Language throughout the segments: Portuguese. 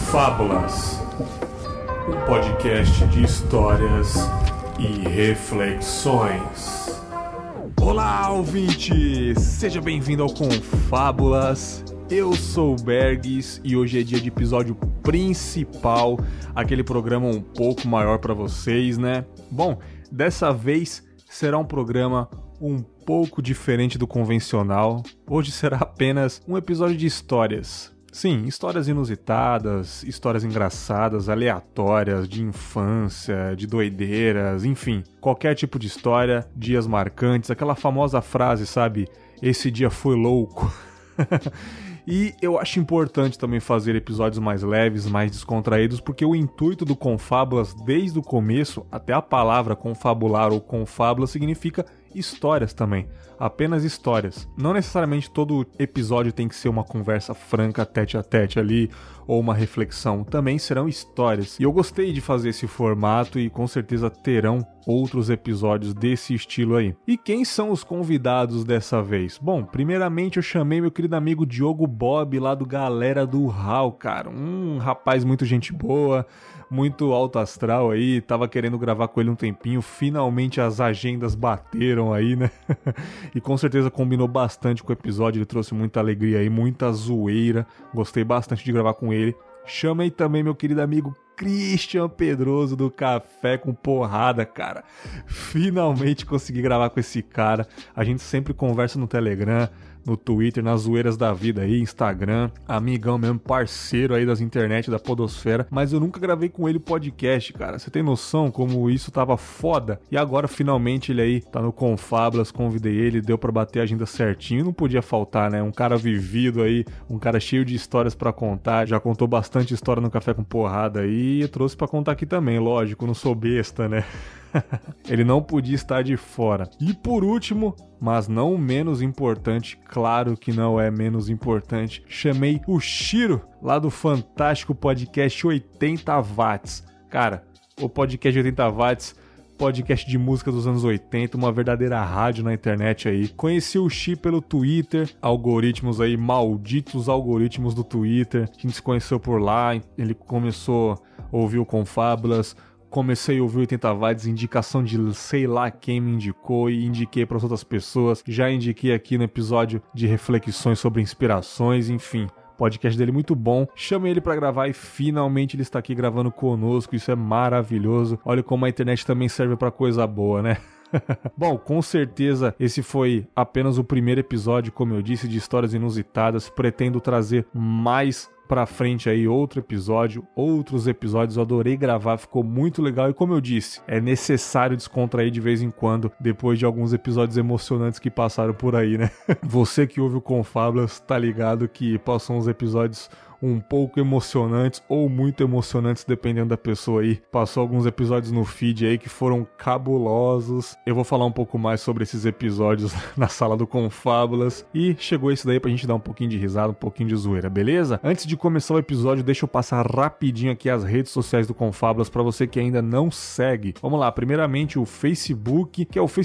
Fábulas, um podcast de histórias e reflexões. Olá, ouvinte! Seja bem-vindo ao Confábulas. Eu sou o Bergs e hoje é dia de episódio principal, aquele programa um pouco maior para vocês, né? Bom, dessa vez será um programa um pouco diferente do convencional. Hoje será apenas um episódio de histórias. Sim, histórias inusitadas, histórias engraçadas, aleatórias, de infância, de doideiras, enfim, qualquer tipo de história, dias marcantes, aquela famosa frase, sabe? Esse dia foi louco. E eu acho importante também fazer episódios mais leves, mais descontraídos, porque o intuito do Confábulas, desde o começo, até a palavra confabular ou confábula, significa histórias também. Apenas histórias. Não necessariamente todo episódio tem que ser uma conversa franca, tete a tete ali, ou uma reflexão. Também serão histórias. E eu gostei de fazer esse formato e com certeza terão outros episódios desse estilo aí. E quem são os convidados dessa vez? Bom, primeiramente eu chamei meu querido amigo Diogo Bob, lá do Galera do Hall, cara. Um rapaz muito gente boa, muito alto astral aí, tava querendo gravar com ele um tempinho, finalmente as agendas bateram aí, né? E com certeza combinou bastante com o episódio, ele trouxe muita alegria aí, muita zoeira, gostei bastante de gravar com ele. Chamei também meu querido amigo Christian Pedroso do Café com Porrada, cara. Finalmente consegui gravar com esse cara. A gente sempre conversa no Telegram, no Twitter, nas zoeiras da vida aí, Instagram, amigão mesmo, parceiro aí das internet, da podosfera, mas eu nunca gravei com ele podcast, cara. Você tem noção como isso tava foda? E agora finalmente ele aí tá no Confábulas, convidei ele, deu pra bater a agenda certinho, não podia faltar, né? Um cara vivido aí, um cara cheio de histórias pra contar, já contou bastante história no Café com Porrada aí, e trouxe pra contar aqui também, lógico, não sou besta, né? Ele não podia estar de fora. E por último, mas não menos importante, claro que não é menos importante, chamei o Shiro, lá do fantástico podcast 80 Watts. Cara, o podcast 80 Watts, podcast de música dos anos 80, uma verdadeira rádio na internet aí. Conheci o Shi pelo Twitter, algoritmos aí, malditos algoritmos do Twitter. A gente se conheceu por lá, ele começou a ouvir o Confábulas. Comecei a ouvir 80 Watts, indicação de sei lá quem me indicou e indiquei para outras pessoas. Já indiquei aqui no episódio de reflexões sobre inspirações, enfim. Podcast dele muito bom. Chamei ele para gravar e finalmente ele está aqui gravando conosco. Isso é maravilhoso. Olha como a internet também serve para coisa boa, né? Bom, com certeza esse foi apenas o primeiro episódio, como eu disse, de histórias inusitadas. Pretendo trazer mais pra frente aí outros episódios, eu adorei gravar, ficou muito legal e como eu disse, é necessário descontrair de vez em quando, depois de alguns episódios emocionantes que passaram por aí, né? Você que ouve o Confábulas tá ligado que passam uns episódios um pouco emocionantes ou muito emocionantes, dependendo da pessoa aí. Passou alguns episódios no feed aí que foram cabulosos. Eu vou falar um pouco mais sobre esses episódios na sala do Confábulas. E chegou esse daí pra gente dar um pouquinho de risada, um pouquinho de zoeira, beleza? Antes de começar o episódio, deixa eu passar rapidinho aqui as redes sociais do Confábulas pra você que ainda não segue. Vamos lá, primeiramente o Facebook, que é o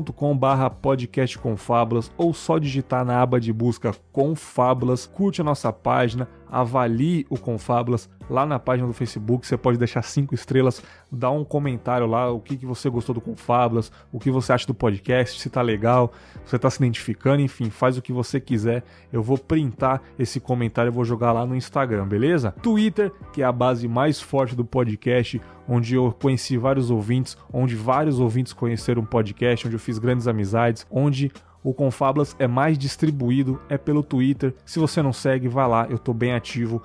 facebook.com/podcastconfábulas, ou só digitar na aba de busca Confábulas, curte a nossa página, avalie o Confábulas lá na página do Facebook, você pode deixar 5 estrelas, dar um comentário lá, o que você gostou do Confábulas, o que você acha do podcast, se tá legal, se você tá se identificando, enfim, faz o que você quiser, eu vou printar esse comentário e vou jogar lá no Instagram, beleza? Twitter, que é a base mais forte do podcast, onde eu conheci vários ouvintes, onde vários ouvintes conheceram o podcast, onde eu fiz grandes amizades, onde o Confábulas é mais distribuído, é pelo Twitter. Se você não segue, vai lá, eu tô bem ativo,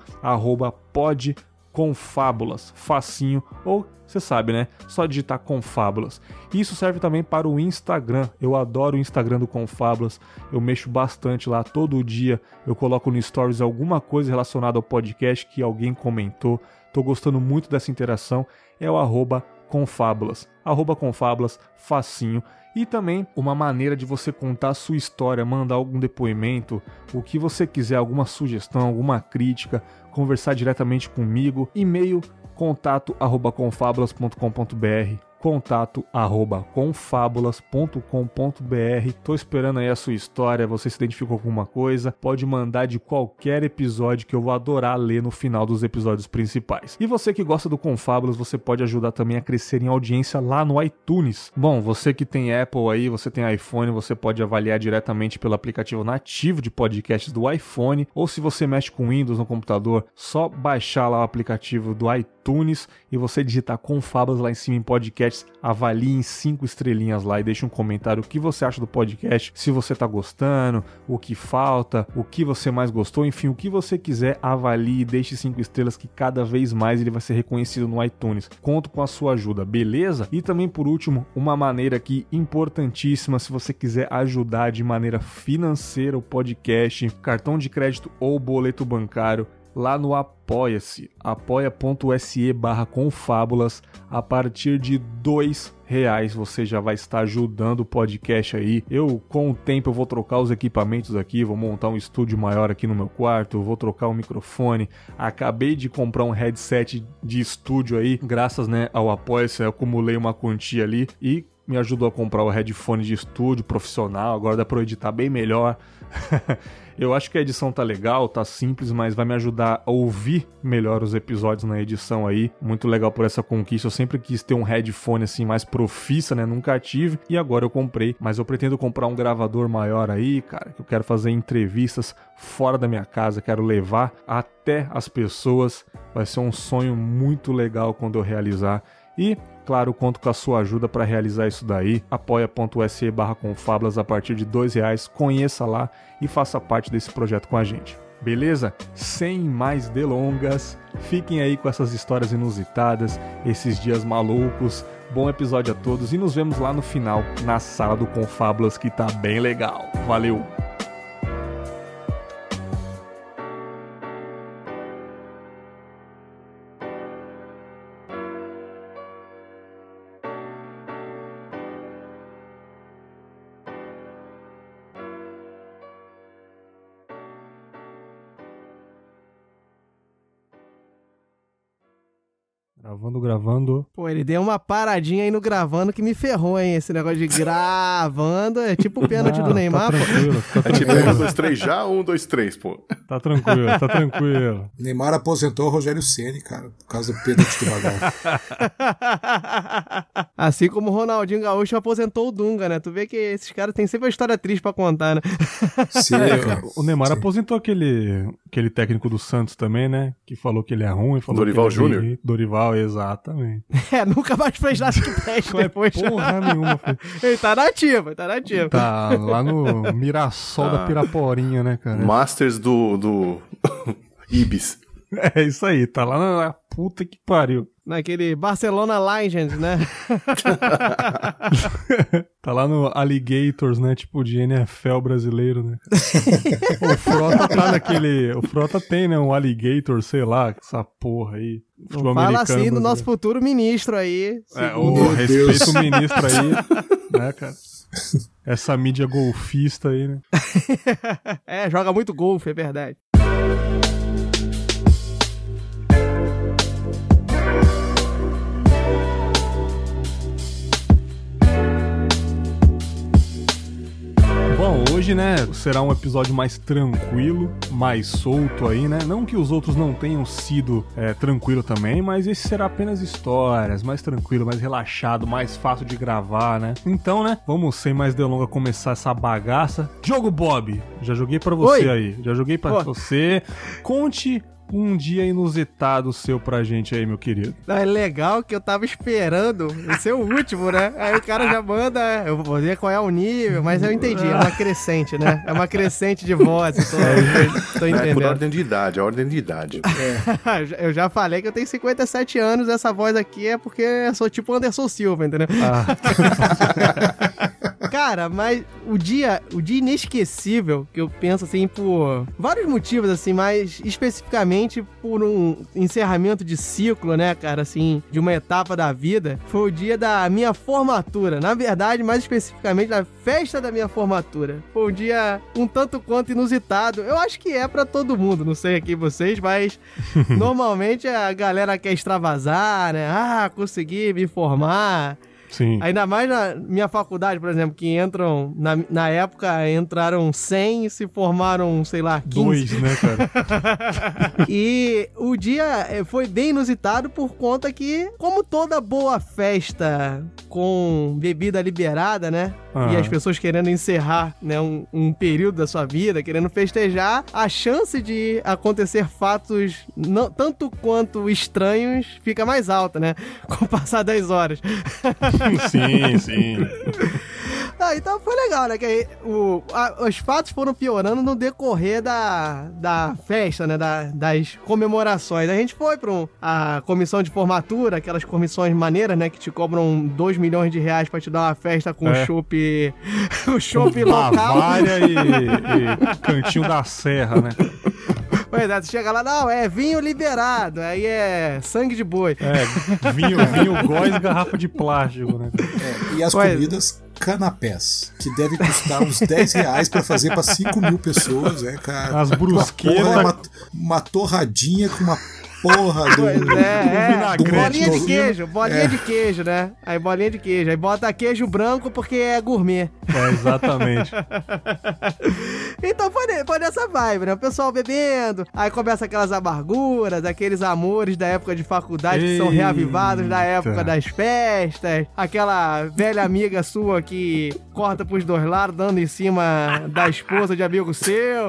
@podconfábulas, facinho, ou você sabe, né? Só digitar Confábulas. Isso serve também para o Instagram. Eu adoro o Instagram do Confábulas, eu mexo bastante lá, todo dia eu coloco no Stories alguma coisa relacionada ao podcast que alguém comentou. Tô gostando muito dessa interação, é o @Confábulas, @Confábulas, facinho. E também uma maneira de você contar a sua história, mandar algum depoimento, o que você quiser, alguma sugestão, alguma crítica, conversar diretamente comigo, e-mail contato@confabulas.com.br. contato@confabulas.com.br. Tô esperando aí a sua história, você se identificou com alguma coisa, pode mandar de qualquer episódio que eu vou adorar ler no final dos episódios principais. E você que gosta do Confábulas, você pode ajudar também a crescer em audiência lá no iTunes. Bom, você que tem Apple aí, você tem iPhone, você pode avaliar diretamente pelo aplicativo nativo de podcasts do iPhone, ou se você mexe com Windows no computador, só baixar lá o aplicativo do iTunes e você digitar Confábulas lá em cima em podcasts, avalie em 5 estrelinhas lá e deixe um comentário o que você acha do podcast, se você tá gostando, o que falta, o que você mais gostou, enfim, o que você quiser, avalie e deixe 5 estrelas que cada vez mais ele vai ser reconhecido no iTunes. Conto com a sua ajuda, beleza? E também por último, uma maneira aqui importantíssima, se você quiser ajudar de maneira financeira o podcast, cartão de crédito ou boleto bancário, lá no Apoia-se, apoia.se/confábulas. A partir de R$2 você já vai estar ajudando o podcast aí. Com o tempo, eu vou trocar os equipamentos aqui, vou montar um estúdio maior aqui no meu quarto, vou trocar o microfone. Acabei de comprar um headset de estúdio aí, graças, né, ao Apoia-se, eu acumulei uma quantia ali e me ajudou a comprar o headphone de estúdio profissional, agora dá pra eu editar bem melhor. Eu acho que a edição tá legal, tá simples, mas vai me ajudar a ouvir melhor os episódios na edição aí. Muito legal por essa conquista. Eu sempre quis ter um headphone assim mais profissa, né? Nunca tive e agora eu comprei. Mas eu pretendo comprar um gravador maior aí, cara, que eu quero fazer entrevistas fora da minha casa, quero levar até as pessoas. Vai ser um sonho muito legal quando eu realizar. E, claro, conto com a sua ajuda para realizar isso daí. apoia.se/confábulas a partir de R$2. Conheça lá e faça parte desse projeto com a gente. Beleza? Sem mais delongas, fiquem aí com essas histórias inusitadas, esses dias malucos. Bom episódio a todos e nos vemos lá no final, na sala do Confábulas, que tá bem legal. Valeu! Gravando. Pô, ele deu uma paradinha aí no gravando que me ferrou, hein? Esse negócio de gravando é tipo o pênalti do Neymar, tá tranquilo, pô. tá É tipo 1, 2, 3 já ou 1, 2, 3, pô? Tá tranquilo, tá tranquilo. Neymar aposentou o Rogério Ceni, cara, por causa do pênalti do Bagão. Assim como o Ronaldinho Gaúcho aposentou o Dunga, né? Tu vê que esses caras têm sempre uma história triste pra contar, né? Sim, cara. O Neymar Sim. aposentou aquele técnico do Santos também, né? Que falou que ele é ruim. Falou Dorival que ele é Júnior? ruim. Dorival, exatamente. Nunca mais fez nada que preste depois. Porra nenhuma. Ele tá nativo, tá nativo. Tá lá no Mirassol da Piraporinha, né, cara? Masters do Ibis. É isso aí, tá lá na puta que pariu. Naquele Barcelona Legends, né? Tá lá no Alligators, né? Tipo de NFL brasileiro, né? O Frota tá naquele... O Frota tem, né? Um Alligator, sei lá, essa porra aí. Não fala assim do nosso futuro ministro aí. Respeita o ministro aí, né, cara? Essa mídia golfista aí, né? Joga muito golfe, é verdade. Bom, hoje, né, será um episódio mais tranquilo, mais solto aí, né? Não que os outros não tenham sido tranquilo também, mas esse será apenas histórias, mais tranquilo, mais relaxado, mais fácil de gravar, né? Então, né, vamos sem mais delonga começar essa bagaça. Jogo Bob, já joguei pra você. Oi. Aí, já joguei pra você. Conte um dia inusitado seu pra gente aí, meu querido. Não, é legal que eu tava esperando ser o último, né? Aí o cara já manda, eu vou ver qual é o nível, mas eu entendi, é uma crescente, né? É uma crescente de voz, tô entendendo. É por ordem de idade, a ordem de idade. Eu já falei que eu tenho 57 anos, essa voz aqui é porque eu sou tipo Anderson Silva, entendeu? Cara, mas o dia inesquecível, que eu penso assim, por vários motivos, assim, mas especificamente por um encerramento de ciclo, né, cara, assim, de uma etapa da vida, foi o dia da minha formatura. Na verdade, mais especificamente, da festa da minha formatura. Foi um dia um tanto quanto inusitado. Eu acho que é pra todo mundo, não sei aqui vocês, mas normalmente a galera quer extravasar, né? Ah, consegui me formar. Sim. Ainda mais na minha faculdade, por exemplo, que entram, na época, entraram 100 e se formaram, sei lá, 15. 2, né, cara? E o dia foi bem inusitado por conta que, como toda boa festa com bebida liberada, né? E as pessoas querendo encerrar, né, um período da sua vida, querendo festejar, a chance de acontecer fatos não, tanto quanto estranhos fica mais alta, né? Com o passar das horas. Sim. Então foi legal, né? Que aí, os fatos foram piorando no decorrer da festa, né? Das comemorações. A gente foi pra a comissão de formatura, aquelas comissões maneiras, né? Que te cobram 2 milhões de reais pra te dar uma festa com chopp o chopp local. Bavária e Cantinho da Serra, né? Pois é, você chega lá, não, é vinho liberado, aí é sangue de boi. Vinho góis, garrafa de plástico, né? E as comidas canapés, que devem custar uns 10 reais pra fazer pra 5 mil pessoas, né, cara? As brusquetas. Uma torradinha com uma porra do bolinha de queijo, de queijo, né? Aí bolinha de queijo, aí bota queijo branco porque é gourmet. Exatamente. Então foi nessa vibe, né? O pessoal bebendo, aí começa aquelas amarguras, aqueles amores da época de faculdade que são reavivados da época das festas, aquela velha amiga sua que corta pros dois lados, dando em cima da esposa de amigo seu.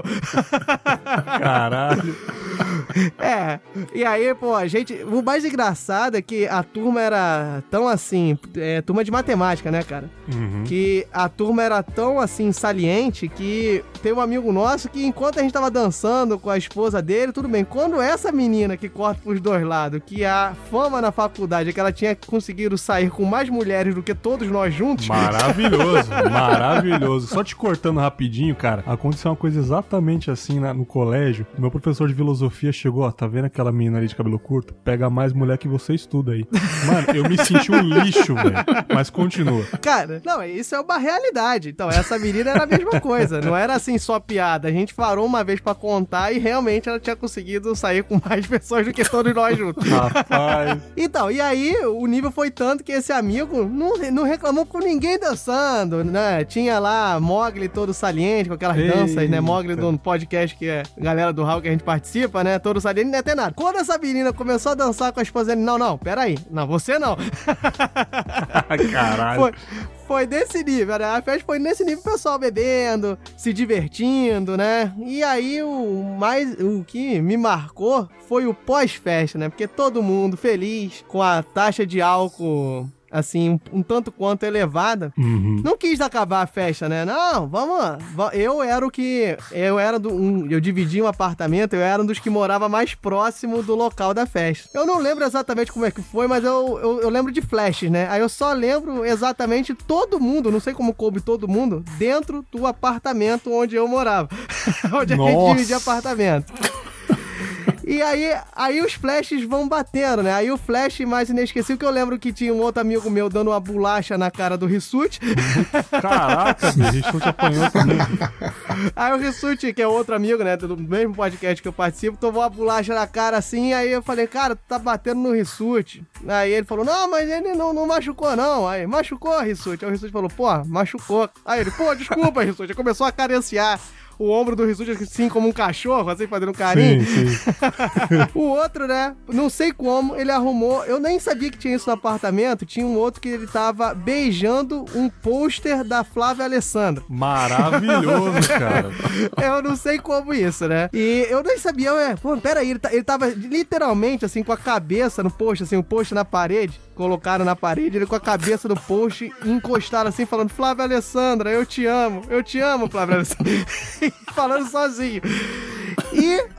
Caralho. E aí, pô, o mais engraçado é que a turma era tão assim, turma de matemática, né, cara? Que a turma era tão assim, saliente, que tem um amigo nosso que enquanto a gente tava dançando com a esposa dele, tudo bem, quando essa menina que corta pros dois lados, que a fama na faculdade é que ela tinha conseguido sair com mais mulheres do que todos nós juntos. Maravilhoso. Só te cortando rapidinho, cara, aconteceu uma coisa exatamente assim no colégio. Meu professor de filosofia chegou, ó, tá vendo aquela menina ali de cabelo curto? Pega mais mulher que você estuda aí. Mano, eu me senti um lixo, velho. Mas continua. Cara, não, isso é uma realidade. Então, essa menina era a mesma coisa. Não era assim só piada. A gente parou uma vez pra contar e realmente ela tinha conseguido sair com mais pessoas do que todos nós juntos. Rapaz. Então, e aí o nível foi tanto que esse amigo não reclamou com ninguém dançando, né? Tinha lá Mogli todo saliente, com aquelas danças, né? Mogli do podcast que é a galera do Raul que a gente participa, né? Todo saliente, não é até nada. Quando essa menina começou a dançar com a esposa dele, não, peraí. Não, você não. Caralho. Foi desse nível, né? A festa foi nesse nível, o pessoal bebendo, se divertindo, né? E aí, o que me marcou foi o pós-festa, né? Porque todo mundo feliz, com a taxa de álcool, assim, um tanto quanto elevada. Não quis acabar a festa, né? Não, vamos lá. Eu dividi um apartamento, eu era um dos que morava mais próximo do local da festa. Eu não lembro exatamente como é que foi, mas eu lembro de flashes, né? Aí eu só lembro exatamente todo mundo, não sei como coube todo mundo, dentro do apartamento onde eu morava. Onde a gente dividia apartamento. E aí os flashes vão batendo, né? Aí o flash mais inesquecível que eu lembro que tinha um outro amigo meu dando uma bolacha na cara do Rissuti. Caraca, o Rissuti apanhou também. Aí o Rissuti, que é outro amigo, né, do mesmo podcast que eu participo, tomou uma bolacha na cara assim, aí eu falei, cara, tu tá batendo no Rissuti. Aí ele falou, não, mas ele não machucou não. Aí, machucou, Rissuti. Aí o Rissuti falou, pô, machucou. Aí ele, pô, desculpa, Rissuti. Aí começou a acariciar o ombro do Rissuti assim como um cachorro, assim, fazendo um carinho. Sim. O outro, né, não sei como, ele arrumou, eu nem sabia que tinha isso no apartamento, tinha um outro que ele tava beijando um pôster da Flávia Alessandra. Maravilhoso, cara. Eu não sei como isso, né? E eu nem sabia, pô, peraí, ele tava literalmente, assim, com a cabeça no post, assim, o post na parede, colocaram na parede, ele com a cabeça no post, encostaram assim, falando, Flávia Alessandra, eu te amo, Flávia Alessandra. Falando sozinho. E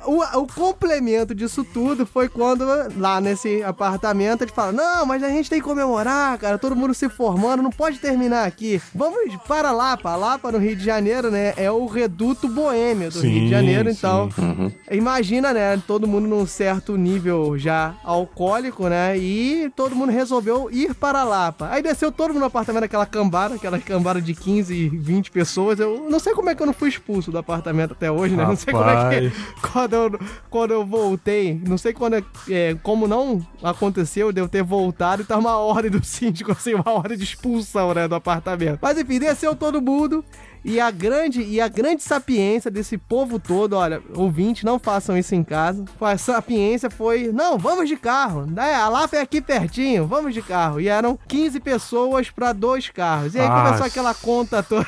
o complemento disso tudo foi quando, lá nesse apartamento, ele fala, não, mas a gente tem que comemorar, cara, todo mundo se formando, não pode terminar aqui. Vamos para Lapa. Lapa, no Rio de Janeiro, né, é o reduto boêmio do Rio de Janeiro, então, imagina, né, todo mundo num certo nível já alcoólico, né, e todo mundo resolveu ir para Lapa. Aí desceu todo mundo no apartamento, aquela cambada de 15, 20 pessoas. Eu não sei como é que eu não fui expulso do apartamento até hoje, né? Rapaz. Não sei como é que... Quando eu voltei, não sei como não aconteceu de eu ter voltado e tá uma ordem do síndico, assim, uma ordem de expulsão, né, do apartamento. Mas enfim, desceu todo mundo. E a grande sapiência desse povo todo, olha, ouvintes, não façam isso em casa. A sapiência foi, não, vamos de carro. A Lapa é aqui pertinho, vamos de carro. E eram 15 pessoas para 2 carros. E aí começou aquela conta toda.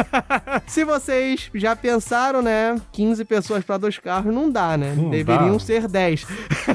Se vocês já pensaram, né, 15 pessoas para 2 carros não dá, né? Deveriam ser 10.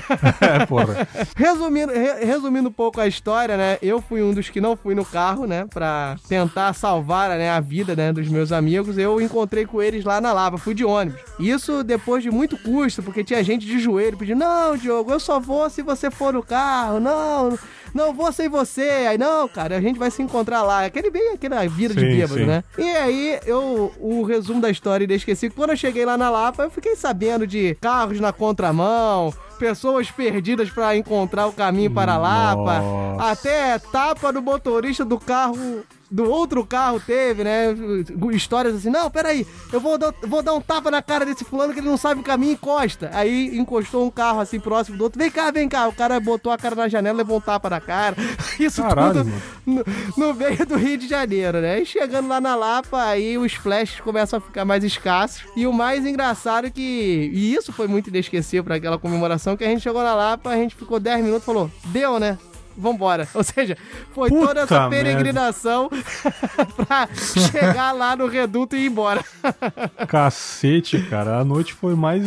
Porra. Resumindo um pouco a história, né, eu fui um dos que não fui no carro, né, pra tentar salvar, né, a vida, né, dos meus amigos. Eu encontrei com eles lá na Lapa, fui de ônibus. Isso depois de muito custo, porque tinha gente de joelho pedindo, não, Diogo, eu só vou se você for no carro, não vou sem você. Aí, não, cara, a gente vai se encontrar lá. Aquela vida de bêbado, né? E aí, o resumo da história inesquecível, quando eu cheguei lá na Lapa, eu fiquei sabendo de carros na contramão, pessoas perdidas pra encontrar o caminho para Lapa, até tapa do motorista do carro, do outro carro teve, né? Histórias assim, não, peraí, eu vou dar um tapa na cara desse fulano que ele não sabe o caminho, encosta. Aí encostou um carro assim próximo do outro, vem cá, o cara botou a cara na janela, levou um tapa na cara. Isso tudo no meio do Rio de Janeiro, né? E chegando lá na Lapa, aí os flashes começam a ficar mais escassos. E o mais engraçado e isso foi muito inesquecível pra aquela comemoração, que a gente chegou na Lapa, a gente ficou 10 minutos e falou, deu, né? Vambora. Ou seja, foi toda essa peregrinação pra chegar lá no reduto e ir embora. Cacete, cara. A noite foi mais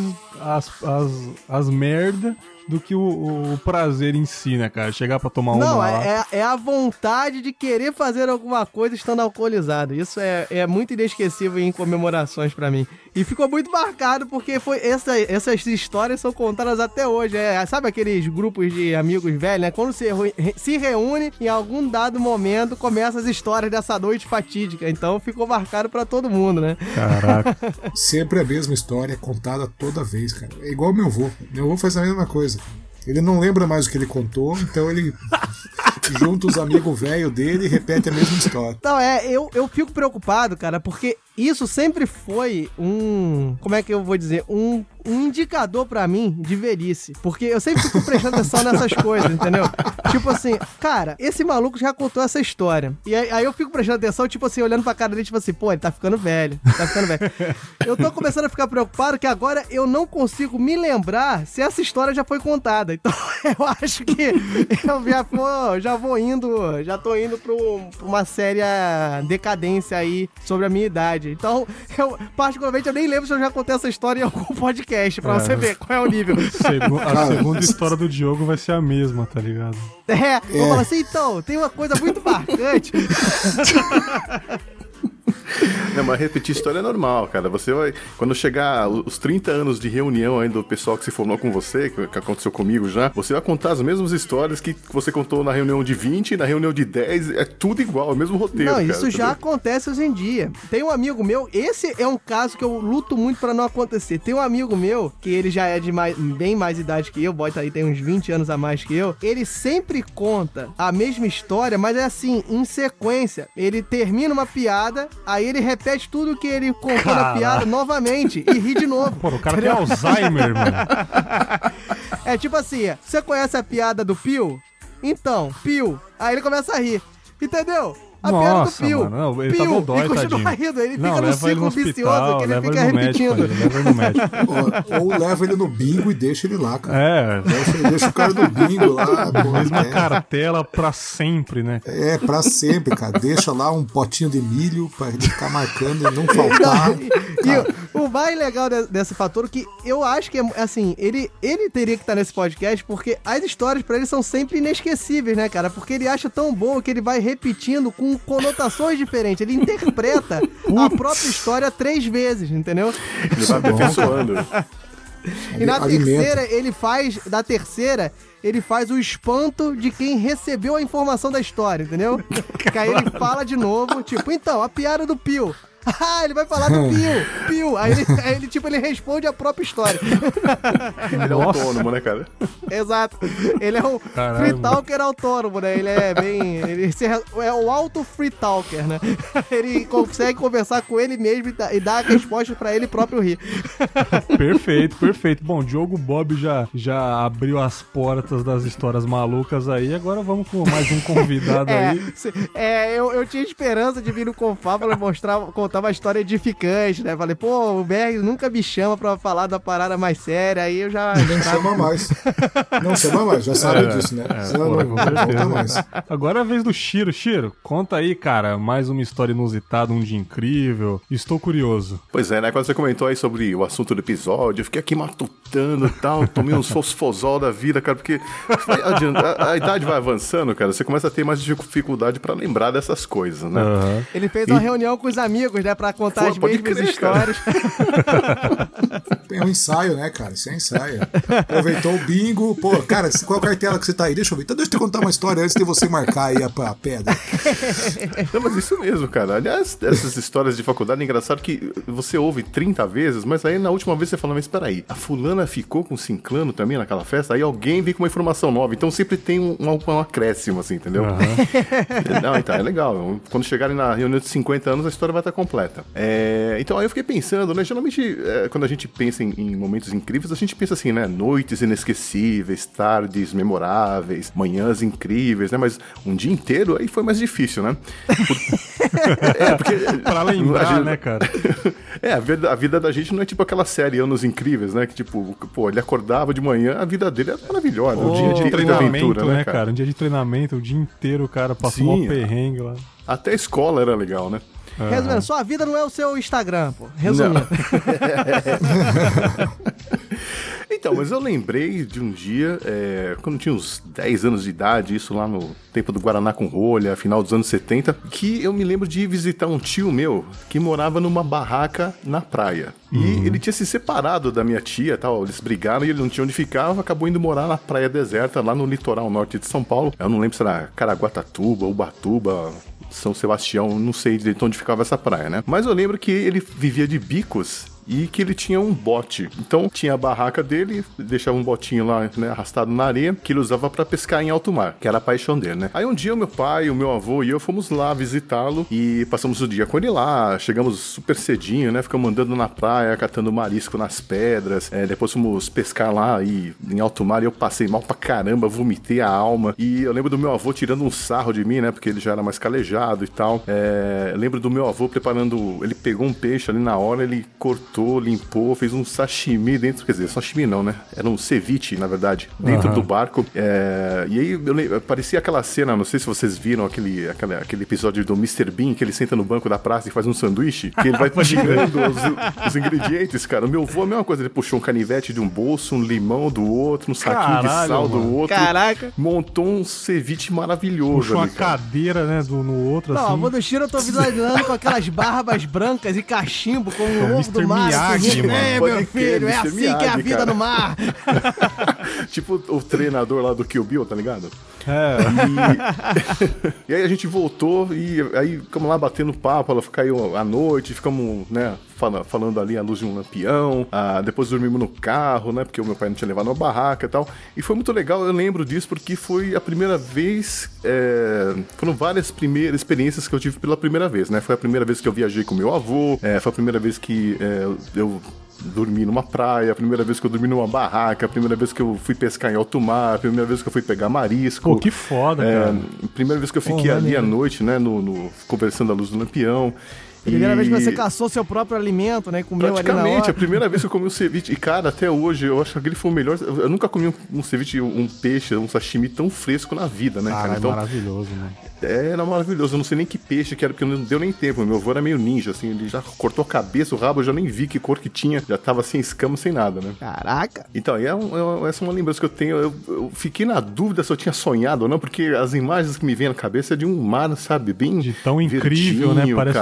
as merda do que o prazer em si, né, cara? Chegar pra tomar uma lá. Não, é a vontade de querer fazer alguma coisa estando alcoolizado. Isso é muito inesquecível em comemorações pra mim. E ficou muito marcado porque essas histórias são contadas até hoje. Sabe aqueles grupos de amigos velhos, né? Quando se reúne, em algum dado momento, começam as histórias dessa noite fatídica. Então ficou marcado pra todo mundo, né? Caraca. Sempre a mesma história, contada toda vez, cara. É igual meu avô. Meu avô faz a mesma coisa. Ele não lembra mais o que ele contou, então ele junta os amigos velhos dele e repete a mesma história. Não, eu fico preocupado, cara, porque isso sempre foi como é que eu vou dizer, um indicador pra mim de velhice, porque eu sempre fico prestando atenção nessas coisas, entendeu? Tipo assim, cara, esse maluco já contou essa história, e aí eu fico prestando atenção, tipo assim, olhando pra cara dele, tipo assim, pô, ele tá ficando velho. Eu tô começando a ficar preocupado que agora eu não consigo me lembrar se essa história já foi contada, então eu acho que eu já tô indo pra uma séria decadência aí sobre a minha idade. Então, particularmente, eu nem lembro se eu já contei essa história em algum podcast, pra você ver qual é o nível. A segunda história do Diogo vai ser a mesma, tá ligado? Vou falar assim, então, tem uma coisa muito marcante. Não, mas repetir história é normal, cara. Você vai... Quando chegar os 30 anos de reunião ainda do pessoal que se formou com você, que aconteceu comigo já, você vai contar as mesmas histórias que você contou na reunião de 20, na reunião de 10, é tudo igual, é o mesmo roteiro, não, cara, isso já acontece hoje em dia. Tem um amigo meu, esse é um caso que eu luto muito pra não acontecer. Tem um amigo meu, que ele já é de bem mais idade que eu, bota aí, tem uns 20 anos a mais que eu, ele sempre conta a mesma história, mas é assim, em sequência. Ele termina uma piada, aí ele repete tudo que ele contou na piada novamente e ri de novo. Pô, o cara tem Alzheimer, mano. É tipo assim, você conhece a piada do Pio? Então, Pio. Aí ele começa a rir. Entendeu? A piada do Pio. Mano, não, ele tá dodói, e continua tadinho. rindo. Ele fica no ciclo vicioso que ele fica repetindo. Leva ele no médico. Ou leva ele no bingo e deixa ele lá, cara. Deixa o cara no bingo lá. Mesma cartela pra sempre, né? Pra sempre, cara. Deixa lá um potinho de milho pra ele ficar marcando e não faltar. E o mais legal desse fator que eu acho que, assim, ele teria que estar nesse podcast porque as histórias pra ele são sempre inesquecíveis, né, cara? Porque ele acha tão bom que ele vai repetindo com conotações diferentes. Ele interpreta a própria história 3 vezes, entendeu? Ele vai aperfeiçoando. E na Alimenta. terceira, ele faz o espanto de quem recebeu a informação da história, entendeu? Que aí ele fala de novo, tipo, então, a piada do Pio. Ah, ele vai falar do Pio. Aí ele, tipo, ele responde a própria história. Ele é autônomo, né, cara? Exato. Ele é o free talker autônomo, né? Ele é bem... é o auto free talker, né? Ele consegue conversar com ele mesmo e dar a resposta pra ele próprio rir. Perfeito. Bom, Diogo Bob já abriu as portas das histórias malucas aí, agora vamos com mais um convidado aí. Eu tinha esperança de vir no Confábula contar uma história edificante, né? Falei, pô, o Berg nunca me chama pra falar da parada mais séria, aí eu já... Não chama mais. Não chama mais, já sabe disso, né? Com certeza. Mais. Agora é a vez do Shiro. Shiro, conta aí, cara, mais uma história inusitada, um dia incrível. Estou curioso. Pois é, né? Quando você comentou aí sobre o assunto do episódio, eu fiquei aqui matutando e tal, tomei uns fosfosol da vida, cara, porque a idade vai avançando, cara, você começa a ter mais dificuldade pra lembrar dessas coisas, né? Uhum. Ele fez uma reunião com os amigos, né, pra contar as mesmas histórias. É um ensaio, né, cara? Isso é ensaio. Aproveitou o bingo. Pô, cara, qual cartela que você tá aí? Deixa eu ver. Então deixa eu te contar uma história antes de você marcar aí a pedra. Não, mas isso mesmo, cara. Aliás, essas histórias de faculdade é engraçado que você ouve 30 vezes, mas aí na última vez você fala, mas peraí, a fulana ficou com o Cinclano também naquela festa? Aí alguém vem com uma informação nova. Então sempre tem um acréscimo, assim, entendeu? Uhum. Não, então, é legal. Quando chegarem na reunião de 50 anos, a história vai estar completa. Então aí eu fiquei pensando, né? Geralmente, quando a gente pensa em momentos incríveis, a gente pensa assim, né? Noites inesquecíveis, tardes memoráveis, manhãs incríveis, né? Mas um dia inteiro aí foi mais difícil, né? Porque pra lembrar, né, cara? A vida da gente não é tipo aquela série Anos Incríveis, né? Que tipo, pô, ele acordava de manhã, a vida dele era maravilhosa. Um dia de treinamento, aventura, né, cara? Um dia de treinamento, o dia inteiro, o cara passou um perrengue lá. Até a escola era legal, né? Resumindo, sua vida não é o seu Instagram, pô. Resumindo. Então, mas eu lembrei de um dia, quando eu tinha uns 10 anos de idade, isso lá no tempo do Guaraná com rolha, final dos anos 70, que eu me lembro de ir visitar um tio meu que morava numa barraca na praia. E ele tinha se separado da minha tia, tal, eles brigaram e ele não tinha onde ficar, acabou indo morar na praia deserta, lá no litoral norte de São Paulo. Eu não lembro se era Caraguatatuba, Ubatuba, São Sebastião, não sei direito onde ficava essa praia, né? Mas eu lembro que ele vivia de bicos e que ele tinha um bote. Então tinha a barraca dele, deixava um botinho lá, né, arrastado na areia, que ele usava pra pescar em alto mar, que era a paixão dele, né? Aí um dia o meu pai, o meu avô e eu fomos lá visitá-lo e passamos o dia com ele lá, chegamos super cedinho, né? Ficamos andando na praia, catando marisco nas pedras, depois fomos pescar lá e em alto mar e eu passei mal pra caramba, vomitei a alma e eu lembro do meu avô tirando um sarro de mim, né? Porque ele já era mais calejado e tal. Lembro do meu avô preparando, ele pegou um peixe ali na hora, ele cortou, limpou, fez um sashimi dentro, quer dizer, sashimi não, né? Era um ceviche, na verdade, dentro do barco. E aí parecia aquela cena, não sei se vocês viram aquele episódio do Mr. Bean, que ele senta no banco da praça e faz um sanduíche, que ele vai tirando os ingredientes, cara. O meu avô, a mesma coisa, ele puxou um canivete de um bolso, um limão do outro, um saquinho de sal do outro. Caraca! Montou um ceviche maravilhoso. Puxou ali, uma cadeira, né, no outro, assim. Não, a avô do Shiro eu tô visualizando com aquelas barbas brancas e cachimbo com o ovo do mar. Miyagi, mano. Meu filho, é assim Miyagi, que é a vida, cara, no mar. Tipo o treinador lá do Kill Bill, tá ligado? E aí a gente voltou e aí ficamos lá batendo papo, ela caiu à noite, ficamos, né, falando ali à luz de um lampião, depois dormimos no carro, né, porque o meu pai não tinha levado uma barraca e tal, e foi muito legal, eu lembro disso porque foi a primeira vez, foram várias primeiras experiências que eu tive pela primeira vez, né, foi a primeira vez que eu viajei com meu avô, foi a primeira vez que eu dormi numa praia, a primeira vez que eu dormi numa barraca, a primeira vez que eu fui pescar em alto mar, a primeira vez que eu fui pegar marisco. Pô, que foda, cara. Primeira vez que eu fiquei ali à noite, né, conversando à luz do lampião. Primeira vez que você caçou seu próprio alimento, né? Comeu ali na hora. Praticamente, a primeira vez que eu comi um ceviche. E, cara, até hoje, eu acho que aquele foi o melhor. Eu nunca comi um ceviche, um peixe, um sashimi tão fresco na vida, né, cara? Então, maravilhoso, né? Era maravilhoso. Eu não sei nem que peixe que era, porque não deu nem tempo. Meu avô era meio ninja, assim. Ele já cortou a cabeça, o rabo, eu já nem vi que cor que tinha. Já tava sem escama, sem nada, né? Caraca! Então, essa é uma lembrança que eu tenho. Eu fiquei na dúvida se eu tinha sonhado ou não, porque as imagens que me vêm na cabeça é de um mar, sabe? Bem de tão incrível, verdinho, né? Parece cara. Um sonho,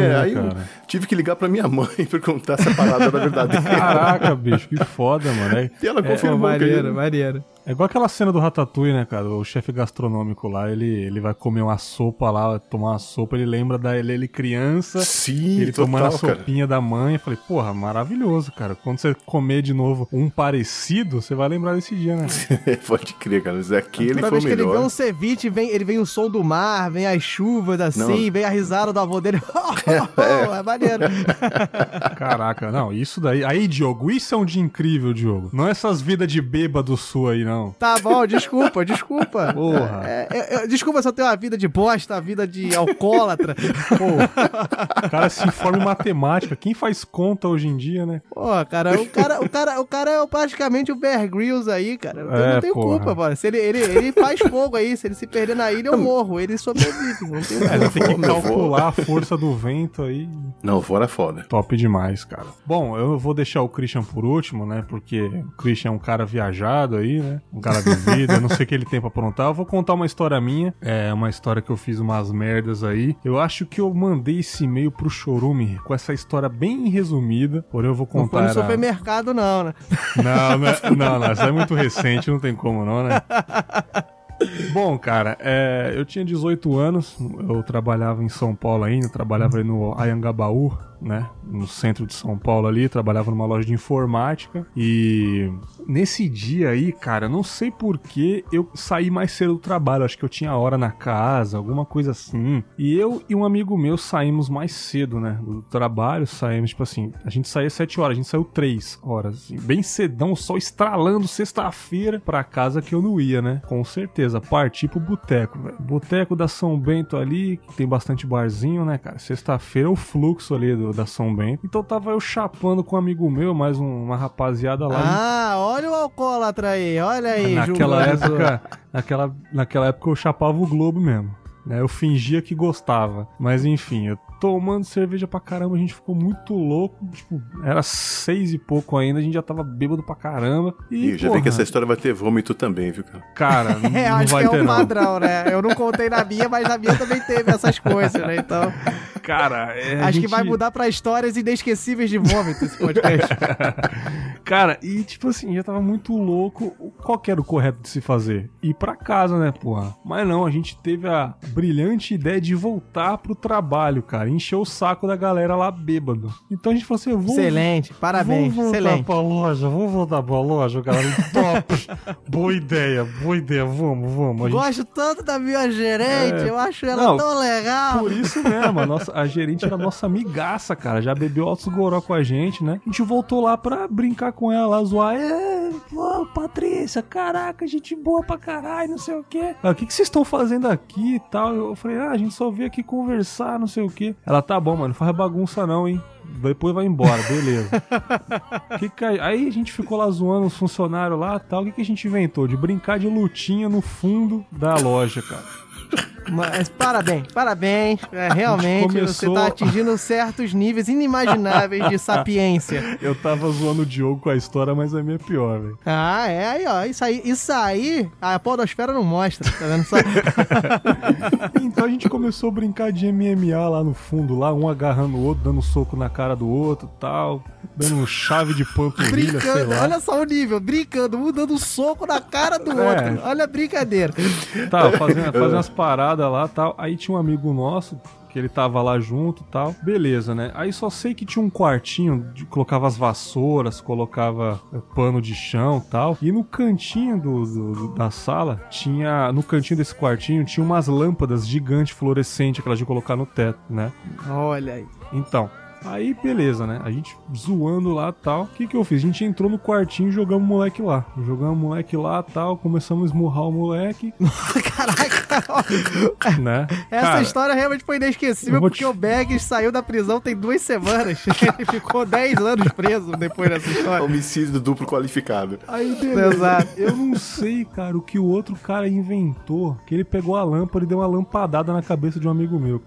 né, aí eu cara? tive que ligar pra minha mãe pra contar se a parada era verdadeira. Caraca, bicho, que foda, mano. E ela Pô, confirmou que maneiro, maneiro. É igual aquela cena do Ratatouille, né, cara? O chefe gastronômico lá, ele vai comer uma sopa lá, tomar uma sopa, ele lembra ele criança, Sim, ele total, tomando a cara. sopinha da mãe. Eu falei, porra, maravilhoso, cara. Quando você comer de novo um parecido, você vai lembrar desse dia, né? Pode crer, cara. Mas aquele Toda foi o vez que ele vê melhor. um ceviche, ele vem o som do mar, vem as chuvas assim, Não. vem a risada do avô dele. É maneiro. Caraca, não, isso daí... Aí, Diogo, isso é um dia incrível, Diogo. Não essas vidas de bêbado sua aí, não. Tá bom, desculpa. Porra. Desculpa se eu tenho uma vida de bosta, uma vida de alcoólatra. Pô, o cara se informa em matemática. Quem faz conta hoje em dia, né? Pô, cara, o cara é praticamente o Bear Grylls aí, cara. Eu não tenho porra. culpa, mano. Se ele faz fogo aí, se ele se perder na ilha, eu morro. Ele sobrevive, não tenho culpa. Tem que Meu vô. calcular a força do vento aí. Não, fora foda. Top demais, cara. Bom, eu vou deixar o Christian por último, né? Porque o Christian é um cara viajado aí, né? Um cara vivido, eu não sei o que ele tem pra aprontar. Eu vou contar uma história minha. É uma história que eu fiz umas merdas aí. Eu acho que eu mandei esse e-mail pro Chorume com essa história bem resumida. Porém, eu vou Não contar. foi no supermercado, não, né? Não, isso é muito recente, não tem como não, né? Bom, cara, eu tinha 18 anos, eu trabalhava em São Paulo ainda, trabalhava ali no Anhangabaú, né, no centro de São Paulo ali, trabalhava numa loja de informática e nesse dia aí, cara, não sei porquê eu saí mais cedo do trabalho, acho que eu tinha hora na casa, alguma coisa assim, e eu e um amigo meu saímos mais cedo, né, do trabalho, saímos, tipo assim, a gente saía 7 horas, a gente saiu 3 horas, assim, bem cedão, o sol estralando, sexta-feira, pra casa que eu não ia, né, com certeza, parti pro boteco, velho, boteco da São Bento ali, que tem bastante barzinho, né, cara, sexta-feira é o fluxo ali da São Bento. Então tava eu chapando com um amigo meu, mais uma rapaziada lá. Ah, olha o alcoólatra aí, olha aí, Naquela época eu chapava o Globo mesmo, né? Eu fingia que gostava. Mas enfim, eu tomando cerveja pra caramba, a gente ficou muito louco. Tipo, era 6 e pouco ainda, a gente já tava bêbado pra caramba. E Já vi que essa história vai ter vômito também, viu, cara? Cara, não acho vai que ter é um não. padrão, né? Eu não contei na minha, mas na minha também teve essas coisas, né? Então, Cara, acho que vai mudar pra histórias inesquecíveis de vômito esse podcast. Cara, e tipo assim, já tava muito louco. Qual que era o correto de se fazer? Ir pra casa, né, porra? Mas não, a gente teve a brilhante ideia de voltar pro trabalho, cara. Encher o saco da galera lá bêbado. Então a gente falou assim, Excelente, parabéns, vamos voltar excelente. vamos voltar pra loja, galera. Top! Boa ideia, vamos. Gosto tanto da minha gerente, eu acho ela Não, tão legal. Por isso mesmo, a gerente era nossa amigaça, cara. Já bebeu altos goró com a gente, né? A gente voltou lá pra brincar com ela, lá, zoar. Pô, Patrícia, caraca, gente boa pra caralho, não sei o quê. O que vocês estão fazendo aqui e tal? Eu falei, a gente só veio aqui conversar, não sei o quê. Ela, tá bom, mano, não faz bagunça não, hein? Depois vai embora, beleza. Aí a gente ficou lá zoando os funcionários lá e tal. O que a gente inventou? De brincar de lutinha no fundo da loja, cara. Mas parabéns. Realmente você tá atingindo certos níveis inimagináveis de sapiência. Eu tava zoando o Diogo com a história, mas a minha é pior, velho. Ah, aí, ó. Isso aí, a podosfera não mostra, tá vendo só? Então a gente começou a brincar de MMA lá no fundo, lá, um agarrando o outro, dando soco na cara do outro e tal, dando chave de panturrilha, sei Brincando, lá. olha só o nível, brincando, um dando soco na cara do outro. Olha a brincadeira. Tá, fazendo umas paradas lá e tal. Aí tinha um amigo nosso, que ele tava lá junto e tal. Beleza, né? Aí só sei que tinha um quartinho, colocava as vassouras, colocava pano de chão e tal. E no cantinho da sala, no cantinho desse quartinho, tinha umas lâmpadas gigantes fluorescentes, aquelas de colocar no teto, né? Olha aí. Então, aí beleza, né? A gente zoando lá e tal. O que eu fiz? A gente entrou no quartinho e jogamos o moleque lá. Jogamos o moleque lá e tal. Começamos a esmurrar o moleque. Caraca. Né? Essa Cara, história realmente foi inesquecível porque o Bags saiu da prisão tem 2 semanas. Ele ficou 10 anos preso depois dessa história. Homicídio duplo qualificado. Aí, beleza. Exato. Eu não sei, cara, o que o outro cara inventou. Que ele pegou a lâmpada e deu uma lampadada na cabeça de um amigo meu.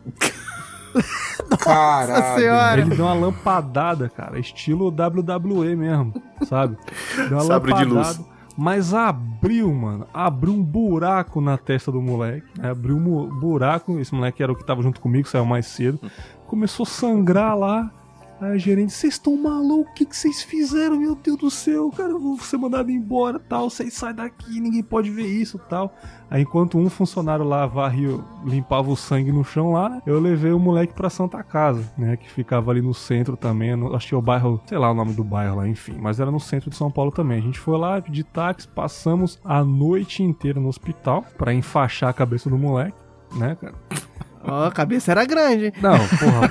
Caralho. Nossa senhora. Ele deu uma lampadada, cara, estilo WWE mesmo, sabe? Deu uma Sabre de lampadada. luz. Mas abriu, mano. Abriu um buraco na testa do moleque. Né? Abriu um buraco. Esse moleque era o que tava junto comigo, saiu mais cedo. Começou a sangrar lá. Aí a gerente, vocês estão malucos? O que vocês fizeram? Meu Deus do céu, cara, eu vou ser mandado embora, tal. Vocês saem daqui, ninguém pode ver isso, tal. Aí enquanto um funcionário lá limpava o sangue no chão lá, eu levei o moleque pra Santa Casa, né, que ficava ali no centro também, acho que é o bairro, sei lá o nome do bairro lá, enfim, mas era no centro de São Paulo também. A gente foi lá de táxi, passamos a noite inteira no hospital pra enfaixar a cabeça do moleque, né, cara. Ó, a cabeça era grande, hein? Não, porra.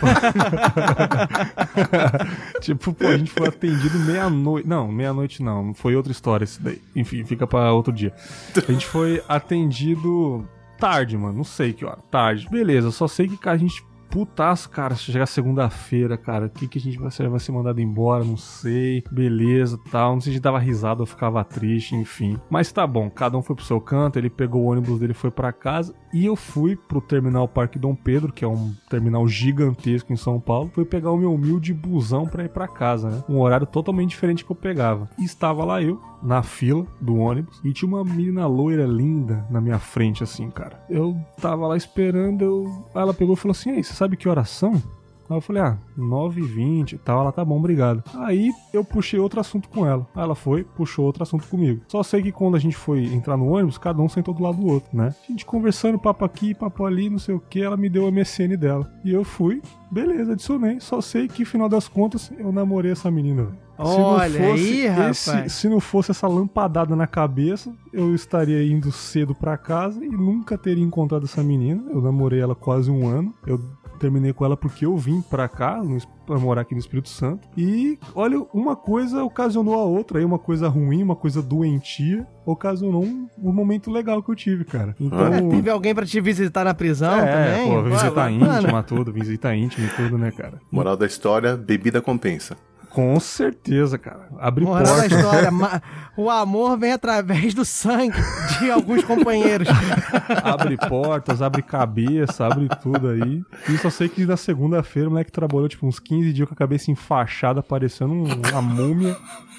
Tipo, pô, a gente foi atendido meia-noite. Não, meia-noite não. Foi outra história esse daí. Enfim, fica pra outro dia. A gente foi atendido tarde, mano. Não sei que hora. Tarde. Beleza, só sei que a gente... Putaço, cara, se chegar segunda-feira, cara, o que a gente vai ser mandado embora, não sei, beleza, tal, não sei se a gente dava risada ou ficava triste, enfim. Mas tá bom, cada um foi pro seu canto, ele pegou o ônibus dele e foi pra casa, e eu fui pro terminal Parque Dom Pedro, que é um terminal gigantesco em São Paulo, fui pegar o meu humilde busão pra ir pra casa, né, um horário totalmente diferente que eu pegava. E estava lá eu, na fila do ônibus, e tinha uma menina loira linda na minha frente, assim, cara. Eu tava lá esperando, aí ela pegou e falou assim, ei, você sabe que horas são? Aí eu falei, 9h20 e tal. Ela, tá bom, obrigado. Aí eu puxei outro assunto com ela. Aí ela foi, puxou outro assunto comigo. Só sei que quando a gente foi entrar no ônibus, cada um sentou do lado do outro, né? A gente conversando, papo aqui, papo ali, não sei o que. Ela me deu o MSN dela. E eu fui, beleza, adicionei. Só sei que, final das contas, eu namorei essa menina, velho. Olha aí, rapaz. Se não fosse essa lampadada na cabeça, eu estaria indo cedo pra casa e nunca teria encontrado essa menina. Eu namorei ela quase um ano. Eu terminei com ela porque eu vim pra cá, pra morar aqui no Espírito Santo. E, olha, uma coisa ocasionou a outra. Aí uma coisa ruim, uma coisa doentia, ocasionou um momento legal que eu tive, cara. Então... teve alguém pra te visitar na prisão também? Pô, visita íntima, tudo. Visita íntima e tudo, né, cara? Moral da história, bebida compensa. Com certeza, cara. Abre porta. Da história, o amor vem através do sangue de alguns companheiros. Abre portas, abre cabeça, abre tudo aí. E só sei que na segunda-feira o moleque trabalhou tipo uns 15 dias com a cabeça enfaixada, parecendo uma múmia.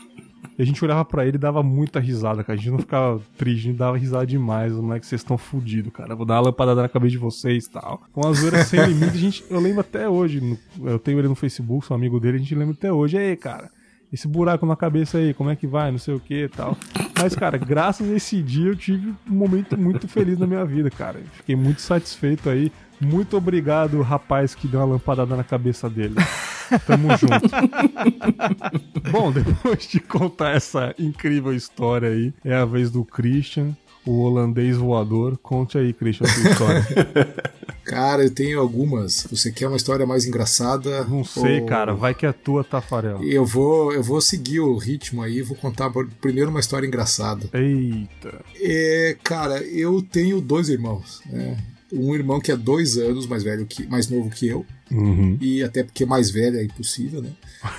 E a gente olhava pra ele e dava muita risada, cara. A gente não ficava triste, a gente dava risada demais. Os moleques, vocês estão fodidos, cara. Vou dar uma lampadada na cabeça de vocês e tal. Com as zoeiras sem limite, eu lembro até hoje. Eu tenho ele no Facebook, sou amigo dele, a gente lembra até hoje. E aí, cara, esse buraco na cabeça aí, como é que vai? Não sei o que e tal. Mas, cara, graças a esse dia eu tive um momento muito feliz na minha vida, cara. Fiquei muito satisfeito aí. Muito obrigado, rapaz, que deu uma lampadada na cabeça dele. Tamo junto. Bom, depois de contar essa incrível história aí, é a vez do Christian, o holandês voador. Conte aí, Christian, a sua história. Cara, eu tenho algumas. Você quer uma história mais engraçada? Não sei, cara. Vai que é tua, Tafarel. Eu vou seguir o ritmo aí. Vou contar primeiro uma história engraçada. Eita. Cara, eu tenho 2 irmãos, né? Um irmão que é 2 anos mais novo que eu. Uhum. E até porque mais velho é impossível, né?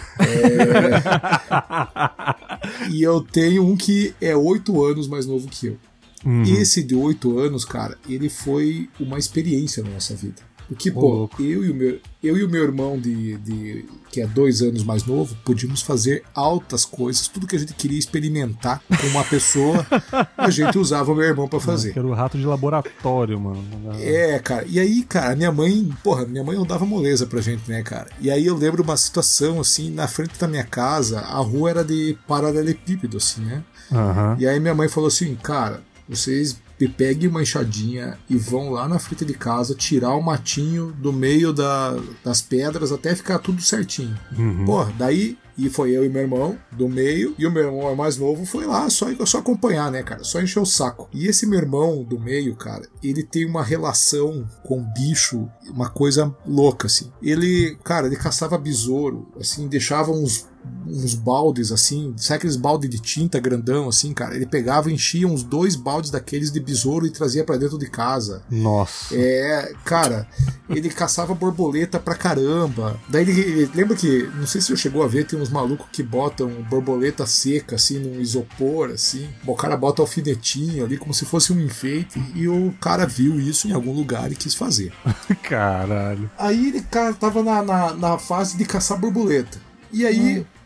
E eu tenho um que é 8 anos mais novo que eu. Uhum. Esse de 8 anos, cara, ele foi uma experiência na nossa vida. Porque, pô, eu e o meu irmão que é 2 anos mais novo, podíamos fazer altas coisas, tudo que a gente queria experimentar com uma pessoa, a gente usava o meu irmão pra fazer. Era o rato de laboratório, mano. Cara, e aí, cara, minha mãe não dava moleza pra gente, né, cara? E aí eu lembro uma situação, assim, na frente da minha casa, a rua era de paralelepípedo, assim, né? Uhum. E aí minha mãe falou assim, cara, vocês peguem uma enxadinha e vão lá na frente de casa tirar o matinho do meio das pedras até ficar tudo certinho. Uhum. Porra, daí... E foi eu e meu irmão do meio, e o meu irmão mais novo foi lá só acompanhar, né, cara? Só encher o saco. E esse meu irmão do meio, cara, ele tem uma relação com bicho, uma coisa louca, assim. Ele caçava besouro, assim, deixava uns baldes, assim, sabe aqueles baldes de tinta grandão, assim, cara? Ele pegava e enchia uns 2 baldes daqueles de besouro e trazia pra dentro de casa. Nossa. Cara, ele caçava borboleta pra caramba. Daí ele lembra que, não sei se você chegou a ver, tem uns malucos que botam borboleta seca, assim, num isopor, assim. O cara bota alfinetinho ali, como se fosse um enfeite, e o cara viu isso em algum lugar e quis fazer. Caralho. Aí ele tava na fase de caçar borboleta. E aí,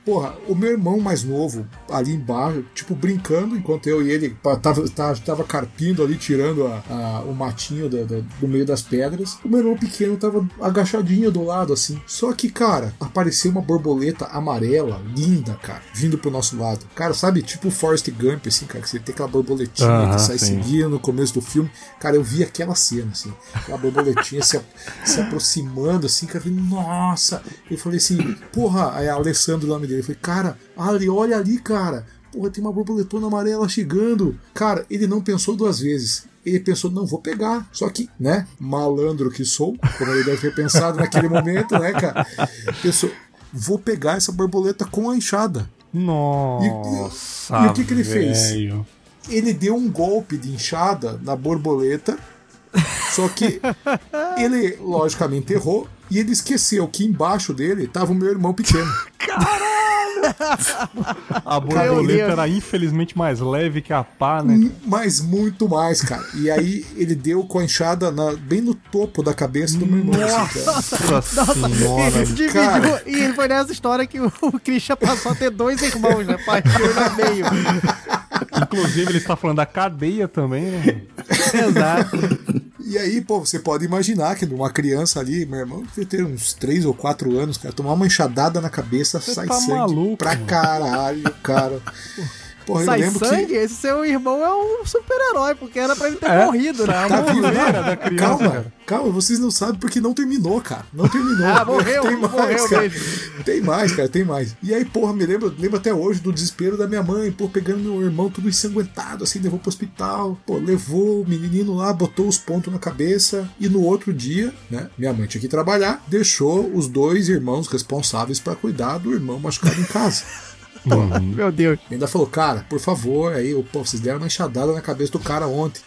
porra, o meu irmão mais novo ali embaixo, tipo, brincando, enquanto eu e ele tava carpindo ali, tirando o matinho do meio das pedras. O meu irmão pequeno tava agachadinho do lado, assim. Só que, cara, apareceu uma borboleta amarela, linda, cara, vindo pro nosso lado. Cara, sabe, tipo o Forrest Gump, assim, cara, que você tem aquela borboletinha que sai seguindo no começo do filme. Cara, eu vi aquela cena, assim, aquela borboletinha se aproximando, assim, cara, eu falei, nossa. Eu falei assim, porra, é Alessandro o nome dele. Eu falei, cara, Ali, olha ali, cara. Porra, tem uma borboletona amarela chegando. Cara, ele não pensou duas vezes. Ele pensou, não, vou pegar. Só que, né, malandro que sou, como ele deve ter pensado naquele momento, né, cara, pensou, vou pegar essa borboleta com a enxada. Nossa, e o que ele fez? velho. Ele deu um golpe de enxada na borboleta, só que ele, logicamente, errou e ele esqueceu que embaixo dele tava o meu irmão pequeno. A borboleta era infelizmente mais leve que a pá, né? Mas muito mais, cara. E aí ele deu com a enxada bem no topo da cabeça do meu irmão. Nossa senhora. Dividiu, cara. e foi nessa história que o Christian passou a ter 2 irmãos, né? Pai e meio. Inclusive, ele está falando da cadeia também, né? Exato. E aí, pô, você pode imaginar que uma criança ali, meu irmão, devia ter uns 3 ou 4 anos, cara, tomar uma enxadada na cabeça, Você sai tá sangue maluco, pra mano. caralho, cara. Porra, Sai eu lembro sangue? que... Esse seu irmão é um super-herói, porque era pra ele ter morrido, né? Tá vivo, Era né? da criança, cara. Calma, vocês não sabem porque não terminou, cara. Não terminou. Ah, morreu, Tem mais, morreu cara. mesmo. Tem mais, cara, tem mais. E aí, porra, lembro até hoje do desespero da minha mãe, pô, pegando meu irmão tudo ensanguentado, assim, levou pro hospital, pô, levou o menininho lá, botou os pontos na cabeça, e no outro dia, né, minha mãe tinha que trabalhar, deixou os 2 irmãos responsáveis pra cuidar do irmão machucado em casa. Meu Deus. E ainda falou, cara, por favor, aí, pô, vocês deram uma enxadada na cabeça do cara ontem.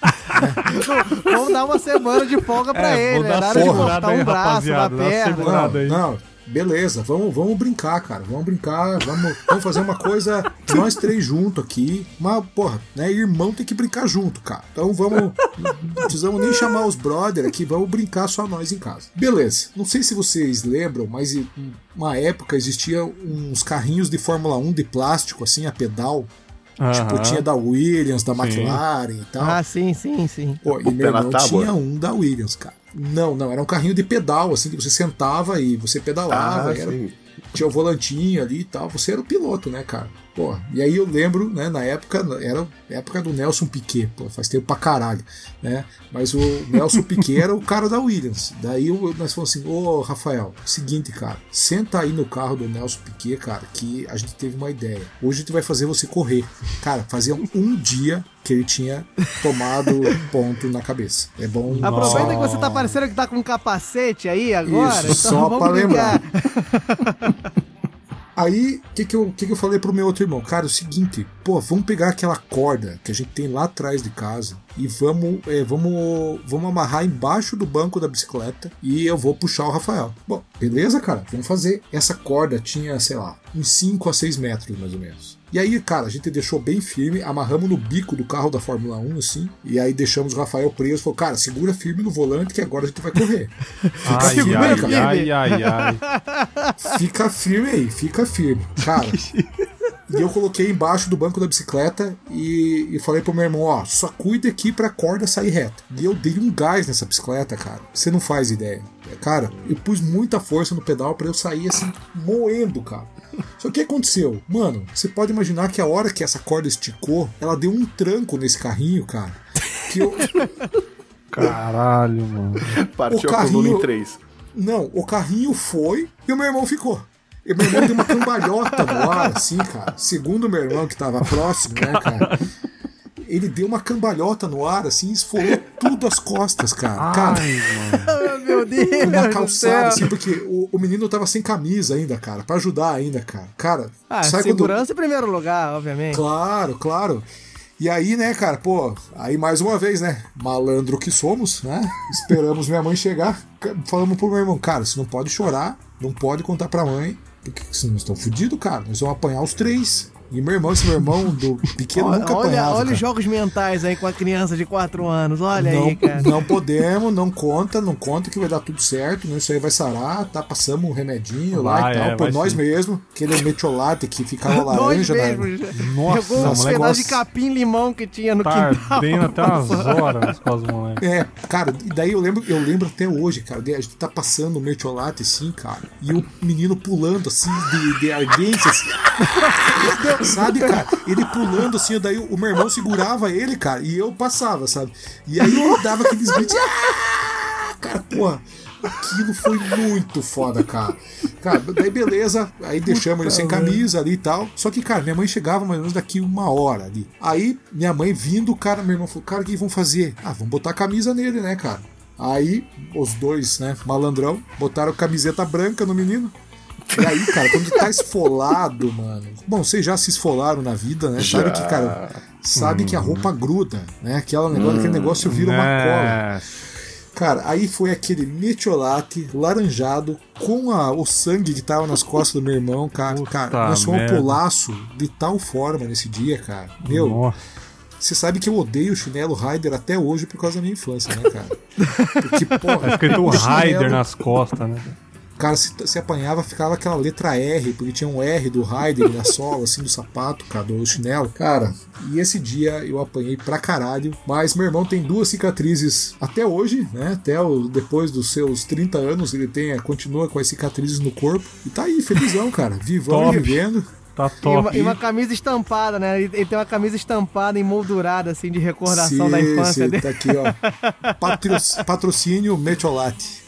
Vamos dar uma semana de folga pra ele, vou né? dar Nada de segurada cortar aí, um braço, uma rapaziada, dá perna. segurada aí. Não, beleza, vamos brincar, cara. Vamos brincar, vamos fazer uma coisa nós 3 juntos aqui. Mas, porra, né? Irmão tem que brincar junto, cara. Então não precisamos nem chamar os brother aqui, vamos brincar só nós em casa. Beleza. Não sei se vocês lembram, mas uma época existia uns carrinhos de Fórmula 1 de plástico, assim, a pedal. Tipo, tinha da Williams, da McLaren e tal. Ah, sim. Pô, e meu irmão tábua? tinha um da Williams, cara. Não, era um carrinho de pedal, assim, que você sentava e você pedalava. Tinha o volantinho ali e tal. Você era o piloto, né, cara? Pô, e aí eu lembro, né, na época, era a época do Nelson Piquet, pô, faz tempo pra caralho, né? Mas o Nelson Piquet era o cara da Williams. Daí nós falamos assim, ô Rafael, seguinte, cara, senta aí no carro do Nelson Piquet, cara, que a gente teve uma ideia. Hoje a gente vai fazer você correr. Cara, fazia um dia que ele tinha tomado ponto na cabeça. É bom. Aproveita que você tá parecendo que tá com um capacete aí agora. Isso, então só vamos pra lembrar. brincar. Aí, o que eu falei pro meu outro irmão? Cara, é o seguinte, pô, vamos pegar aquela corda que a gente tem lá atrás de casa e vamos amarrar embaixo do banco da bicicleta e eu vou puxar o Rafael. Bom, beleza, cara, vamos fazer. Essa corda tinha, sei lá, uns 5 a 6 metros, mais ou menos. E aí, cara, a gente deixou bem firme, amarramos no bico do carro da Fórmula 1, assim, e aí deixamos o Rafael preso. Falou, cara, segura firme no volante que agora a gente vai correr. Fica firme aí, cara. Fica firme aí, fica firme. Cara, e eu coloquei embaixo do banco da bicicleta e falei pro meu irmão, ó, só cuida aqui pra corda sair reta. E eu dei um gás nessa bicicleta, cara. Você não faz ideia. Cara, eu pus muita força no pedal pra eu sair assim, moendo, cara. Só que o que aconteceu? Mano, você pode imaginar que a hora que essa corda esticou, ela deu um tranco nesse carrinho, cara. Que eu... Caralho, mano. Partiu a coluna em 3. Não, o carrinho foi e o meu irmão ficou. E meu irmão deu uma cambalhota no ar, assim, cara. Segundo o meu irmão, que tava próximo, né, cara? Ele deu uma cambalhota no ar, assim, e esfolou tudo as costas, cara. Cara, Meu Deus. uma do calçada, céu. assim, porque o menino tava sem camisa ainda, cara, pra ajudar ainda, cara. Cara, sabe Segurança em primeiro lugar, obviamente. Claro. E aí, né, cara, pô, aí mais uma vez, né, malandro que somos, né, esperamos minha mãe chegar, falamos pro meu irmão, cara, você não pode chorar, não pode contar pra mãe, porque senão nós estamos fodidos, cara, nós vamos apanhar os 3, E esse meu irmão do pequeno nunca apanhava. Olha cara. os jogos mentais aí com a criança de 4 anos. Olha aí, cara. Não podemos, não conta que vai dar tudo certo, né? Isso aí vai sarar, tá? Passamos um remedinho lá e tal, por nós mesmos. Aquele metiolate que ficava laranja, né? Nossa, pegou uns pedaços de capim-limão que tinha no quintal. Ardendo até umas horas nas costas do moleque. Cara, e daí eu lembro até hoje, cara, a gente tá passando o mertiolate assim, cara, e o menino pulando assim, de ardência, assim. Sabe, cara? Ele pulando assim, daí o meu irmão segurava ele, cara, e eu passava, sabe? E aí eu dava aqueles gritos. Cara, porra, aquilo foi muito foda, cara. Cara, daí beleza, aí deixamos ele sem camisa ali e tal. Só que, cara, minha mãe chegava mais ou menos daqui 1 hora ali. Aí, minha mãe vindo, cara, meu irmão falou, cara, o que vão fazer? Vamos botar a camisa nele, né, cara? Aí, os dois, né, malandrão, botaram camiseta branca no menino. E aí, cara, quando tá esfolado, mano... Bom, vocês já se esfolaram na vida, né? Já. Sabe que, cara... Sabe que a roupa gruda, né? Aquele negócio vira uma cola. Cara, aí foi aquele metiolate laranjado com o sangue que tava nas costas do meu irmão, cara. Cara, nós fomos pro laço de tal forma nesse dia, cara. Meu... Nossa. Você sabe que eu odeio o chinelo Raider até hoje por causa da minha infância, né, cara? Porque, porra... É escrito Raider nas costas, né? Cara, se apanhava, ficava aquela letra R, porque tinha um R do Raider na sola, assim, do sapato, cara, do chinelo. Cara, e esse dia eu apanhei pra caralho, mas meu irmão tem 2 cicatrizes até hoje, né? Depois dos seus 30 anos, ele continua com as cicatrizes no corpo. E tá aí, felizão, cara, vivão e vivendo. Tá top. E uma camisa estampada, né? Ele tem uma camisa estampada, emoldurada, assim, de recordação da infância dele. Tá aqui, ó. Patrocínio Mertiolate.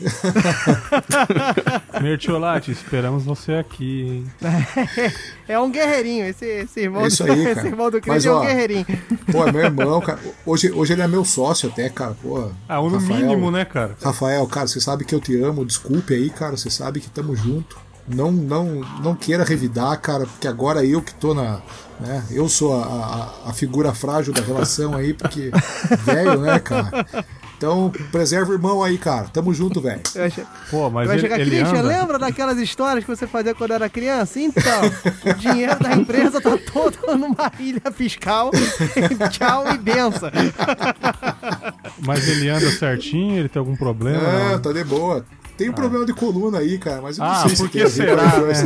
Mertiolate, esperamos você aqui, hein? É um guerreirinho, esse irmão, isso aí, esse irmão do Cris é um guerreirinho. Pô, meu irmão, cara, hoje ele é meu sócio até, cara, pô. No mínimo, né, cara? Rafael, cara, você sabe que eu te amo, desculpe aí, cara, você sabe que tamo junto. Não queira revidar, cara, porque agora eu que tô né, eu sou a figura frágil da relação aí, porque velho, né, cara? Então, preserva o irmão aí, cara. Tamo junto, velho. Pô, mas ele Christian, anda. Lembra daquelas histórias que você fazia quando era criança? Então, o dinheiro da empresa tá todo numa ilha fiscal. Tchau e benção. Mas ele anda certinho? Ele tem algum problema? Não, tá de boa. Tem um problema de coluna aí, cara, mas eu não sei por que será, né?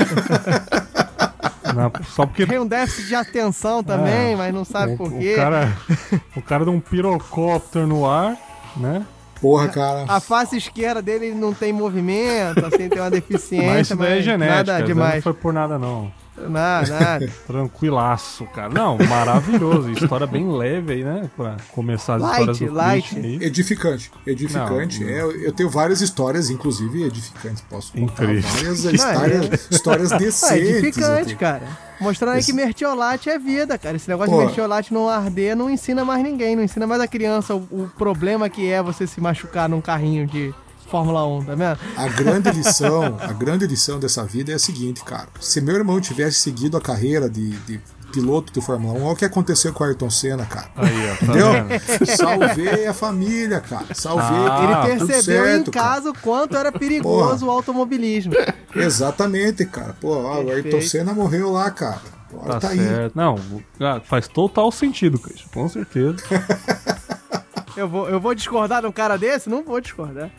Não, só porque... Tem um déficit de atenção também, mas não sabe por quê. O cara dá um pirocóptero no ar, né? Porra, cara. A face esquerda dele não tem movimento, assim, tem uma deficiência. Mas isso daí é genética, nada demais. Não foi por nada, não. Nada. Tranquilaço, cara. Não, maravilhoso. História bem leve aí, né? Pra começar as histórias do Christian aí. Edificante. Não. Eu tenho várias histórias, inclusive edificantes. Posso contar várias histórias decentes. Edificante, cara. Mostrando aí que mertiolate é vida, cara. Esse negócio de mertiolate não arder não ensina mais ninguém. Não ensina mais a criança o problema que é você se machucar num carrinho de Fórmula 1, tá vendo? A grande lição dessa vida é a seguinte, cara. Se meu irmão tivesse seguido a carreira de piloto de Fórmula 1, olha o que aconteceu com o Ayrton Senna, cara. Aí, ó, entendeu? Salvei a família, cara. Ele percebeu em casa o quanto era perigoso o automobilismo. Exatamente, cara. O Ayrton Senna morreu lá, cara. Agora tá certo. aí. Não, faz total sentido, Christian, com certeza. Eu vou discordar de um cara desse? Não vou discordar.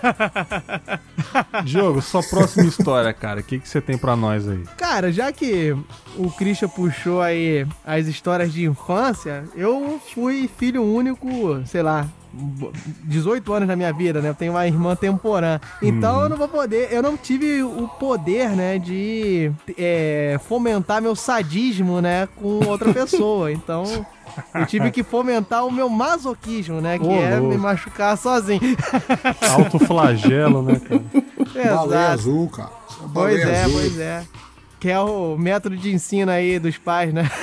Diogo, sua próxima história, cara. O que você tem pra nós aí? Cara, já que o Christian puxou aí as histórias de infância, eu fui filho único, sei lá, 18 anos na minha vida, né? Eu tenho uma irmã temporã. Então eu não tive o poder, né, de fomentar meu sadismo, né, com outra pessoa. Então... eu tive que fomentar o meu masoquismo, né? Que me machucar sozinho. Autoflagelo, né, cara? Baleia azul, cara. Pois é. Que é o método de ensino aí dos pais, né?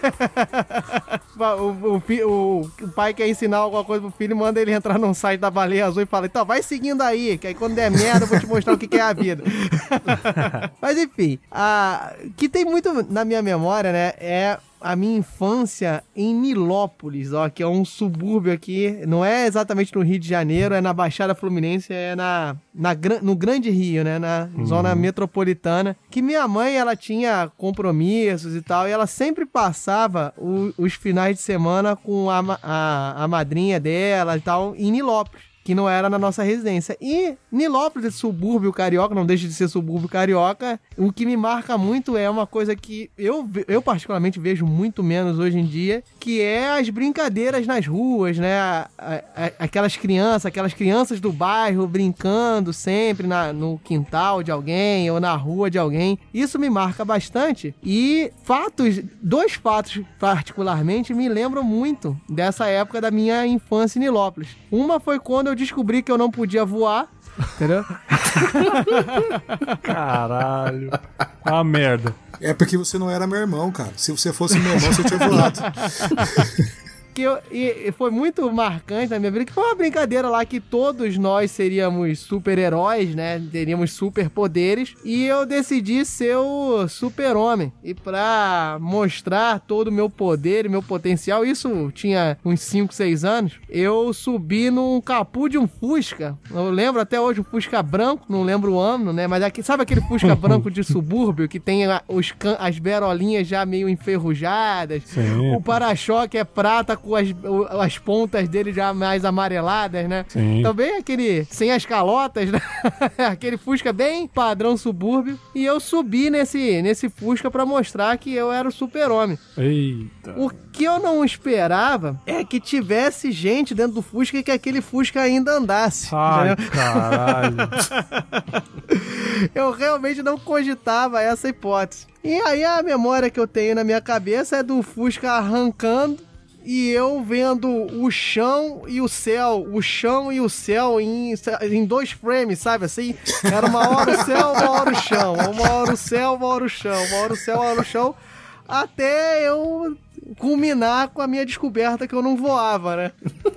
O pai quer ensinar alguma coisa pro filho, manda ele entrar num site da Baleia Azul e fala, então vai seguindo aí, que aí quando der merda eu vou te mostrar o que é a vida. Mas enfim, que tem muito na minha memória, né? É a minha infância em Nilópolis, ó, que é um subúrbio aqui, não é exatamente no Rio de Janeiro, é na Baixada Fluminense, é no Grande Rio, né, na zona metropolitana, que minha mãe, ela tinha compromissos e tal, e ela sempre passava os finais de semana com a madrinha dela e tal, em Nilópolis, que não era na nossa residência. E Nilópolis, subúrbio carioca, não deixa de ser subúrbio carioca, o que me marca muito é uma coisa que eu particularmente vejo muito menos hoje em dia, que é as brincadeiras nas ruas, né? Aquelas crianças do bairro brincando sempre no quintal de alguém ou na rua de alguém. Isso me marca bastante. E dois fatos particularmente me lembram muito dessa época da minha infância em Nilópolis. Uma foi quando eu descobri que eu não podia voar, entendeu? Caralho. Ah, merda. É porque você não era meu irmão, cara. Se você fosse meu irmão, você tinha voado. E foi muito marcante na minha vida, que foi uma brincadeira lá que todos nós seríamos super-heróis, né? Teríamos superpoderes, e eu decidi ser o super-homem. E pra mostrar todo o meu poder e meu potencial, isso tinha uns 5, 6 anos, eu subi num capô de um Fusca. Eu lembro até hoje, um Fusca branco, não lembro o ano, né? Mas sabe aquele Fusca branco de subúrbio, que tem as berolinhas já meio enferrujadas? Sim. O para-choque é prata com as pontas dele já mais amareladas, né? Sim. Também aquele sem as calotas, né? Aquele Fusca bem padrão subúrbio. E eu subi nesse Fusca pra mostrar que eu era o super-homem. Eita. O que eu não esperava é que tivesse gente dentro do Fusca e que aquele Fusca ainda andasse. Ai, entendeu? caralho. Eu realmente não cogitava essa hipótese. E aí a memória que eu tenho na minha cabeça é do Fusca arrancando e eu vendo o chão e o céu em 2 frames, sabe assim? Era uma hora o céu, uma hora o chão, uma hora o céu, uma hora o chão, uma hora o céu, uma hora o chão, até eu culminar com a minha descoberta que eu não voava, né?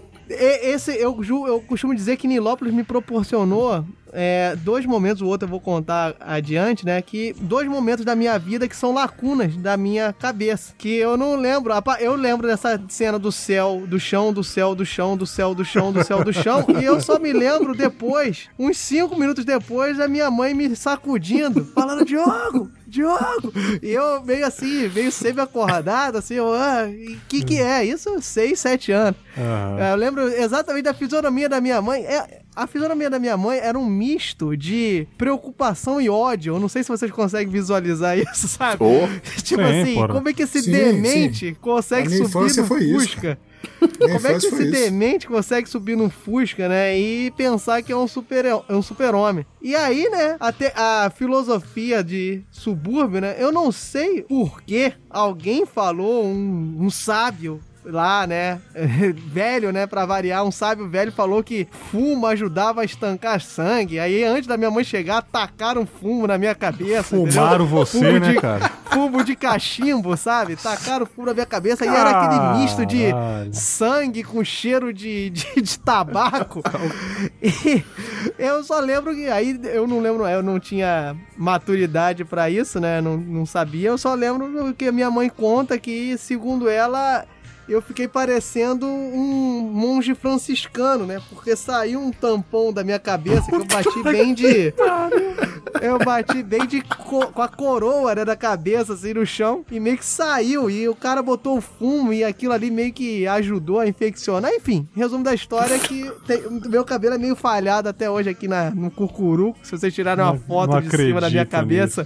Eu costumo dizer que Nilópolis me proporcionou 2 momentos, o outro eu vou contar adiante, né? Que 2 momentos da minha vida que são lacunas da minha cabeça. Que eu não lembro. Eu lembro dessa cena do céu, do chão, do céu, do chão, do céu, do chão, do céu, do chão. E eu só me lembro depois, uns 5 minutos depois, da minha mãe me sacudindo, falando: Diogo! E eu meio assim, meio semi-acordado, assim, que é? Isso, 6, 7 anos. Uhum. Eu lembro exatamente da fisionomia da minha mãe. A fisionomia da minha mãe era um misto de preocupação e ódio. Eu não sei se vocês conseguem visualizar isso, sabe? Tipo sim, assim, porra. como é que esse demente consegue subir no Fusca? Como é que esse demente consegue subir num Fusca, né? E pensar que é um super-homem. E aí, né? Até a filosofia de subúrbio, né? Eu não sei por que alguém falou, um sábio lá, né, velho, né, pra variar, um sábio velho falou que fumo ajudava a estancar sangue. Aí, antes da minha mãe chegar, tacaram fumo na minha cabeça. Fumaram você, fumo, né, cara? Fumo de cachimbo, sabe? Tacaram fumo na minha cabeça. E era aquele misto de sangue com cheiro de tabaco. E eu só lembro que, aí eu não lembro, eu não tinha maturidade pra isso, né, não sabia. Eu só lembro que a minha mãe conta que, segundo ela, eu fiquei parecendo um monge franciscano, né? Porque saiu um tampão da minha cabeça que eu bati bem de... Eu bati bem com a coroa, né, da cabeça, assim, no chão, e meio que saiu, e o cara botou o fumo, e aquilo ali meio que ajudou a infeccionar. Enfim, resumo da história é que meu cabelo é meio falhado até hoje aqui no Cucuruco. Se vocês tirarem uma foto de cima da minha cabeça,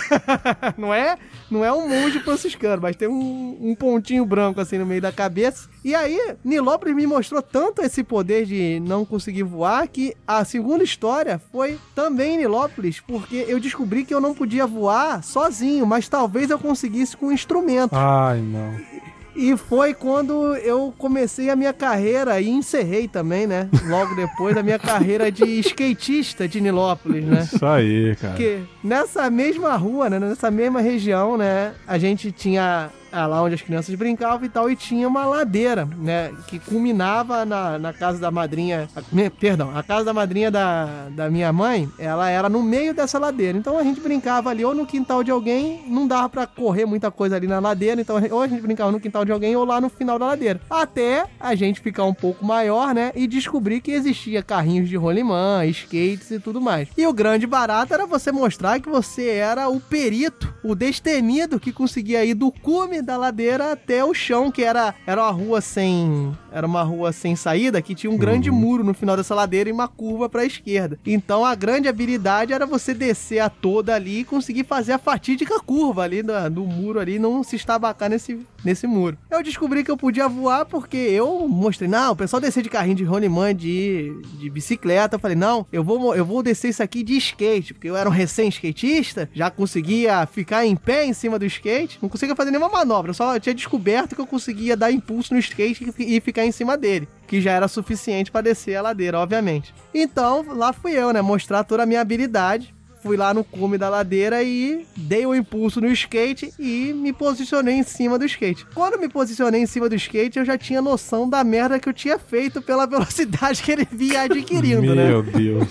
não é um monge franciscano, mas tem um pontinho branco, assim, no meio da cabeça. E aí, Nilópolis me mostrou tanto esse poder de não conseguir voar, que a segunda história foi também em Nilópolis, porque eu descobri que eu não podia voar sozinho, mas talvez eu conseguisse com um instrumento. Ai, não. E foi quando eu comecei a minha carreira, e encerrei também, né? Logo depois, a minha carreira de skatista de Nilópolis, né? Isso aí, cara. Porque nessa mesma rua, né? Nessa mesma região, né? A gente tinha lá onde as crianças brincavam e tal, e tinha uma ladeira, né, que culminava na casa da madrinha, a casa da madrinha da minha mãe, ela era no meio dessa ladeira, então a gente brincava ali ou no quintal de alguém, não dava pra correr muita coisa ali na ladeira, então ou a gente brincava no quintal de alguém ou lá no final da ladeira, até a gente ficar um pouco maior, né, e descobrir que existia carrinhos de rolimã, skates e tudo mais. E o grande barato era você mostrar que você era o perito, o destemido que conseguia ir do cume da ladeira até o chão, que era uma rua sem saída, que tinha um grande muro no final dessa ladeira e uma curva pra esquerda. Então a grande habilidade era você descer a toda ali e conseguir fazer a fatídica curva ali do muro ali, não se estabacar nesse muro. Eu descobri que eu podia voar porque eu mostrei, não, o pessoal descer de carrinho de rolimã, de bicicleta, eu falei, não, eu vou descer isso aqui de skate, porque eu era um recém-skatista, já conseguia ficar em pé em cima do skate, não conseguia fazer nenhuma manobra, eu tinha descoberto que eu conseguia dar impulso no skate e ficar em cima dele, que já era suficiente pra descer a ladeira, obviamente. Então, lá fui eu, né, mostrar toda a minha habilidade. Fui lá no cume da ladeira e dei o impulso no skate e me posicionei em cima do skate. Quando me posicionei em cima do skate, eu já tinha noção da merda que eu tinha feito pela velocidade que ele vinha adquirindo, né? Meu Deus.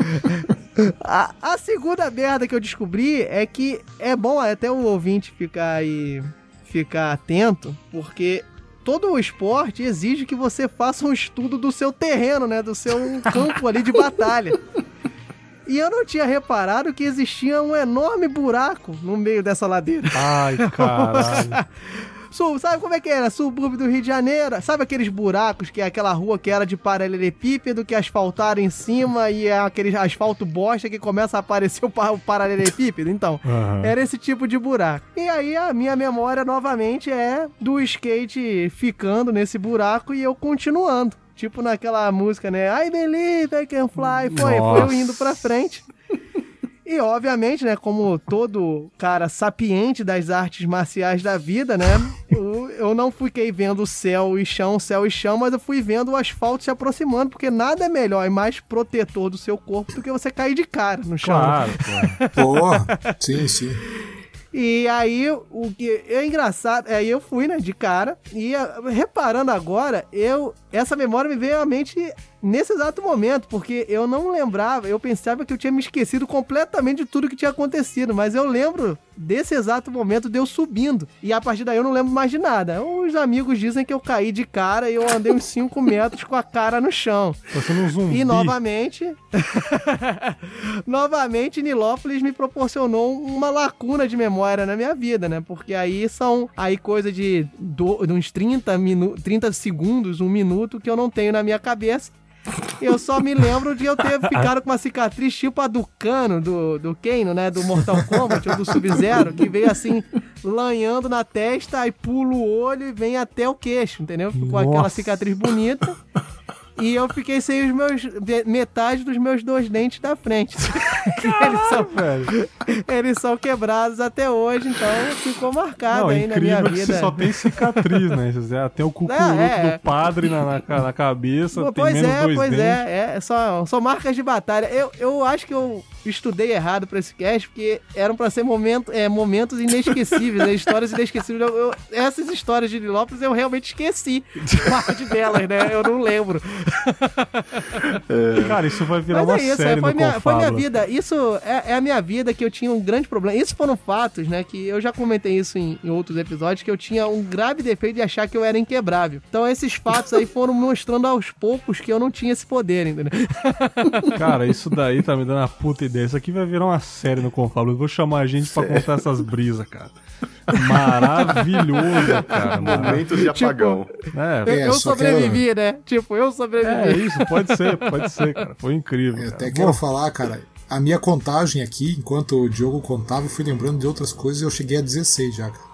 A segunda merda que eu descobri é que é bom até o ouvinte ficar atento, porque todo o esporte exige que você faça um estudo do seu terreno, né? Do seu campo ali de batalha. E eu não tinha reparado que existia um enorme buraco no meio dessa ladeira. Ai, caralho. Sabe como é que era? Subúrbio do Rio de Janeiro. Sabe aqueles buracos que é aquela rua que era de paralelepípedo, que asfaltaram em cima e é aquele asfalto bosta que começa a aparecer o paralelepípedo? Então, era esse tipo de buraco. E aí a minha memória novamente é do skate ficando nesse buraco e eu continuando. Tipo naquela música, né? I believe I can fly. Foi eu indo pra frente. E, obviamente, né, como todo cara sapiente das artes marciais da vida, né, eu não fiquei vendo céu e chão, mas eu fui vendo o asfalto se aproximando, porque nada é melhor e mais protetor do seu corpo do que você cair de cara no chão. Claro. Porra, sim. E aí, o que é engraçado, aí eu fui, né, de cara, e reparando agora, essa memória me veio à mente nesse exato momento, porque eu não lembrava, eu pensava que eu tinha me esquecido completamente de tudo que tinha acontecido, mas eu lembro desse exato momento de eu subindo, e a partir daí eu não lembro mais de nada. Os amigos dizem que eu caí de cara e eu andei uns 5 metros com a cara no chão. Você não zumbi. E novamente, Nilópolis me proporcionou uma lacuna de memória na minha vida, né, porque aí coisa de uns 30 segundos, 1 minuto que eu não tenho na minha cabeça. Eu só me lembro de eu ter ficado com uma cicatriz tipo a do Kano, do Kano, né, do Mortal Kombat ou do Sub-Zero, que veio assim, lanhando na testa, aí pula o olho e vem até o queixo, entendeu? Ficou aquela cicatriz bonita. E eu fiquei sem metade dos meus 2 dentes da frente. Eles são quebrados até hoje, então ficou marcado aí na minha vida. Você só tem cicatriz, né? Tem o cucuruto do padre na cabeça, tem menos 2 dentes. São marcas de batalha. Eu acho que eu estudei errado pra esse cast, porque eram pra ser momentos inesquecíveis, né? Histórias inesquecíveis. Essas histórias de Nilópolis eu realmente esqueci parte delas, né? Eu não lembro. Cara, isso vai virar uma série no Confábula. Foi minha vida. Isso é a minha vida, que eu tinha um grande problema. Isso foram fatos, né? Que eu já comentei isso em outros episódios, que eu tinha um grave defeito de achar que eu era inquebrável. Então esses fatos aí foram mostrando aos poucos que eu não tinha esse poder, entendeu? Cara, isso daí tá me dando uma puta ideia. Isso aqui vai virar uma série no Confábula. Eu vou chamar a gente pra contar essas brisas, cara. Maravilhoso, cara. Momentos de apagão. Eu sobrevivi, né? Eu sobrevivi. É isso, pode ser, cara. Foi incrível. Eu até quero falar, cara, a minha contagem aqui, enquanto o Diogo contava, eu fui lembrando de outras coisas e eu cheguei a 16 já, cara.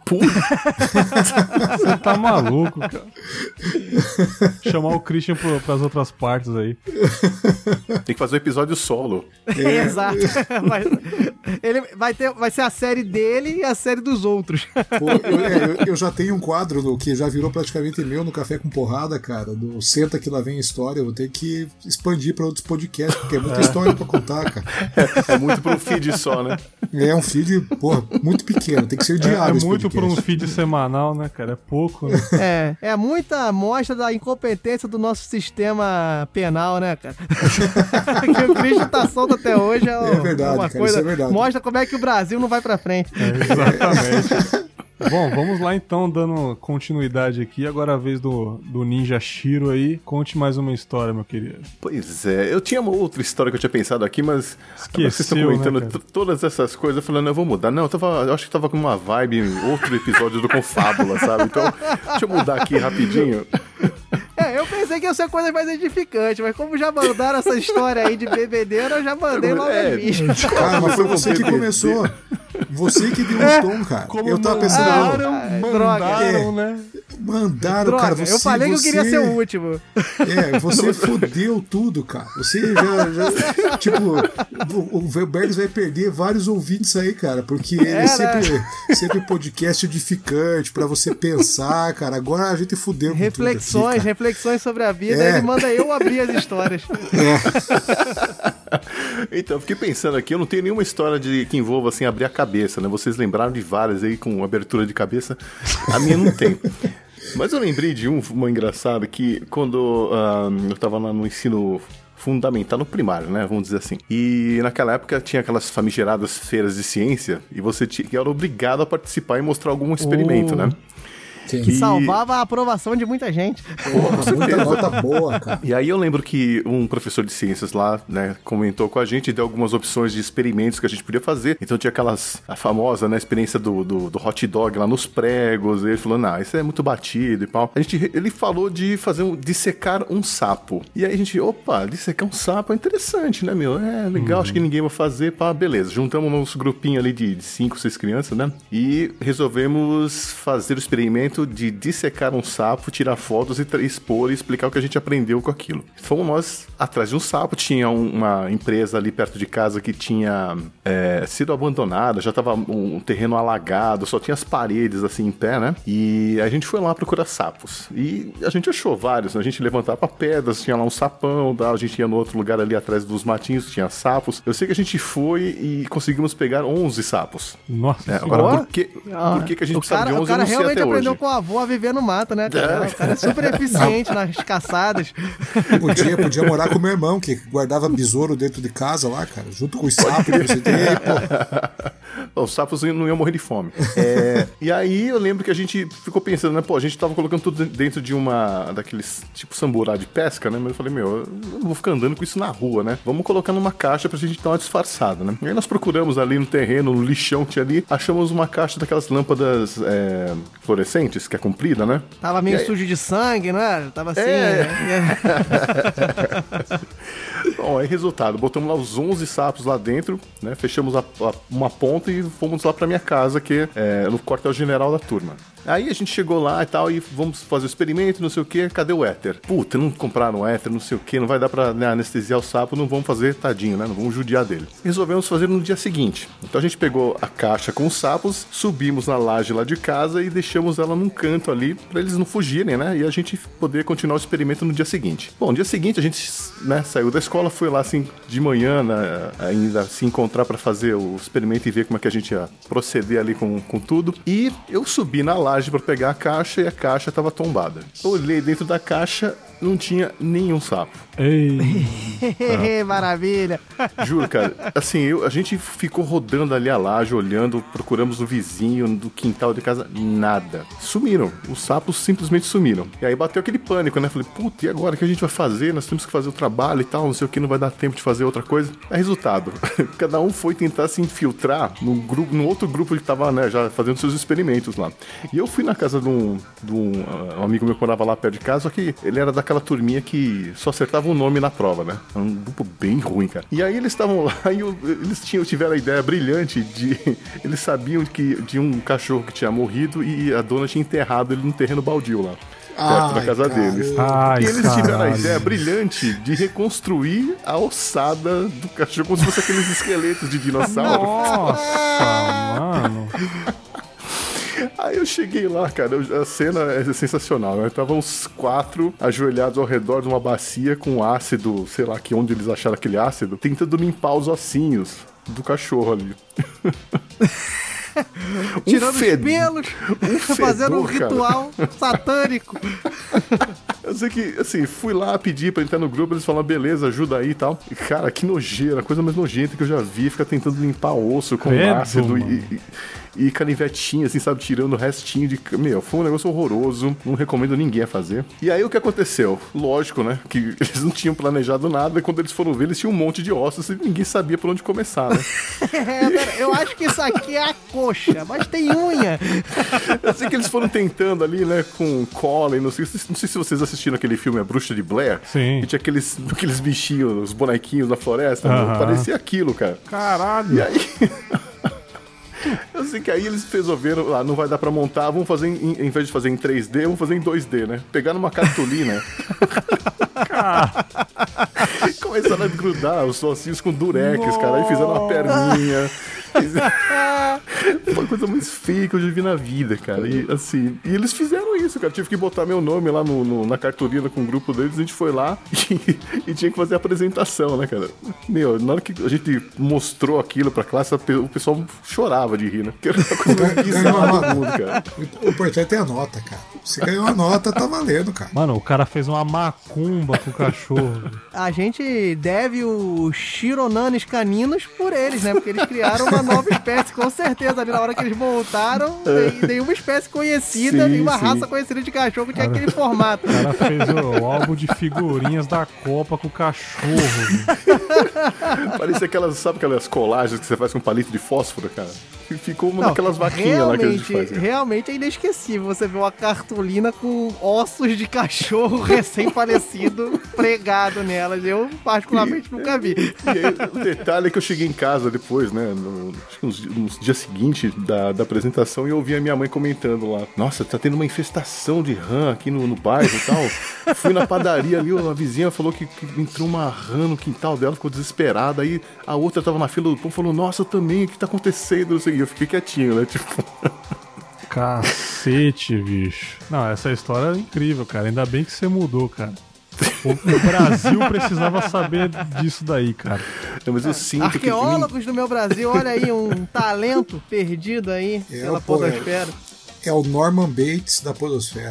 Você tá maluco, cara. Chamar o Christian pras outras partes aí. Tem que fazer um episódio solo. Exato. Ele vai ser a série dele e a série dos outros. Pô, eu já tenho um quadro que já virou praticamente meu no Café com Porrada, cara, do Senta Que Lá Vem a História. Eu vou ter que expandir pra outros podcasts, porque é muita história pra contar, cara. É muito pro feed só, né? É um feed, porra, muito pequeno, tem que ser diário. É muito pra um feed semanal, né, cara? É pouco, né? É muita amostra da incompetência do nosso sistema penal, né, cara? Que o Christian tá solto até hoje É verdade, uma cara, coisa, isso é verdade. mostra como é que o Brasil não vai pra frente. Exatamente. Bom, vamos lá então, dando continuidade aqui. Agora a vez do Ninja Shiro aí. Conte mais uma história, meu querido. Pois é, eu tinha uma outra história que eu tinha pensado aqui, mas agora vocês estão Esqueceu, comentando né, cara? todas essas coisas, eu falando, eu vou mudar. Não, eu acho que tava com uma vibe em outro episódio do Confábula, sabe? Então, deixa eu mudar aqui rapidinho. Eu pensei que ia ser coisa mais edificante, mas como já mandaram essa história aí de bebedeira, eu já mandei logo É, bicho. Cara, mas foi você que começou. Você que deu o tom, cara. Eu tava pensando. Mandaram, né? Mandaram, Droga, cara. Você, eu falei que eu queria ser o último. Você fodeu tudo, cara. Você já tipo, o Bergs vai perder vários ouvintes aí, cara, porque ele é sempre podcast edificante pra você pensar, cara. Agora a gente fudeu com Reflexões, tudo aqui, reflexões sobre a vida, ele manda eu abrir as histórias. Então, eu fiquei pensando aqui, eu não tenho nenhuma história que envolva, assim, abrir a cabeça, né? Vocês lembraram de várias aí com abertura de cabeça. A minha não tem. Mas eu lembrei de uma engraçada que quando eu tava lá no ensino fundamental, no primário, né? Vamos dizer assim. E naquela época tinha aquelas famigeradas feiras de ciência e você era obrigado a participar e mostrar algum experimento, né? Que salvava a aprovação de muita gente. Porra, muita nota boa, cara. E aí eu lembro que um professor de ciências lá, né, comentou com a gente e deu algumas opções de experimentos que a gente podia fazer. Então tinha a famosa, né, experiência do hot dog lá nos pregos. E ele falou, não, isso é muito batido e pau. Ele falou de dissecar um sapo. E aí a gente, opa, dissecar um sapo é interessante, né, meu? É legal, acho que ninguém vai fazer, pá, beleza. Juntamos um grupinho ali de 5, 6 crianças, né? E resolvemos fazer o experimento de dissecar um sapo, tirar fotos e expor e explicar o que a gente aprendeu com aquilo. Fomos nós atrás de um sapo, tinha uma empresa ali perto de casa que tinha sido abandonada, já estava um terreno alagado, só tinha as paredes assim em pé, né? E a gente foi lá procurar sapos. E a gente achou vários, né? A gente levantava pedras, tinha lá um sapão, tá? A gente ia no outro lugar ali atrás dos matinhos, tinha sapos. Eu sei que a gente foi e conseguimos pegar 11 sapos. Nossa. Agora, por que a gente precisava de 11? O cara eu não sei realmente até aprendeu hoje. com o avô a viver no mato, né, cara? O cara é super eficiente nas caçadas. Podia morar com o meu irmão, que guardava besouro dentro de casa lá, cara, junto com os sapos que você tem aí, pô. Os sapos não iam morrer de fome. E aí eu lembro que a gente ficou pensando, né? Pô, a gente tava colocando tudo dentro de daqueles tipo samburá de pesca, né? Mas eu falei, eu não vou ficar andando com isso na rua, né? Vamos colocar numa caixa pra gente dar uma disfarçada, né? E aí nós procuramos ali no terreno, no lixão que tinha ali, achamos uma caixa daquelas lâmpadas fluorescentes, que é comprida, né? Tava meio sujo de sangue, não é? Tava assim. Bom, aí resultado, botamos lá os 11 sapos lá dentro, né? Fechamos uma ponta e fomos lá pra minha casa, que é no quartel-general da turma. Aí a gente chegou lá e tal, e vamos fazer o experimento, não sei o que, cadê o éter? Puta, não compraram éter, não sei o que, não vai dar pra anestesiar o sapo, não vamos fazer, tadinho, né? Não vamos judiar dele. Resolvemos fazer no dia seguinte. Então a gente pegou a caixa com os sapos, subimos na laje lá de casa e deixamos ela num canto ali, pra eles não fugirem, né? E a gente poder continuar o experimento no dia seguinte. Bom, no dia seguinte a gente, né, saiu da escola, foi lá assim, de manhã, né, ainda se encontrar pra fazer o experimento e ver como é que a gente ia proceder ali com tudo. E eu subi na laje pra pegar a caixa e a caixa tava tombada. Eu olhei dentro da caixa, não tinha nenhum sapo. Ei. Maravilha. Juro, cara. Assim, a gente ficou rodando ali a laje, olhando, procuramos no vizinho, do quintal de casa, nada. Sumiram. Os sapos simplesmente sumiram. E aí bateu aquele pânico, né? Falei, puta, e agora o que a gente vai fazer? Nós temos que fazer o trabalho e tal, não sei o que, não vai dar tempo de fazer outra coisa. Aí, resultado, cada um foi tentar se infiltrar no outro grupo que tava, né, já fazendo seus experimentos lá. E eu fui na casa de um amigo meu que morava lá perto de casa, só que ele era daquela turminha que só acertava um nome na prova, né? Era um grupo bem ruim, cara. E aí eles estavam lá e eles tiveram a ideia brilhante eles sabiam de um cachorro que tinha morrido e a dona tinha enterrado ele num terreno baldio lá. perto da casa deles. Ai, E eles tiveram a caralho. ideia brilhante de reconstruir a ossada do cachorro, como se fosse aqueles esqueletos de dinossauro. Nossa, mano. Aí eu cheguei lá, cara, a cena é sensacional, né? Tava os 4 ajoelhados ao redor de uma bacia com ácido, sei lá que onde eles acharam aquele ácido, tentando limpar os ossinhos do cachorro ali. Tirando os fedor, pelos, fazendo um cara. ritual satânico. Eu sei que, assim, fui lá pedir pra entrar no grupo, eles falaram, beleza, ajuda aí e tal. E, cara, que nojeira, a coisa mais nojenta que eu já vi, ficar tentando limpar osso com Credo, ácido mano. e canivetinha, assim, sabe, tirando o restinho de... Meu, foi um negócio horroroso, não recomendo ninguém a fazer. E aí o que aconteceu? Lógico, né, que eles não tinham planejado nada, e quando eles foram ver, eles tinham um monte de ossos e ninguém sabia por onde começar, né? Pera, eu acho que isso aqui é a coxa, mas tem unha. Eu sei que eles foram tentando ali, né, com cola e não sei se vocês assistiram aquele filme A Bruxa de Blair. Sim. Que tinha aqueles bichinhos, os bonequinhos na floresta. Aham. Parecia aquilo, cara. Caralho. E aí... Eu sei que aí eles resolveram, não vai dar pra montar, vamos fazer, em vez de fazer em 3D, vamos fazer em 2D, né? Pegaram uma cartolina. Começaram a grudar os ossinhos com durex, cara. Aí fizeram uma perninha. Foi a coisa mais feia que eu já vi na vida, cara. E assim, e eles fizeram isso, cara. Tive que botar meu nome lá na cartolina com o grupo deles. A gente foi lá e tinha que fazer a apresentação, né, cara? Meu, na hora que a gente mostrou aquilo pra classe, o pessoal chorava de rir, né? Que era a coisa mais bizarra do mundo, cara. O importante é a nota, cara. Você ganhou a nota, tá valendo, cara. Mano, o cara fez uma macumba com o cachorro. A gente deve os Chironanes caninos por eles, né? Porque eles criaram uma nova espécie, com certeza. Ali na hora que eles montaram, nenhuma espécie conhecida, Sim, nenhuma sim. raça conhecida de cachorro que tinha aquele formato. O cara fez o álbum de figurinhas da Copa com o cachorro. Parecia sabe aquelas colagens que você faz com palito de fósforo, cara? E ficou uma daquelas vaquinhas lá que a gente faz. Cara. Realmente é inesquecível você ver uma cartolina com ossos de cachorro recém-falecido pregado nelas. Eu, particularmente, nunca vi. E aí, o detalhe é que eu cheguei em casa depois, né? Acho que nos dias seguintes da apresentação, e eu ouvi a minha mãe comentando lá: nossa, tá tendo uma infestação de rã aqui no bairro e tal. Fui na padaria ali, a vizinha falou que entrou uma rã no quintal dela, ficou desesperada. Aí a outra tava na fila do pão, falou: nossa, eu também, o que tá acontecendo? Não sei. E eu fiquei quietinho, né? Tipo. Cacete, bicho. Não, essa história é incrível, cara. Ainda bem que você mudou, cara. O Brasil precisava saber disso daí, cara. Não, mas eu sinto Arqueólogos do meu Brasil, olha aí, um talento perdido aí pela podosfera. É o Norman Bates da podosfera.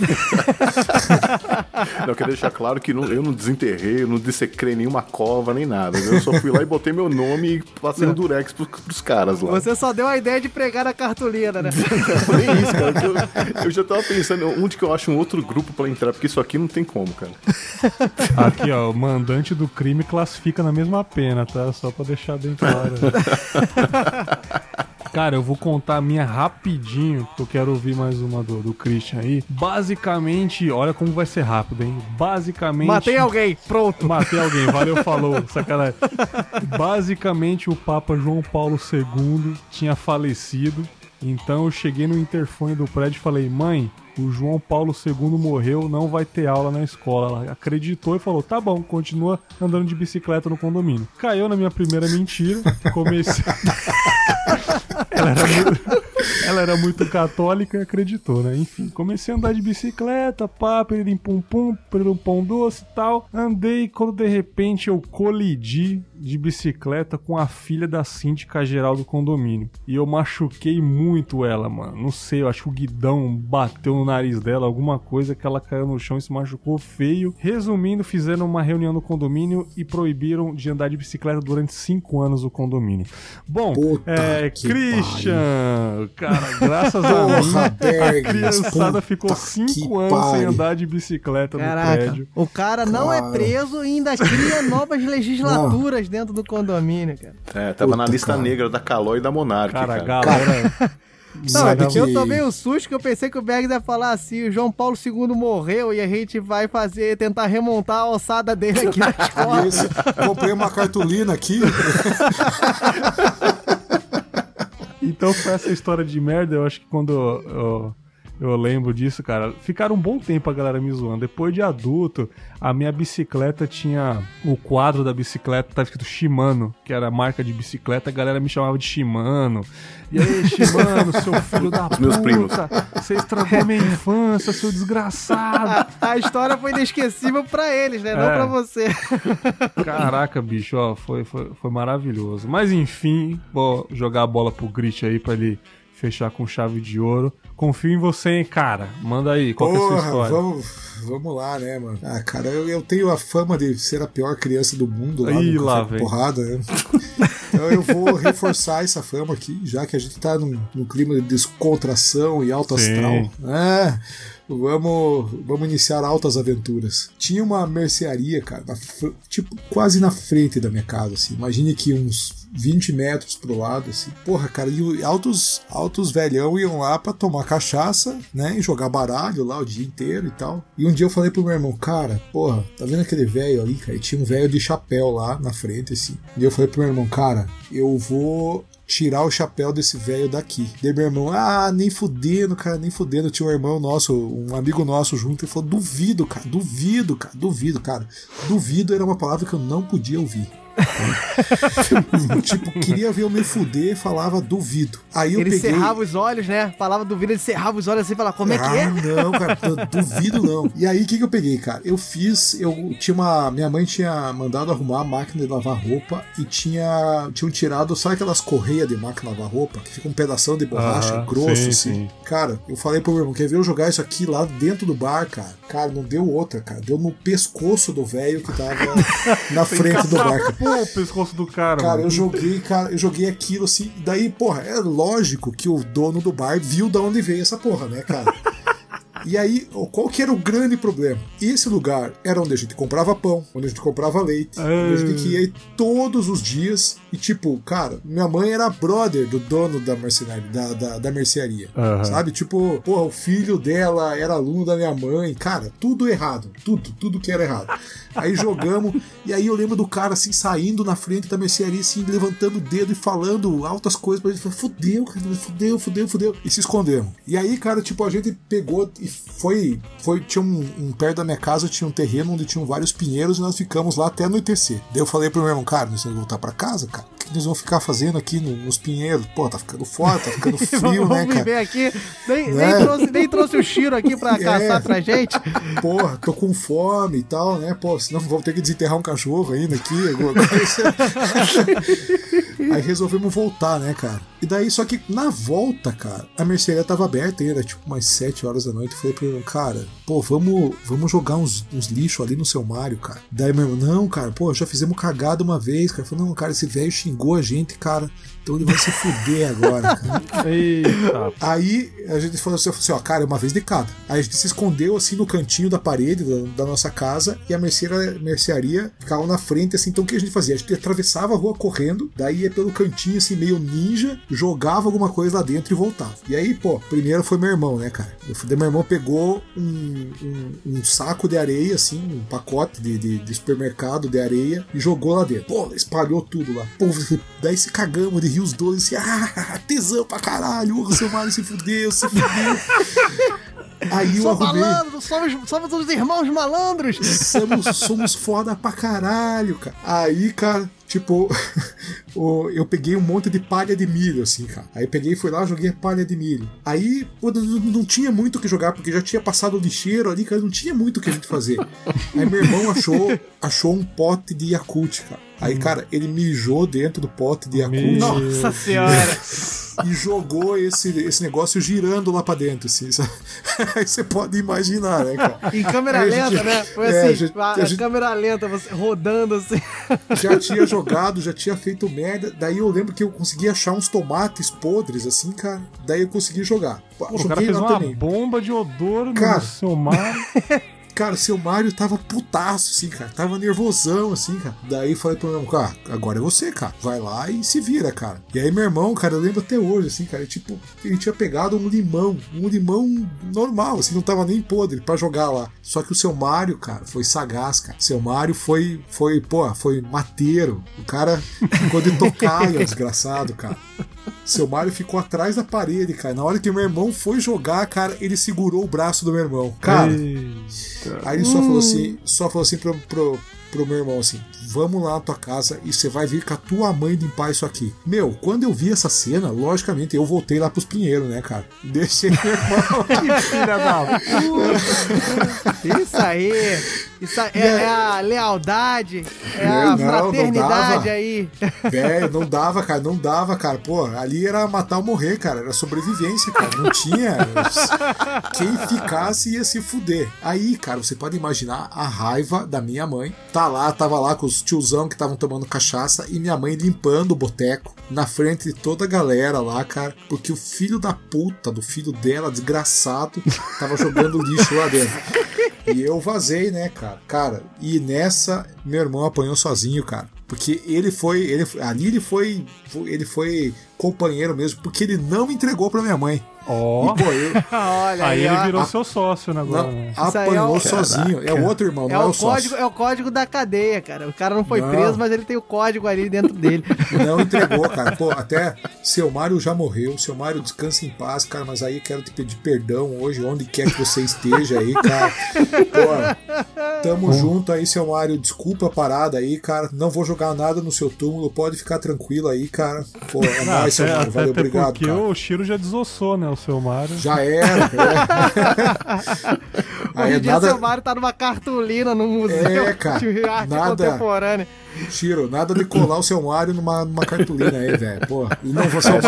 Não, eu quero deixar claro que eu não desenterrei, eu não dissecrei nenhuma cova, nem nada. Eu só fui lá e botei meu nome e passei no durex pros caras lá. Você só deu a ideia de pregar na cartolina, né? Não, nem isso, cara. Eu já tava pensando onde que eu acho um outro grupo pra entrar, porque isso aqui não tem como, cara. Aqui, ó, o mandante do crime classifica na mesma pena, tá? Só pra deixar bem claro. Cara, eu vou contar a minha rapidinho, porque eu quero ouvir mais uma do Christian aí. Basicamente, olha como vai ser rápido, hein? Basicamente... Matei alguém, pronto. Matei alguém, valeu, falou, sacanagem. Basicamente, o Papa João Paulo II tinha falecido, então eu cheguei no interfone do prédio e falei: mãe, o João Paulo II morreu, não vai ter aula na escola. Ela acreditou e falou: tá bom, continua andando de bicicleta no condomínio. Caiu na minha primeira mentira, comecei... Ela era muito católica e acreditou, né? Enfim, comecei a andar de bicicleta, pá, peririm pum pum, peririm pão doce e tal. Andei quando de repente eu colidi de bicicleta com a filha da síndica geral do condomínio. E eu machuquei muito ela, mano. Não sei, eu acho que o guidão bateu no nariz dela, alguma coisa que ela caiu no chão e se machucou feio. Resumindo, fizeram uma reunião no condomínio e proibiram de andar de bicicleta durante 5 anos no condomínio. Bom, Christian, cara, graças a mim, a criançada ficou 5 anos sem andar de bicicleta no prédio. O cara não é preso e ainda cria novas legislaturas dentro do condomínio, cara. Tava na lista negra da Calói e da Monark, cara. Galera... Não, é porque eu tomei um susto que eu pensei que o Berg ia falar assim: o João Paulo II morreu e a gente vai tentar remontar a ossada dele aqui na escola. Comprei uma cartolina aqui. Então foi essa história de merda. Eu acho que quando Eu lembro disso, cara. Ficaram um bom tempo a galera me zoando. Depois de adulto, a minha bicicleta tinha o quadro da bicicleta, tava escrito Shimano, que era a marca de bicicleta, a galera me chamava de Shimano. E aí, Shimano, seu filho da puta, meus primos. você estragou minha infância, seu desgraçado. A história foi inesquecível pra eles, né? Não pra você. Caraca, bicho, ó, foi maravilhoso. Mas enfim, vou jogar a bola pro Grit aí pra ele fechar com chave de ouro. Confio em você, hein, cara. Manda aí, qual que é a sua história? Vamos lá, né, mano? Ah, cara, eu tenho a fama de ser a pior criança do mundo lá no lá, Café com Porrada, né? Então eu vou reforçar essa fama aqui, já que a gente tá num clima de descontração e alto astral. Vamos iniciar altas aventuras. Tinha uma mercearia, cara, tipo, quase na frente da minha casa, assim. Imagine que uns 20 metros pro lado, assim. Porra, cara, e altos velhão iam lá pra tomar cachaça, né, e jogar baralho lá o dia inteiro e tal. E um dia eu falei pro meu irmão, cara, porra, tá vendo aquele velho ali, cara? E tinha um velho de chapéu lá na frente, assim. E eu falei pro meu irmão, cara, eu vou tirar o chapéu desse velho daqui. Daí meu irmão, nem fudendo, cara, nem fudendo. Tinha um irmão nosso, um amigo nosso junto, e falou, duvido, cara. Duvido era uma palavra que eu não podia ouvir. Tipo, queria ver eu me fuder, falava duvido. Aí ele cerrava os olhos, né? Falava duvido, ele cerrava os olhos assim e falava, como é que é? Não, cara, duvido não. E aí o que eu peguei, cara? Minha mãe tinha mandado arrumar a máquina de lavar roupa e tinham tirado, sabe aquelas correias de máquina de lavar roupa? Que fica um pedação de borracha grosso, assim. Cara, eu falei pro meu irmão, quer ver eu jogar isso aqui lá dentro do bar, cara? Cara, não deu outra, cara. Deu no pescoço do velho que tava na frente do bar, cara. Pô, o pescoço do cara, cara, mano. Eu joguei aquilo assim, daí, porra, é lógico que o dono do bar viu de onde veio essa porra, né, cara? E aí, qual que era o grande problema? Esse lugar era onde a gente comprava pão, onde a gente comprava leite, onde a gente ia todos os dias. E tipo, cara, minha mãe era brother do dono da mercearia, sabe? Tipo, porra, o filho dela era aluno da minha mãe. Cara, tudo errado, tudo que era errado. Aí jogamos, e aí eu lembro do cara assim, saindo na frente da mercearia, assim, levantando o dedo e falando altas coisas pra gente. Fudeu, cara, fudeu. E se escondemos. E aí, cara, tipo, a gente pegou e tinha perto da minha casa tinha um terreno onde tinham vários pinheiros e nós ficamos lá até anoitecer. Daí eu falei pro meu irmão, cara, nós vamos voltar pra casa, cara? O que nós vamos ficar fazendo aqui nos pinheiros? Pô, tá ficando foda, tá ficando frio, né, cara? Vamos viver aqui. Nem trouxe o Chiro aqui pra caçar pra gente. Porra, tô com fome e tal, né? Pô, senão vamos ter que desenterrar um cachorro ainda aqui, alguma coisa. Aí resolvemos voltar, né, cara? E daí, só que na volta, cara, a mercearia tava aberta ainda, tipo umas 7 horas da noite. Eu falei pro meu irmão, cara, pô, vamos jogar uns lixos ali no seu Mário, cara. Daí meu irmão, não, cara, pô, já fizemos cagada uma vez, cara. Eu falei, não, cara, esse velho xingou a gente, cara. Então ele vai se fuder agora, cara. Eita. Aí a gente falou assim, ó, cara, é uma vez de cada. Aí a gente se escondeu assim no cantinho da parede da nossa casa e a mercearia ficava na frente, assim. Então o que a gente fazia? A gente atravessava a rua correndo, daí ia pelo cantinho assim, meio ninja, jogava alguma coisa lá dentro e voltava. E aí, pô, primeiro foi meu irmão, né, cara? Meu irmão pegou um saco de areia, assim, um pacote de supermercado de areia e jogou lá dentro. Pô, espalhou tudo lá. Pô, daí se cagamos de rir os dois, assim, tesão pra caralho, o seu Mário se fudeu. Aí eu arrumei. Malandro, somos os irmãos malandros. Somos foda pra caralho, cara. Aí, cara, tipo, eu peguei um monte de palha de milho, assim, cara. Aí peguei e fui lá, joguei a palha de milho. Aí, pô, não tinha muito o que jogar, porque já tinha passado o lixeiro ali, cara, não tinha muito o que a gente fazer. Aí meu irmão achou um pote de Yakult, cara. Aí, cara, ele mijou dentro do pote de Yakult. Nossa senhora! E jogou esse negócio girando lá pra dentro, assim. Aí você pode imaginar, né, cara? Em câmera lenta, né? Foi assim, a câmera lenta, você rodando assim. Já tinha jogado, já tinha feito merda. Daí eu lembro que eu consegui achar uns tomates podres, assim, cara. Daí eu consegui jogar. Pô, o cara fez uma bomba de odor no seu mar. Cara, seu Mário tava putaço, assim, cara. Tava nervosão, assim, cara. Daí falei pro meu irmão, cara, agora é você, cara. Vai lá e se vira, cara. E aí meu irmão, cara, eu lembro até hoje, assim, cara. Tipo, ele tinha pegado um limão normal, assim, não tava nem podre pra jogar lá. Só que o seu Mário, cara, foi sagaz, cara. Seu Mário foi mateiro. O cara ficou de tocaia, desgraçado, cara. Seu Mário ficou atrás da parede, cara. Na hora que meu irmão foi jogar, cara, ele segurou o braço do meu irmão. Cara, aí ele só falou assim pro meu irmão assim, vamos lá na tua casa e você vai vir com a tua mãe limpar isso aqui. Meu, quando eu vi essa cena, logicamente, eu voltei lá pros Pinheiros, né, cara? Deixei meu irmão. Que filha da puta. Isso aí é a lealdade, é a fraternidade aí. Velho, não dava, cara. Pô, ali era matar ou morrer, cara. Era sobrevivência, cara. Não tinha. Quem ficasse ia se fuder. Aí, cara, você pode imaginar a raiva da minha mãe. Tava lá com os tiozão que estavam tomando cachaça e minha mãe limpando o boteco na frente de toda a galera lá, cara, porque o filho da puta do filho dela, desgraçado, tava jogando lixo lá dentro. E eu vazei, né, cara? Cara, e nessa, meu irmão apanhou sozinho, cara. Porque ele foi companheiro mesmo, porque ele não me entregou pra minha mãe. Ó, olha aí ele virou seu sócio agora, né? Apanhou sozinho. É o outro irmão, não é o sócio. É o código da cadeia, cara. O cara não foi preso, mas ele tem o código ali dentro dele. Não entregou, cara. Pô, até seu Mário já morreu. Seu Mário, descansa em paz, cara. Mas aí quero te pedir perdão hoje, onde quer que você esteja aí, cara. Pô, tamo junto aí, seu Mário. Desculpa a parada aí, cara. Não vou jogar nada no seu túmulo. Pode ficar tranquilo aí, cara. Pô, é nóis, seu Mário. Valeu, obrigado, porque cara. O Chiro já desossou, né? O seu Mário. Já era. Hoje em dia o seu Mário tá numa cartolina no museu cara, de arte contemporânea. Chiro, nada de colar o seu Mário numa cartolina aí, velho. Pô, e não,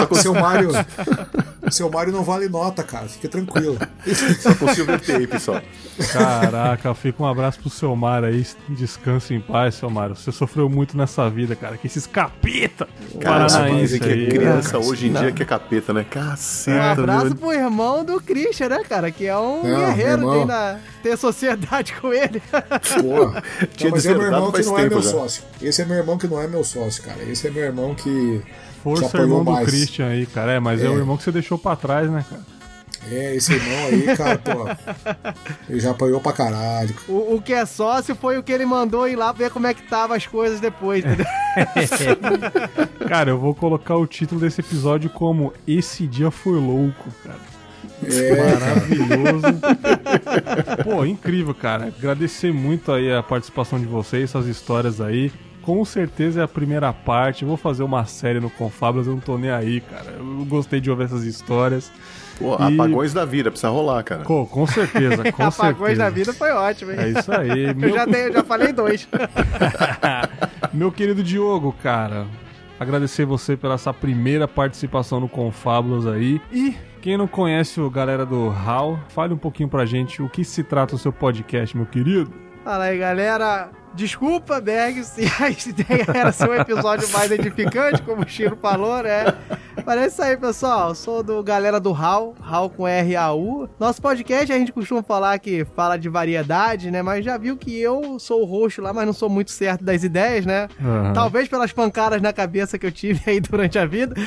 seu Mário não vale nota, cara. Fica tranquilo. Só com o Silver Tape, só. Caraca, fica um abraço pro seu Mário aí. Descanse em paz, seu Mário. Você sofreu muito nessa vida, cara. Que esses capeta paranaense que é criança hoje em dia que é capeta, né? Caceta. Um abraço pro irmão do Christian, né, cara? Que é um guerreiro, tem ter sociedade com ele. Porra. Mas é meu irmão que não é meu sócio. Esse é meu irmão que não é meu sócio, cara. Esse é meu irmão que força irmão do Christian aí, cara. Mas é o irmão que você deixou pra trás, né, cara? Esse irmão aí, cara, pô, ele já apanhou pra caralho. O que é sócio foi o que ele mandou ir lá ver como é que tava as coisas depois, entendeu? Cara, eu vou colocar o título desse episódio como Esse Dia Foi Louco, cara. Maravilhoso. Pô, incrível, cara. Agradecer muito aí a participação de vocês, essas histórias aí. Com certeza é a primeira parte. Eu vou fazer uma série no Confábulas, eu não tô nem aí, cara. Eu gostei de ouvir essas histórias. Pô, apagões da vida, precisa rolar, cara. Com certeza, com apagões certeza. Apagões da vida foi ótimo, hein? É isso aí. Eu já falei 2. Meu querido Diogo, cara, agradecer você pela essa primeira participação no Confábulas aí. E quem não conhece o galera do HAL, fale um pouquinho pra gente o que se trata o seu podcast, meu querido. Fala aí, galera. Desculpa, Berg, se a ideia era ser um episódio mais edificante, como o Chiro falou, né? Mas é isso aí, pessoal. Eu sou do galera do HAL com R-A-U. Nosso podcast, a gente costuma falar que fala de variedade, né? Mas já viu que eu sou o roxo lá, mas não sou muito certo das ideias, né? Uhum. Talvez pelas pancadas na cabeça que eu tive aí durante a vida.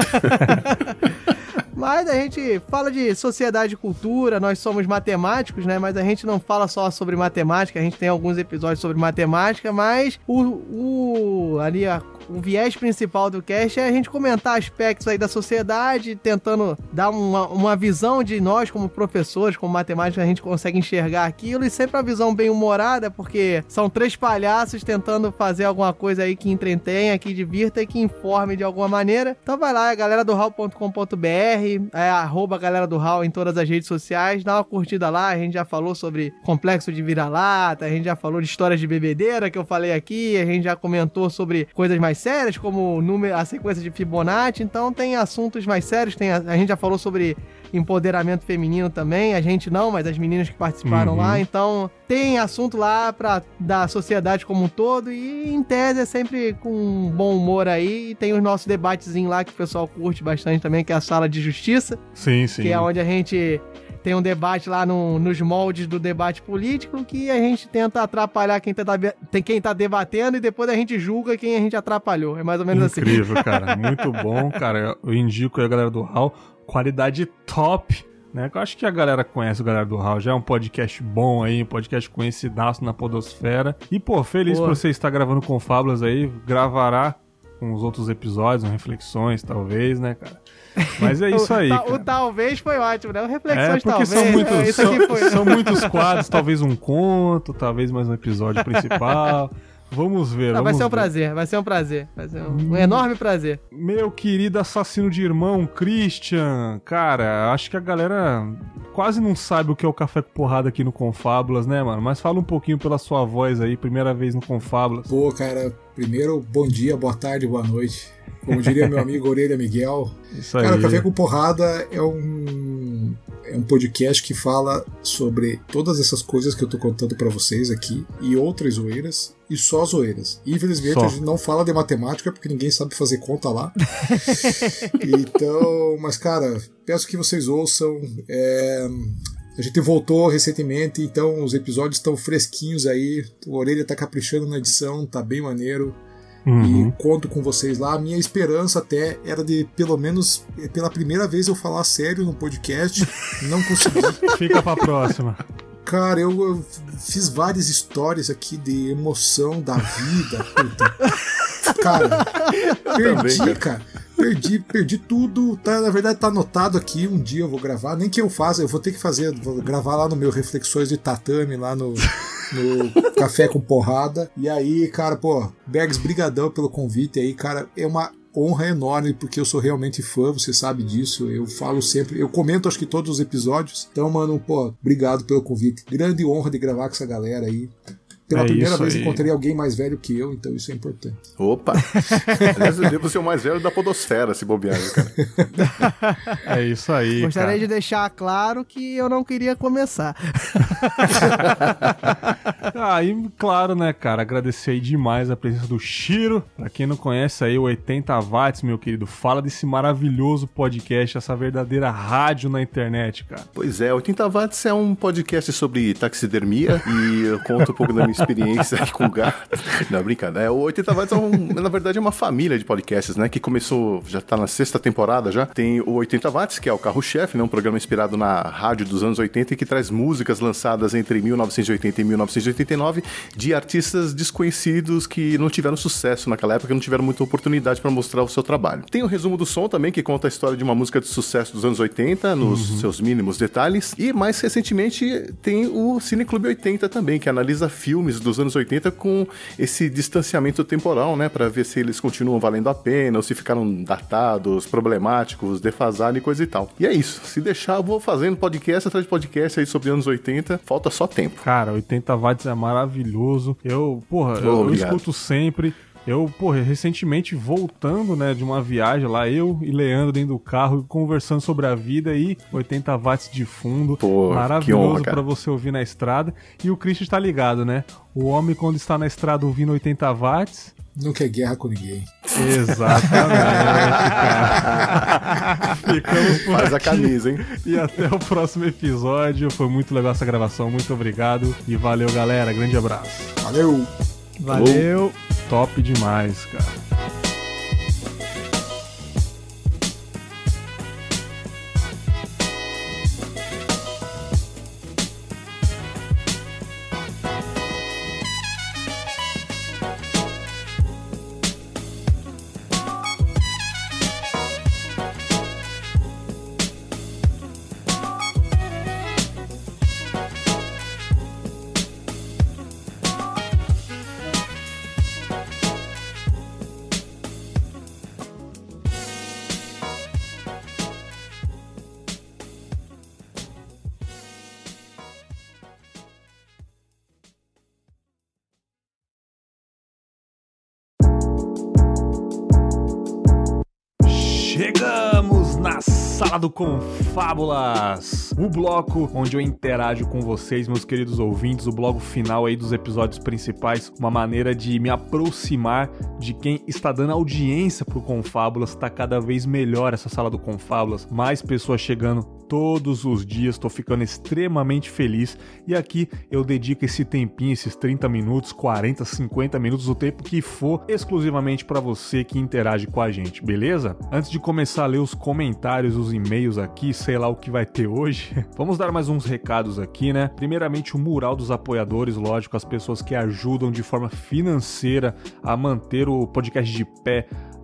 Mas a gente fala de sociedade e cultura, nós somos matemáticos, né? Mas a gente não fala só sobre matemática, a gente tem alguns episódios sobre matemática, mas o viés principal do cast é a gente comentar aspectos aí da sociedade, tentando dar uma visão de nós como professores, como matemáticos, a gente consegue enxergar aquilo, e sempre uma visão bem humorada, porque são 3 palhaços tentando fazer alguma coisa aí que entretenha, que divirta e que informe de alguma maneira. Então vai lá, galera do HAL.com.br, galera do HAL em todas as redes sociais, dá uma curtida lá, a gente já falou sobre complexo de vira-lata, a gente já falou de histórias de bebedeira que eu falei aqui, a gente já comentou sobre coisas mais sérias, como a sequência de Fibonacci, então tem assuntos mais sérios, a gente já falou sobre empoderamento feminino também, a gente não, mas as meninas que participaram lá, então tem assunto lá da sociedade como um todo, e em tese é sempre com bom humor aí, e tem os nossos debatezinhos lá que o pessoal curte bastante também, que é a Sala de Justiça, sim. Que é onde a gente tem um debate lá nos moldes do debate político, que a gente tenta atrapalhar quem tá debatendo, e depois a gente julga quem a gente atrapalhou. É mais ou menos assim. Incrível, cara. Muito bom, cara. Eu indico aí a galera do HAL. Qualidade top, né? Eu acho que a galera conhece o galera do HAL. Já é um podcast bom aí, um podcast conhecidaço na podosfera. E, pô, feliz por você estar gravando Confábulas aí. Gravará com os outros episódios, reflexões, talvez, né, cara? Mas é isso aí, cara. O talvez foi ótimo, né? O reflexões porque talvez. São muitos quadros, talvez um conto, talvez mais um episódio principal. Vamos ver, vai ser um prazer. Vai ser um enorme prazer. Meu querido assassino de irmão, Christian. Cara, acho que a galera quase não sabe o que é o Café com Porrada aqui no Confábulas, né, mano? Mas fala um pouquinho pela sua voz aí, primeira vez no Confábulas. Pô, cara, primeiro, bom dia, boa tarde, boa noite. Como diria meu amigo Orelha Miguel. Isso aí. Cara, Café com Porrada é um podcast que fala sobre todas essas coisas que eu tô contando pra vocês aqui e outras zoeiras, e só zoeiras. Infelizmente a gente não fala de matemática porque ninguém sabe fazer conta lá. Então, mas cara, peço que vocês ouçam. A gente voltou recentemente, então os episódios estão fresquinhos aí. O Orelha tá caprichando na edição, tá bem maneiro. E conto com vocês lá. A minha esperança até era de, pelo menos, pela primeira vez eu falar sério no podcast. Não consegui. Fica pra próxima. Cara, eu fiz várias histórias aqui de emoção da vida. Puta. Cara, perdi, cara. Perdi tudo. Tá, na verdade tá anotado aqui. Um dia eu vou gravar. Nem que eu faça, eu vou ter que fazer. Vou gravar lá no meu Reflexões de Tatame, lá no Café com Porrada. E aí, cara, pô, Bergs, brigadão pelo convite aí, cara. É uma honra enorme, porque eu sou realmente fã, você sabe disso. Eu falo sempre, eu comento acho que todos os episódios. Então, mano, pô, obrigado pelo convite. Grande honra de gravar com essa galera aí. Pela primeira vez encontrei alguém mais velho que eu, então isso é importante. Opa! Aliás, eu devo ser o mais velho da podosfera, se bobear, cara. É isso aí, Gostaria de deixar claro que eu não queria começar. E claro, né, cara, agradecer aí demais a presença do Shiro. Pra quem não conhece aí, o 80 Watts, meu querido, fala desse maravilhoso podcast, essa verdadeira rádio na internet, cara. Pois é, 80 Watts é um podcast sobre taxidermia e eu conto um pouco da minha experiência com gato. Não, brincadeira. O 80 Watts na verdade é uma família de podcasts, né, que começou, já tá na 6ª temporada já. Tem o 80 Watts, que é o carro-chefe, né, um programa inspirado na rádio dos anos 80 e que traz músicas lançadas entre 1980 e 1989 de artistas desconhecidos que não tiveram sucesso naquela época, não tiveram muita oportunidade para mostrar o seu trabalho. Tem o Resumo do Som também, que conta a história de uma música de sucesso dos anos 80, nos seus mínimos detalhes. E mais recentemente tem o Cine Clube 80 também, que analisa filmes dos anos 80 com esse distanciamento temporal, né, para ver se eles continuam valendo a pena ou se ficaram datados, problemáticos, defasados e coisa e tal. E é isso. Se deixar, eu vou fazendo podcast atrás de podcast aí sobre anos 80. Falta só tempo. Cara, 80 Watts é maravilhoso. Eu escuto sempre. Eu, recentemente voltando, né, de uma viagem lá, eu e Leandro dentro do carro, conversando sobre a vida e 80 watts de fundo. Pô, maravilhoso pra você ouvir na estrada. E o Christian tá ligado, né? O homem, quando está na estrada ouvindo 80 watts... Não quer guerra com ninguém. Exatamente, cara. Ficamos por Faz aqui. A camisa, hein? E até o próximo episódio. Foi muito legal essa gravação. Muito obrigado. E valeu, galera. Grande abraço. Valeu! Valeu! Top demais, cara. Chegamos na Sala do Confábulas, o bloco onde eu interajo com vocês, meus queridos ouvintes, o bloco final aí dos episódios principais, uma maneira de me aproximar de quem está dando audiência pro Confábulas. Tá cada vez melhor essa Sala do Confábulas, mais pessoas chegando todos os dias, tô ficando extremamente feliz. E aqui eu dedico esse tempinho, esses 30 minutos, 40, 50 minutos, o tempo que for, exclusivamente para você que interage com a gente, beleza? Antes de começar a ler os comentários, os e-mails aqui, sei lá o que vai ter hoje, vamos dar mais uns recados aqui, né? Primeiramente, o mural dos apoiadores, lógico, as pessoas que ajudam de forma financeira a manter o podcast de pé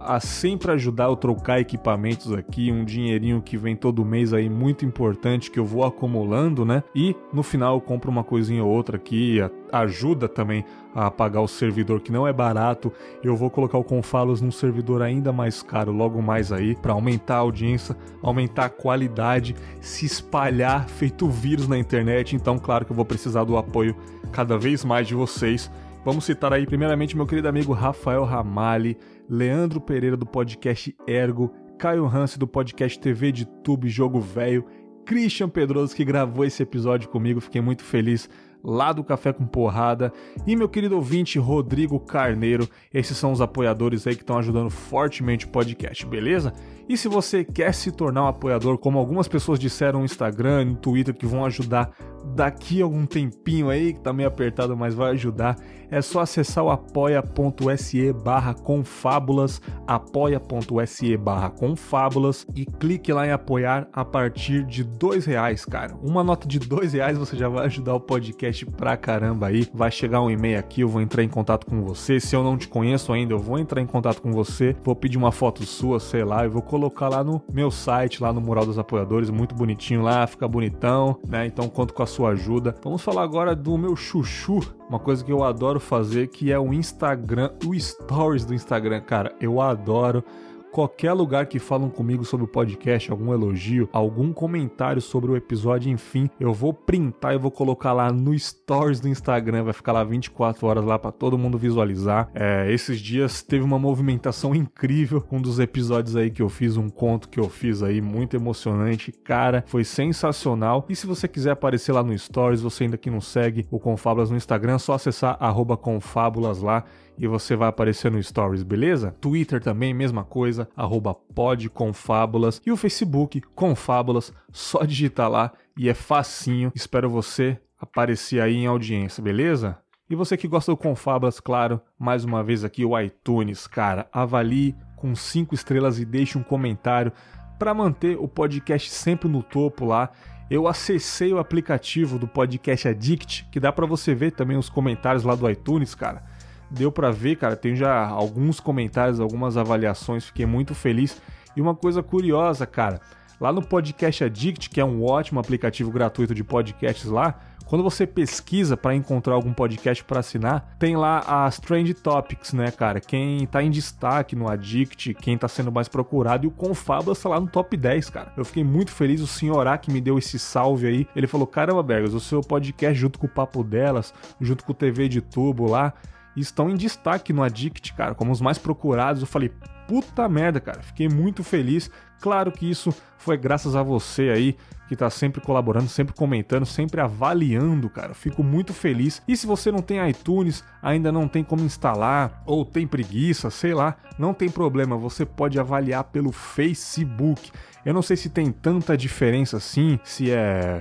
a sempre ajudar eu trocar equipamentos aqui, um dinheirinho que vem todo mês aí muito importante que eu vou acumulando, né? E no final eu compro uma coisinha ou outra aqui, ajuda também a pagar o servidor, que não é barato. Eu vou colocar o Confabulas num servidor ainda mais caro logo mais aí, para aumentar a audiência, aumentar a qualidade, se espalhar feito vírus na internet. Então, claro que eu vou precisar do apoio cada vez mais de vocês. Vamos citar aí primeiramente meu querido amigo Rafael Ramalli, Leandro Pereira do podcast Ergo, Caio Hanse do podcast TV de Tube Jogo Velho, Christian Pedroso, que gravou esse episódio comigo, fiquei muito feliz, lá do Café com Porrada, e meu querido ouvinte Rodrigo Carneiro. Esses são os apoiadores aí que estão ajudando fortemente o podcast, beleza? E se você quer se tornar um apoiador, como algumas pessoas disseram no Instagram, no Twitter, que vão ajudar daqui a algum tempinho aí, que tá meio apertado, mas vai ajudar, é só acessar o apoia.se/Confabulas, apoia.se/Confabulas, e clique lá em apoiar a partir de R$2, cara. Uma nota de R$2 você já vai ajudar o podcast pra caramba aí. Vai chegar um e-mail aqui, eu vou entrar em contato com você. Se eu não te conheço ainda, eu vou entrar em contato com você, vou pedir uma foto sua, sei lá, eu vou colocar lá no meu site, lá no Mural dos Apoiadores, muito bonitinho lá, fica bonitão, né? Então conto com a sua ajuda. Vamos falar agora do meu chuchu, uma coisa que eu adoro fazer, que é o Instagram, o Stories do Instagram, cara. Eu adoro. Qualquer lugar que falam comigo sobre o podcast, algum elogio, algum comentário sobre o episódio, enfim, eu vou printar e vou colocar lá no Stories do Instagram, vai ficar lá 24 horas lá pra todo mundo visualizar. Esses dias teve uma movimentação incrível, um dos episódios aí que eu fiz, um conto que eu fiz aí, muito emocionante, cara, foi sensacional. E se você quiser aparecer lá no Stories, você ainda que não segue o Confabulas no Instagram, é só acessar @Confabulas lá, e você vai aparecer no Stories, beleza? Twitter também, mesma coisa, @podconfabulas, e o Facebook, Confabulas, só digitar lá e é facinho. Espero você aparecer aí em audiência, beleza? E você que gosta do Confabulas, claro, mais uma vez aqui o iTunes, cara, avalie com 5 estrelas e deixe um comentário para manter o podcast sempre no topo lá. Eu acessei o aplicativo do Podcast Addict, que dá para você ver também os comentários lá do iTunes, cara. Deu pra ver, cara, tem já alguns comentários, algumas avaliações, fiquei muito feliz. E uma coisa curiosa, cara, lá no Podcast Addict, que é um ótimo aplicativo gratuito de podcasts lá, quando você pesquisa para encontrar algum podcast para assinar, tem lá as Trend Topics, né, cara? Quem tá em destaque no Addict, quem tá sendo mais procurado, e o Confabulas tá lá no top 10, cara. Eu fiquei muito feliz, o senhorá que me deu esse salve aí, ele falou, caramba, Bergas, o seu podcast junto com o Papo Delas, junto com o TV de Tubo lá, estão em destaque no Addict, cara, como os mais procurados. Eu falei, puta merda, cara, fiquei muito feliz. Claro que isso foi graças a você aí, que tá sempre colaborando, sempre comentando, sempre avaliando, cara. Fico muito feliz. E se você não tem iTunes, ainda não tem como instalar, ou tem preguiça, sei lá, não tem problema, você pode avaliar pelo Facebook. Eu não sei se tem tanta diferença assim, se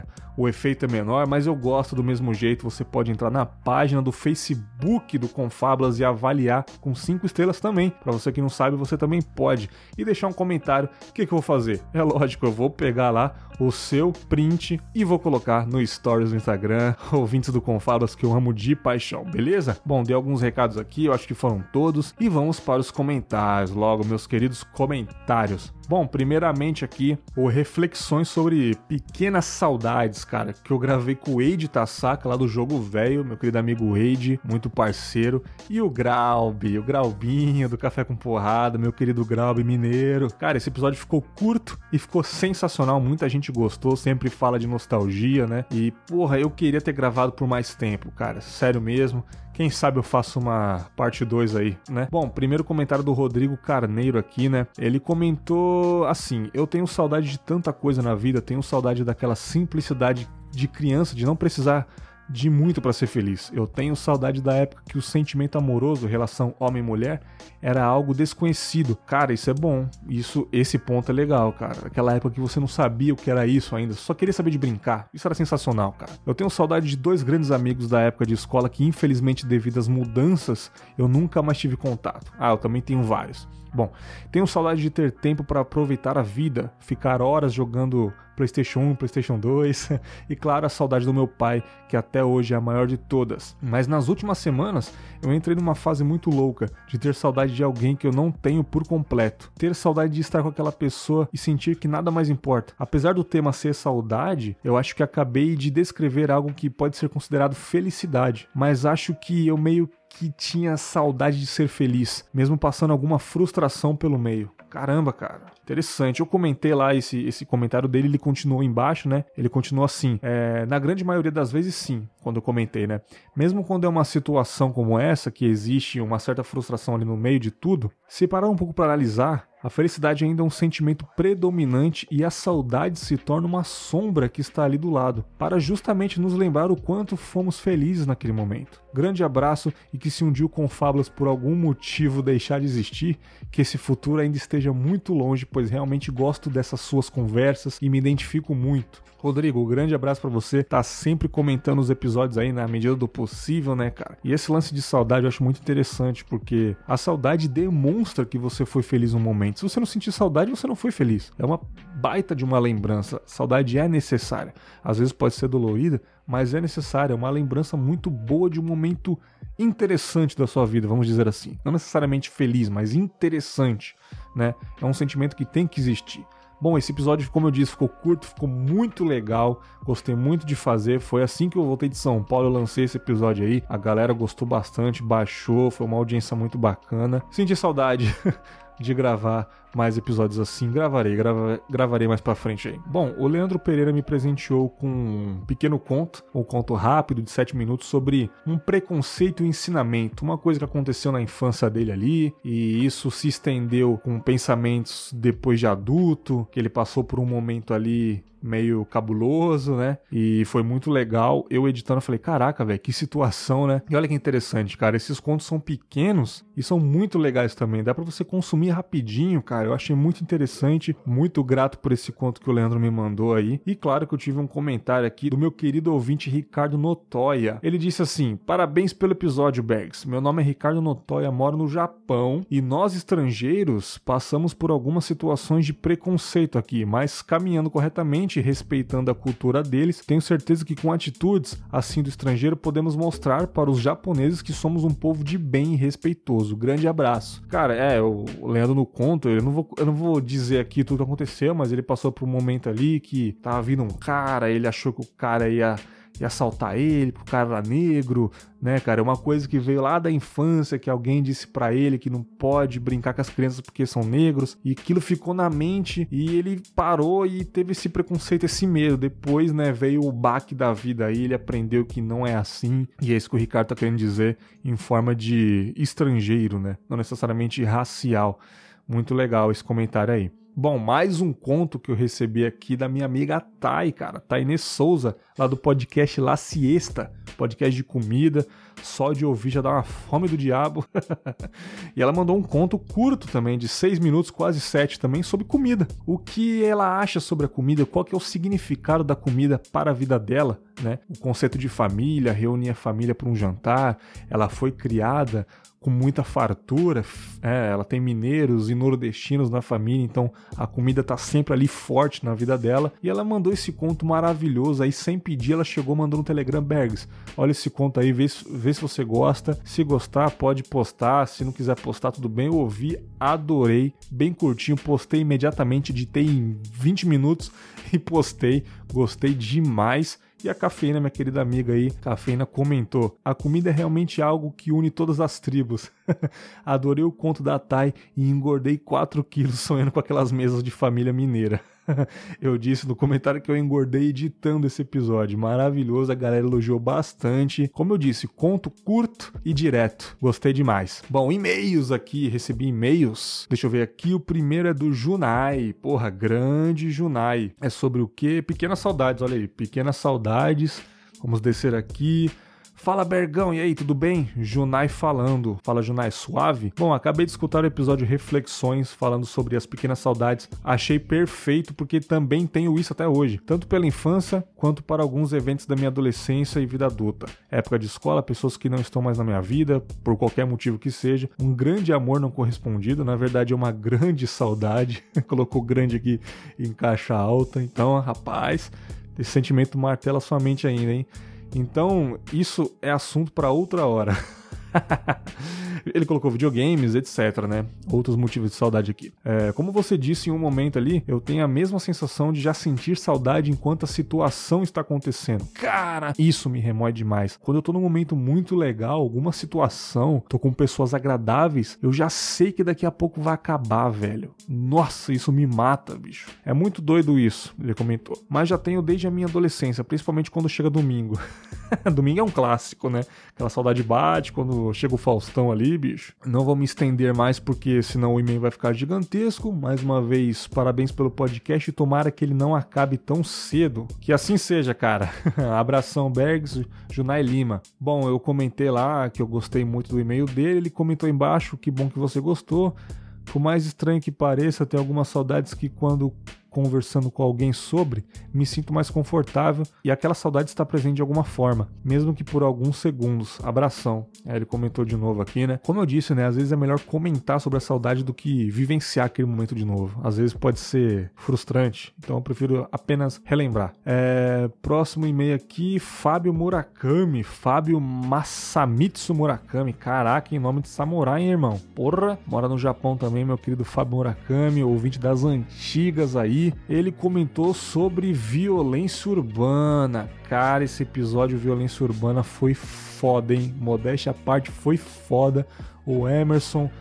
o efeito é menor, mas eu gosto do mesmo jeito. Você pode entrar na página do Facebook do Confabulas e avaliar com 5 estrelas também. Pra você que não sabe, você também pode. E deixar um comentário. O que eu vou fazer? É lógico, eu vou pegar lá o seu print e vou colocar no Stories do Instagram. Ouvintes do Confabulas que eu amo de paixão, beleza? Bom, dei alguns recados aqui, eu acho que foram todos. E vamos para os comentários logo, meus queridos comentários. Bom, primeiramente aqui, o Reflexões sobre Pequenas Saudades, cara, que eu gravei com o Eide Tassaca, lá do Jogo Velho, meu querido amigo Eide, muito parceiro, e o Graubi, o Graubinho do Café com Porrada, meu querido Graubi mineiro. Cara, esse episódio ficou curto e ficou sensacional, muita gente gostou, sempre fala de nostalgia, né? E, porra, eu queria ter gravado por mais tempo, cara, sério mesmo. Quem sabe eu faço uma parte 2 aí, né? Bom, primeiro comentário do Rodrigo Carneiro aqui, né? Ele comentou assim, eu tenho saudade de tanta coisa na vida, tenho saudade daquela simplicidade de criança, de não precisar de muito para ser feliz. Eu tenho saudade da época que o sentimento amoroso, relação homem-mulher, era algo desconhecido. Cara, isso é bom. Esse ponto é legal, cara. Aquela época que você não sabia o que era isso ainda, só queria saber de brincar. Isso era sensacional, cara. Eu tenho saudade de 2 grandes amigos da época de escola que, infelizmente, devido às mudanças, eu nunca mais tive contato. Eu também tenho vários. Bom, tenho saudade de ter tempo para aproveitar a vida, ficar horas jogando PlayStation 1, PlayStation 2 e claro, a saudade do meu pai, que até hoje é a maior de todas. Mas nas últimas semanas eu entrei numa fase muito louca de ter saudade de alguém que eu não tenho por completo. Ter saudade de estar com aquela pessoa e sentir que nada mais importa. Apesar do tema ser saudade, eu acho que acabei de descrever algo que pode ser considerado felicidade, mas acho que eu meio que tinha saudade de ser feliz, mesmo passando alguma frustração pelo meio. Caramba, cara, interessante. Eu comentei lá esse comentário dele, ele continuou embaixo, né? Ele continuou assim. Na grande maioria das vezes, sim, quando eu comentei, né? Mesmo quando é uma situação como essa, que existe uma certa frustração ali no meio de tudo, se parar um pouco para analisar, a felicidade ainda é um sentimento predominante e a saudade se torna uma sombra que está ali do lado, para justamente nos lembrar o quanto fomos felizes naquele momento. Grande abraço e que se um dia o Confábulas por algum motivo deixar de existir, que esse futuro ainda esteja muito longe, pois realmente gosto dessas suas conversas e me identifico muito. Rodrigo, um grande abraço pra você, tá sempre comentando os episódios aí na medida do possível, né, cara? E esse lance de saudade eu acho muito interessante, porque a saudade demonstra que você foi feliz um momento. Se você não sentir saudade, você não foi feliz. É uma baita de uma lembrança. Saudade é necessária. Às vezes pode ser dolorida, mas é necessária. É uma lembrança muito boa de um momento interessante da sua vida, vamos dizer assim. Não necessariamente feliz, mas interessante, né? É um sentimento que tem que existir. Bom, esse episódio, como eu disse, ficou curto, ficou muito legal, gostei muito de fazer, foi assim que eu voltei de São Paulo, eu lancei esse episódio aí, a galera gostou bastante, baixou, foi uma audiência muito bacana, senti saudade de gravar mais episódios assim, gravarei mais pra frente aí. Bom, o Leandro Pereira me presenteou com um pequeno conto, um conto rápido de 7 minutos sobre um preconceito e ensinamento, uma coisa que aconteceu na infância dele ali, e isso se estendeu com pensamentos depois de adulto, que ele passou por um momento ali meio cabuloso, né? E foi muito legal. Eu editando, eu falei, caraca, velho, que situação, né? E olha que interessante, cara, esses contos são pequenos e são muito legais também. Dá pra você consumir rapidinho, cara. Eu achei muito interessante, muito grato por esse conto que o Leandro me mandou aí. E claro que eu tive um comentário aqui do meu querido ouvinte Ricardo Notoya. Ele disse assim, parabéns pelo episódio, Bergs. Meu nome é Ricardo Notoya, moro no Japão e nós estrangeiros passamos por algumas situações de preconceito aqui, mas caminhando corretamente, respeitando a cultura deles, tenho certeza que com atitudes assim do estrangeiro podemos mostrar para os japoneses que somos um povo de bem e respeitoso. Grande abraço. Cara, o Leandro no conto, eu não vou dizer aqui tudo que aconteceu, mas ele passou por um momento ali que tava vindo um cara, ele achou que o cara ia assaltar ele, porque o cara era negro, né, cara? É uma coisa que veio lá da infância, que alguém disse pra ele que não pode brincar com as crianças porque são negros, e aquilo ficou na mente, e ele parou e teve esse preconceito, esse medo. Depois, né, veio o baque da vida aí, ele aprendeu que não é assim, e é isso que o Ricardo tá querendo dizer, em forma de estrangeiro, né? Não necessariamente racial. Muito legal esse comentário aí. Bom, mais um conto que eu recebi aqui da minha amiga Thay, cara. Tainê Souza, lá do podcast La Siesta, podcast de comida. Só de ouvir já dá uma fome do diabo. E ela mandou um conto curto também, de 6 minutos, quase 7 também, sobre comida. O que ela acha sobre a comida, qual que é o significado da comida para a vida dela, né? O conceito de família, reunir a família para um jantar. Ela foi criada com muita fartura, ela tem mineiros e nordestinos na família, então a comida tá sempre ali forte na vida dela, e ela mandou esse conto maravilhoso aí, sem pedir, ela chegou mandando um Telegram, Bergs, olha esse conto aí, vê se você gosta, se gostar pode postar, se não quiser postar tudo bem, eu ouvi, adorei, bem curtinho, postei imediatamente, editei em 20 minutos e postei, gostei demais. E a Cafeína, minha querida amiga aí, Cafeína, comentou: a comida é realmente algo que une todas as tribos. Adorei o conto da Thay e engordei 4 quilos sonhando com aquelas mesas de família mineira. Eu disse no comentário que eu engordei editando esse episódio. Maravilhoso, a galera elogiou bastante. Como eu disse, conto curto e direto. Gostei demais. Bom, e-mails aqui, recebi e-mails. Deixa eu ver aqui, o primeiro é do Junai. Porra, grande Junai. É sobre o quê? Pequenas saudades, olha aí, pequenas saudades. Vamos descer aqui. Fala Bergão, e aí, tudo bem? Junai falando. Fala Junai, suave? Bom, acabei de escutar o episódio Reflexões falando sobre as pequenas saudades. Achei perfeito porque também tenho isso até hoje, tanto pela infância quanto para alguns eventos da minha adolescência e vida adulta. Época de escola, pessoas que não estão mais na minha vida, por qualquer motivo que seja, um grande amor não correspondido, na verdade é uma grande saudade. Colocou grande aqui em caixa alta, então, rapaz, esse sentimento martela sua mente ainda, hein? Então, isso é assunto para outra hora. Ele colocou videogames, etc, né? Outros motivos de saudade aqui. Como você disse em um momento ali, eu tenho a mesma sensação de já sentir saudade enquanto a situação está acontecendo. Cara, isso me remói demais. Quando eu tô num momento muito legal, alguma situação, tô com pessoas agradáveis, eu já sei que daqui a pouco vai acabar, velho. Nossa, isso me mata, bicho. É muito doido isso, ele comentou. Mas já tenho desde a minha adolescência, principalmente quando chega domingo. Domingo é um clássico, né? Aquela saudade bate quando chega o Faustão ali, bicho. Não vou me estender mais porque senão o e-mail vai ficar gigantesco. Mais uma vez, parabéns pelo podcast e tomara que ele não acabe tão cedo. Que assim seja, cara. Abração, Bergs, Junai Lima. Bom, eu comentei lá que eu gostei muito do e-mail dele. Ele comentou embaixo, que bom que você gostou. Por mais estranho que pareça, tem algumas saudades que quando conversando com alguém sobre, me sinto mais confortável e aquela saudade está presente de alguma forma, mesmo que por alguns segundos. Abração. Ele comentou de novo aqui, né? Como eu disse, né? Às vezes é melhor comentar sobre a saudade do que vivenciar aquele momento de novo. Às vezes pode ser frustrante, então eu prefiro apenas relembrar. Próximo e-mail aqui, Fábio Murakami. Fábio Masamitsu Murakami. Caraca, em nome de samurai, hein, irmão? Porra! Mora no Japão também, meu querido Fábio Murakami, ouvinte das antigas aí. Ele comentou sobre violência urbana. Cara, esse episódio Violência Urbana foi foda, hein? Modéstia à parte, foi foda. O Emerson,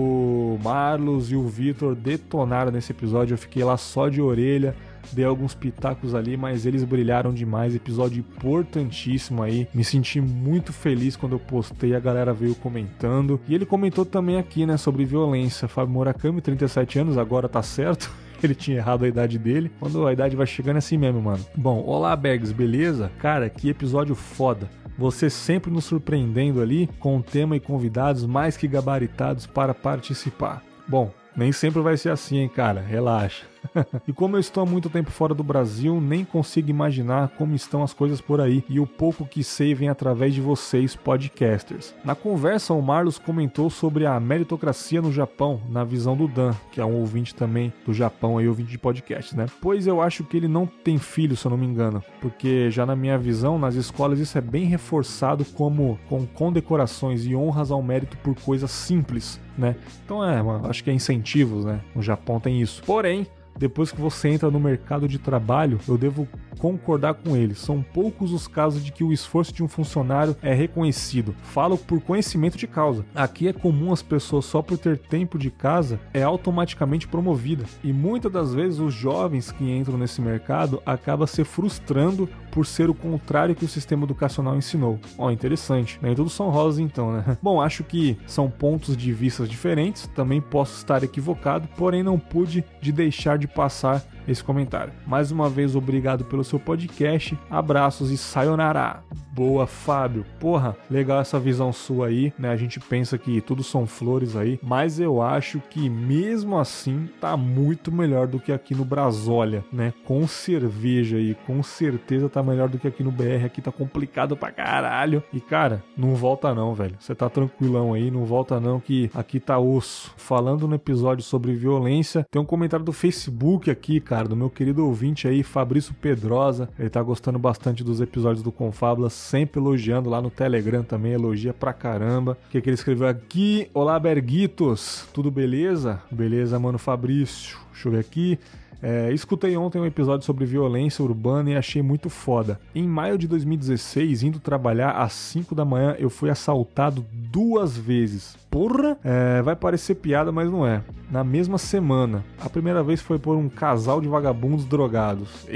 o Marlos e o Vitor detonaram nesse episódio. Eu fiquei lá só de orelha, dei alguns pitacos ali, mas eles brilharam demais. Episódio importantíssimo aí. Me senti muito feliz quando eu postei, a galera veio comentando. E ele comentou também aqui, né, sobre violência. Fábio Murakami, 37 anos, agora tá certo. Ele tinha errado a idade dele. Quando a idade vai chegando é assim mesmo, mano. Bom, olá, Bergs, beleza? Cara, que episódio foda. Você sempre nos surpreendendo ali com tema e convidados mais que gabaritados para participar. Bom, nem sempre vai ser assim, hein, cara? Relaxa. E como eu estou há muito tempo fora do Brasil, nem consigo imaginar como estão as coisas por aí, e o pouco que sei vem através de vocês, podcasters. Na conversa, o Marlos comentou sobre a meritocracia no Japão, na visão do Dan, que é um ouvinte também do Japão, aí, ouvinte de podcast, né? Pois eu acho que ele não tem filho, se eu não me engano, porque já na minha visão, nas escolas isso é bem reforçado como com condecorações e honras ao mérito por coisas simples, né? Então acho que é incentivos, né? No Japão tem isso. Porém, depois que você entra no mercado de trabalho, eu devo concordar com ele. São poucos os casos de que o esforço de um funcionário é reconhecido. Falo por conhecimento de causa. Aqui é comum as pessoas, só por ter tempo de casa, é automaticamente promovida. E muitas das vezes os jovens que entram nesse mercado acabam se frustrando por ser o contrário que o sistema educacional ensinou. Interessante. Nem tudo são rosas então, né? Bom, acho que são pontos de vista diferentes. Também posso estar equivocado, porém não pude deixar de passar esse comentário. Mais uma vez, obrigado pelo seu podcast. Abraços e sayonara. Boa, Fábio. Porra, legal essa visão sua aí, né? A gente pensa que tudo são flores aí, mas eu acho que mesmo assim tá muito melhor do que aqui no Brasólia, né? Com cerveja aí, com certeza tá melhor do que aqui no BR. Aqui tá complicado pra caralho. E cara, não volta não, velho. Você tá tranquilão aí, não volta não, que aqui tá osso. Falando no episódio sobre violência, tem um comentário do Facebook aqui, cara, do meu querido ouvinte aí, Fabrício Pedrosa. Ele tá gostando bastante dos episódios do Confábulas, sempre elogiando lá no Telegram também, elogia pra caramba. O que ele escreveu aqui? Olá, Berguitos, tudo beleza? Beleza, mano, Fabrício. Deixa eu ver aqui. Escutei ontem um episódio sobre violência urbana e achei muito foda. Em maio de 2016, indo trabalhar às 5 da manhã, eu fui assaltado 2 vezes. Porra! Vai parecer piada, mas não é. Na mesma semana. A primeira vez foi por um casal de vagabundos drogados. Eita!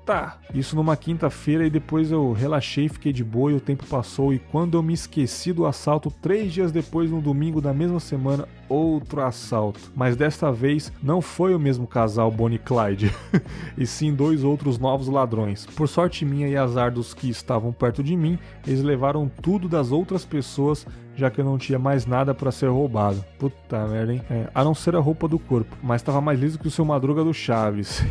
Eita! Isso numa quinta-feira e depois eu relaxei, fiquei de boa e o tempo passou. E quando eu me esqueci do assalto, 3 dias depois, no domingo da mesma semana, outro assalto. Mas desta vez não foi o mesmo casal Bonnie e Clyde, e sim 2 outros novos ladrões. Por sorte minha e azar dos que estavam perto de mim, eles levaram tudo das outras pessoas, já que eu não tinha mais nada pra ser roubado. Puta merda, hein? A não ser a roupa do corpo, mas tava mais liso que o seu Madruga do Chaves.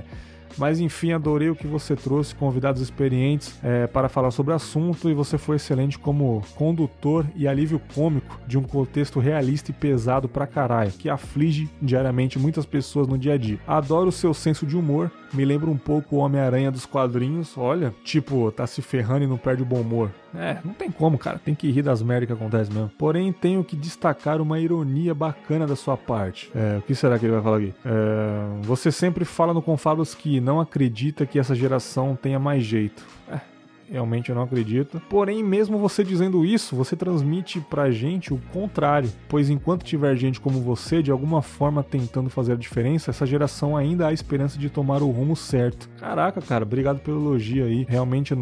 Mas enfim, adorei o que você trouxe, convidados experientes para falar sobre o assunto, e você foi excelente como condutor e alívio cômico de um contexto realista e pesado pra caralho, que aflige diariamente muitas pessoas no dia a dia. Adoro o seu senso de humor, me lembra um pouco o Homem-Aranha dos quadrinhos, olha, tipo, tá se ferrando e não perde o bom humor. Não tem como, cara, tem que rir das merdas que acontecem mesmo. Porém, tenho que destacar uma ironia bacana da sua parte. O que será que ele vai falar aqui? Você sempre fala no Confablas que não acredita que essa geração tenha mais jeito. Realmente eu não acredito. Porém, mesmo você dizendo isso, você transmite pra gente o contrário. Pois enquanto tiver gente como você, de alguma forma tentando fazer a diferença, essa geração ainda há esperança de tomar o rumo certo. Caraca, cara, obrigado pelo elogio aí. Realmente eu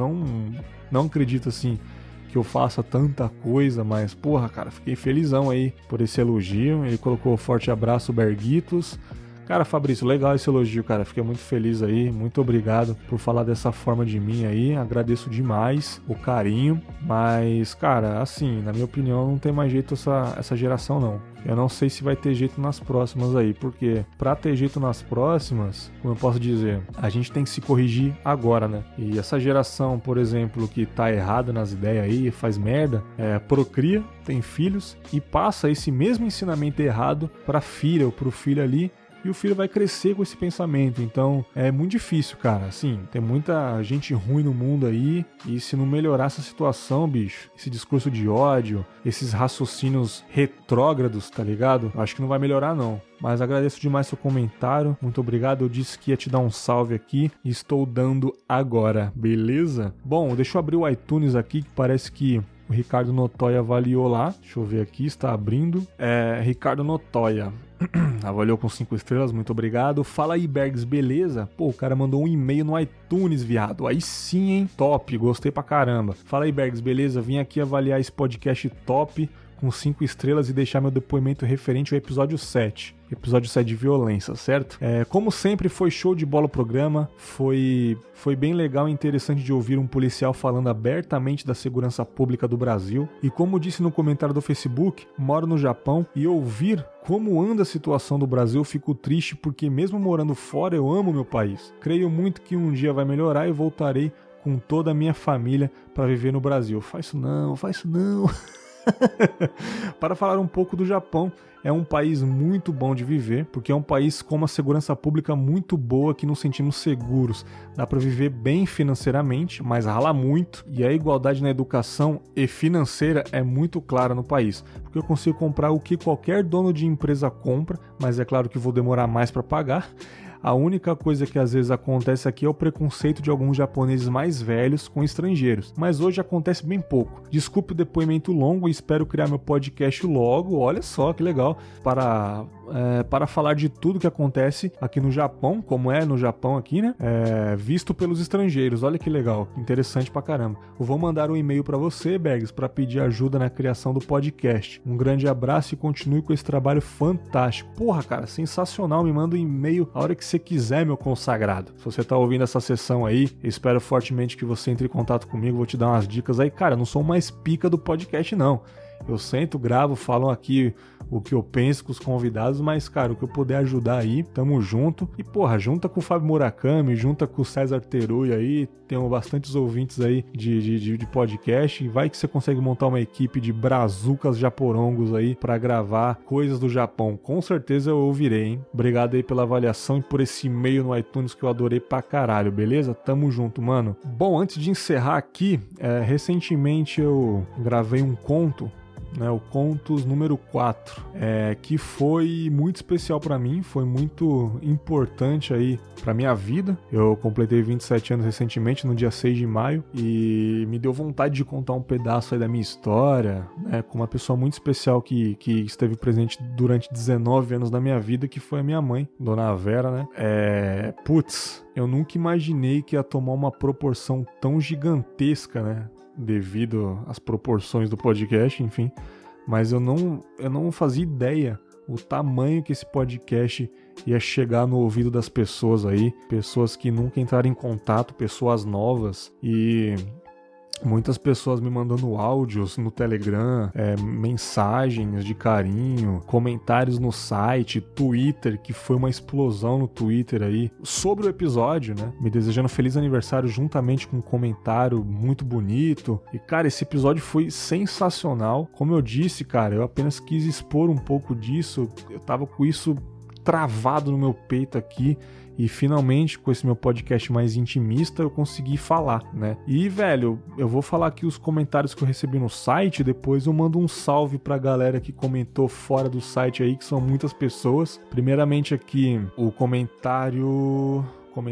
não acredito assim que eu faça tanta coisa, mas porra, cara, fiquei felizão aí por esse elogio. Ele colocou forte abraço, Berguitos. Cara, Fabrício, legal esse elogio, cara. Fiquei muito feliz aí. Muito obrigado por falar dessa forma de mim aí. Agradeço demais o carinho. Mas, cara, assim, na minha opinião, não tem mais jeito essa geração, não. Eu não sei se vai ter jeito nas próximas aí. Porque pra ter jeito nas próximas, como eu posso dizer, a gente tem que se corrigir agora, né? E essa geração, por exemplo, que tá errada nas ideias aí, faz merda, procria, tem filhos e passa esse mesmo ensinamento errado pra filha ou pro filho ali. E o filho vai crescer com esse pensamento. Então é muito difícil, cara. Assim, tem muita gente ruim no mundo aí. E se não melhorar essa situação, bicho, esse discurso de ódio, esses raciocínios retrógrados, tá ligado? Acho que não vai melhorar, não. Mas agradeço demais seu comentário. Muito obrigado. Eu disse que ia te dar um salve aqui e estou dando agora, beleza? Bom, deixa eu abrir o iTunes aqui, que parece que o Ricardo Notoya avaliou lá. Deixa eu ver aqui, está abrindo. Ricardo Notoya avaliou com 5 estrelas, muito obrigado. Fala aí, Bergs, beleza? Pô, o cara mandou um e-mail no iTunes, viado. Aí sim, hein? Top, gostei pra caramba. Fala aí, Bergs, beleza? Vim aqui avaliar esse podcast top com 5 estrelas e deixar meu depoimento referente ao episódio 7. Episódio 7 de violência, certo? Como sempre, foi show de bola o programa. Foi bem legal e interessante de ouvir um policial falando abertamente da segurança pública do Brasil. E como disse no comentário do Facebook, moro no Japão e ouvir como anda a situação do Brasil, eu fico triste porque mesmo morando fora, eu amo meu país. Creio muito que um dia vai melhorar e voltarei com toda a minha família para viver no Brasil. Faz isso não. Para falar um pouco do Japão, é um país muito bom de viver, porque é um país com uma segurança pública muito boa, que nos sentimos seguros. Dá para viver bem financeiramente, mas rala muito, e a igualdade na educação e financeira é muito clara no país, porque eu consigo comprar o que qualquer dono de empresa compra, mas é claro que vou demorar mais para pagar. A única coisa que às vezes acontece aqui é o preconceito de alguns japoneses mais velhos com estrangeiros, mas hoje acontece bem pouco. Desculpe o depoimento longo e espero criar meu podcast logo, olha só que legal, para falar de tudo que acontece aqui no Japão, como é no Japão aqui, né? Visto pelos estrangeiros, olha que legal, interessante pra caramba. Eu vou mandar um e-mail pra você, Bergs, para pedir ajuda na criação do podcast. Um grande abraço e continue com esse trabalho fantástico. Porra, cara, sensacional, me manda um e-mail a hora que você quiser, meu consagrado. Se você tá ouvindo essa sessão aí, espero fortemente que você entre em contato comigo, vou te dar umas dicas aí. Cara, eu não sou o mais pica do podcast, não. Eu sento, gravo, falo aqui o que eu penso com os convidados, mas, cara, o que eu puder ajudar aí, tamo junto. E, porra, junta com o Fábio Murakami, junta com o César Terui aí, tem bastantes ouvintes aí de podcast, e vai que você consegue montar uma equipe de brazucas japorongos aí pra gravar coisas do Japão. Com certeza eu ouvirei, hein? Obrigado aí pela avaliação e por esse e-mail no iTunes que eu adorei pra caralho, beleza? Tamo junto, mano. Bom, antes de encerrar aqui, recentemente eu gravei um conto né, o Contos número 4, que foi muito especial pra mim, foi muito importante aí pra minha vida. Eu completei 27 anos recentemente, no dia 6 de maio, e me deu vontade de contar um pedaço aí da minha história, né, com uma pessoa muito especial que esteve presente durante 19 anos da minha vida, que foi a minha mãe, Dona Vera, né. Eu nunca imaginei que ia tomar uma proporção tão gigantesca, né, devido às proporções do podcast, enfim, mas eu não fazia ideia o tamanho que esse podcast ia chegar no ouvido das pessoas aí, pessoas que nunca entraram em contato, pessoas novas, e muitas pessoas me mandando áudios no Telegram, mensagens de carinho, comentários no site, Twitter, que foi uma explosão no Twitter aí, sobre o episódio, né? Me desejando feliz aniversário juntamente com um comentário muito bonito. E, cara, esse episódio foi sensacional. Como eu disse, cara, eu apenas quis expor um pouco disso. Eu tava com isso travado no meu peito aqui. E finalmente, com esse meu podcast mais intimista, eu consegui falar, né? E, velho, eu vou falar aqui os comentários que eu recebi no site, depois eu mando um salve pra galera que comentou fora do site aí, que são muitas pessoas. Primeiramente aqui, o comentário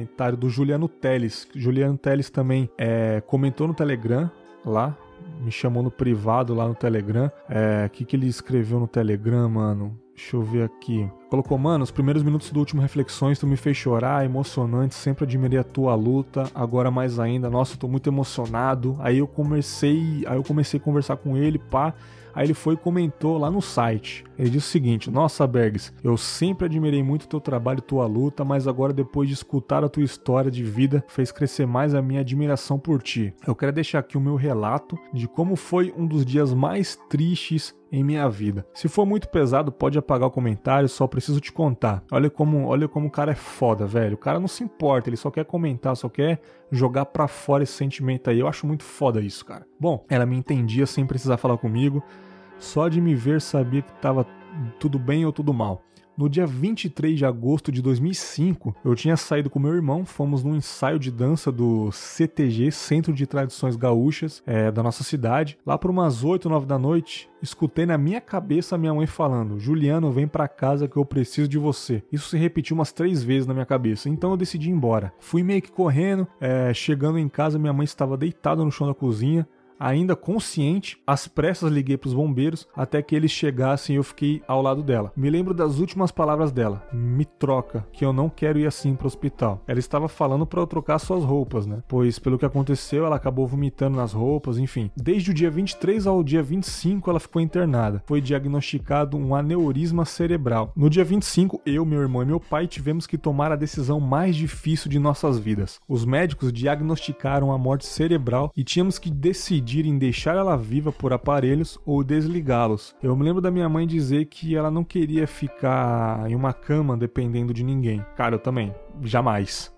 do Juliano Teles. Juliano Teles também comentou no Telegram, lá, me chamou no privado lá no Telegram. O que ele escreveu no Telegram, mano? Deixa eu ver aqui. Colocou, mano, os primeiros minutos do último Reflexões tu me fez chorar, emocionante, sempre admirei a tua luta, agora mais ainda, nossa, eu tô muito emocionado. Aí eu comecei a conversar com ele, pá. Aí ele foi e comentou lá no site. Ele disse o seguinte: nossa, Bergs, eu sempre admirei muito o teu trabalho e tua luta, mas agora depois de escutar a tua história de vida, fez crescer mais a minha admiração por ti. Eu quero deixar aqui o meu relato de como foi um dos dias mais tristes em minha vida. Se for muito pesado, pode apagar o comentário, só preciso te contar. Olha como o cara é foda, velho. O cara não se importa, ele só quer comentar, só quer jogar pra fora esse sentimento aí. Eu acho muito foda isso, cara. Bom, ela me entendia sem precisar falar comigo. Só de me ver sabia que tava tudo bem ou tudo mal. No dia 23 de agosto de 2005, eu tinha saído com meu irmão, fomos num ensaio de dança do CTG, Centro de Tradições Gaúchas, da nossa cidade. Lá por umas 8, 9 da noite, escutei na minha cabeça a minha mãe falando: Juliano, vem pra casa que eu preciso de você. Isso se repetiu umas 3 vezes na minha cabeça, então eu decidi ir embora. Fui meio que correndo, chegando em casa, minha mãe estava deitada no chão da cozinha, ainda consciente. Às pressas liguei pros bombeiros até que eles chegassem e eu fiquei ao lado dela. Me lembro das últimas palavras dela: me troca, que eu não quero ir assim pro hospital. Ela estava falando para eu trocar suas roupas, né? Pois pelo que aconteceu, ela acabou vomitando nas roupas, enfim. Desde o dia 23 ao dia 25 ela ficou internada. Foi diagnosticado um aneurisma cerebral. No dia 25, eu, meu irmão e meu pai tivemos que tomar a decisão mais difícil de nossas vidas. Os médicos diagnosticaram a morte cerebral e tínhamos que decidir em deixar ela viva por aparelhos ou desligá-los. Eu me lembro da minha mãe dizer que ela não queria ficar em uma cama dependendo de ninguém. Cara, eu também. Jamais.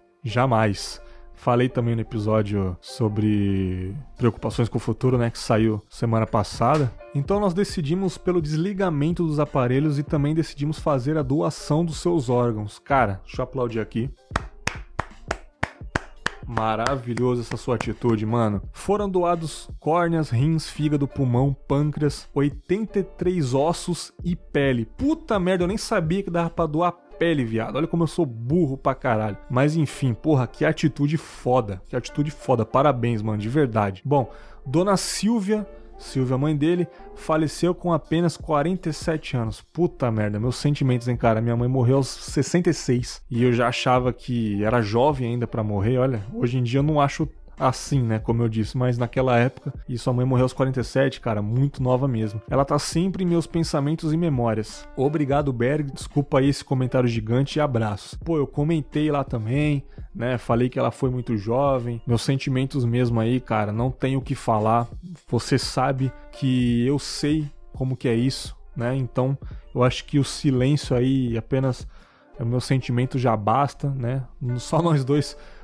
Falei também no episódio sobre preocupações com o futuro, né, que saiu semana passada. Então nós decidimos pelo desligamento dos aparelhos e também decidimos fazer a doação dos seus órgãos. Cara, deixa eu aplaudir aqui. Maravilhoso essa sua atitude, mano. Foram doados córneas, rins, fígado, pulmão, pâncreas, 83 ossos e pele. Puta merda, eu nem sabia que dava pra doar pele, viado. Olha como eu sou burro pra caralho. Mas enfim, porra, que atitude foda. Parabéns, mano, de verdade. Bom, Dona Silvia, mãe dele, faleceu com apenas 47 anos. Puta merda, meus sentimentos, hein, cara. Minha mãe morreu aos 66 e eu já achava que era jovem ainda pra morrer. Olha, hoje em dia eu não acho assim, né, como eu disse, mas naquela época, e sua mãe morreu aos 47, cara, muito nova mesmo. Ela tá sempre em meus pensamentos e memórias. Obrigado, Berg, desculpa aí esse comentário gigante e abraços. Pô, eu comentei lá também, né, falei que ela foi muito jovem, meus sentimentos mesmo aí, cara, não tenho o que falar. Você sabe que eu sei como que é isso, né, então eu acho que o silêncio aí, apenas o meu sentimento já basta, né, só nós dois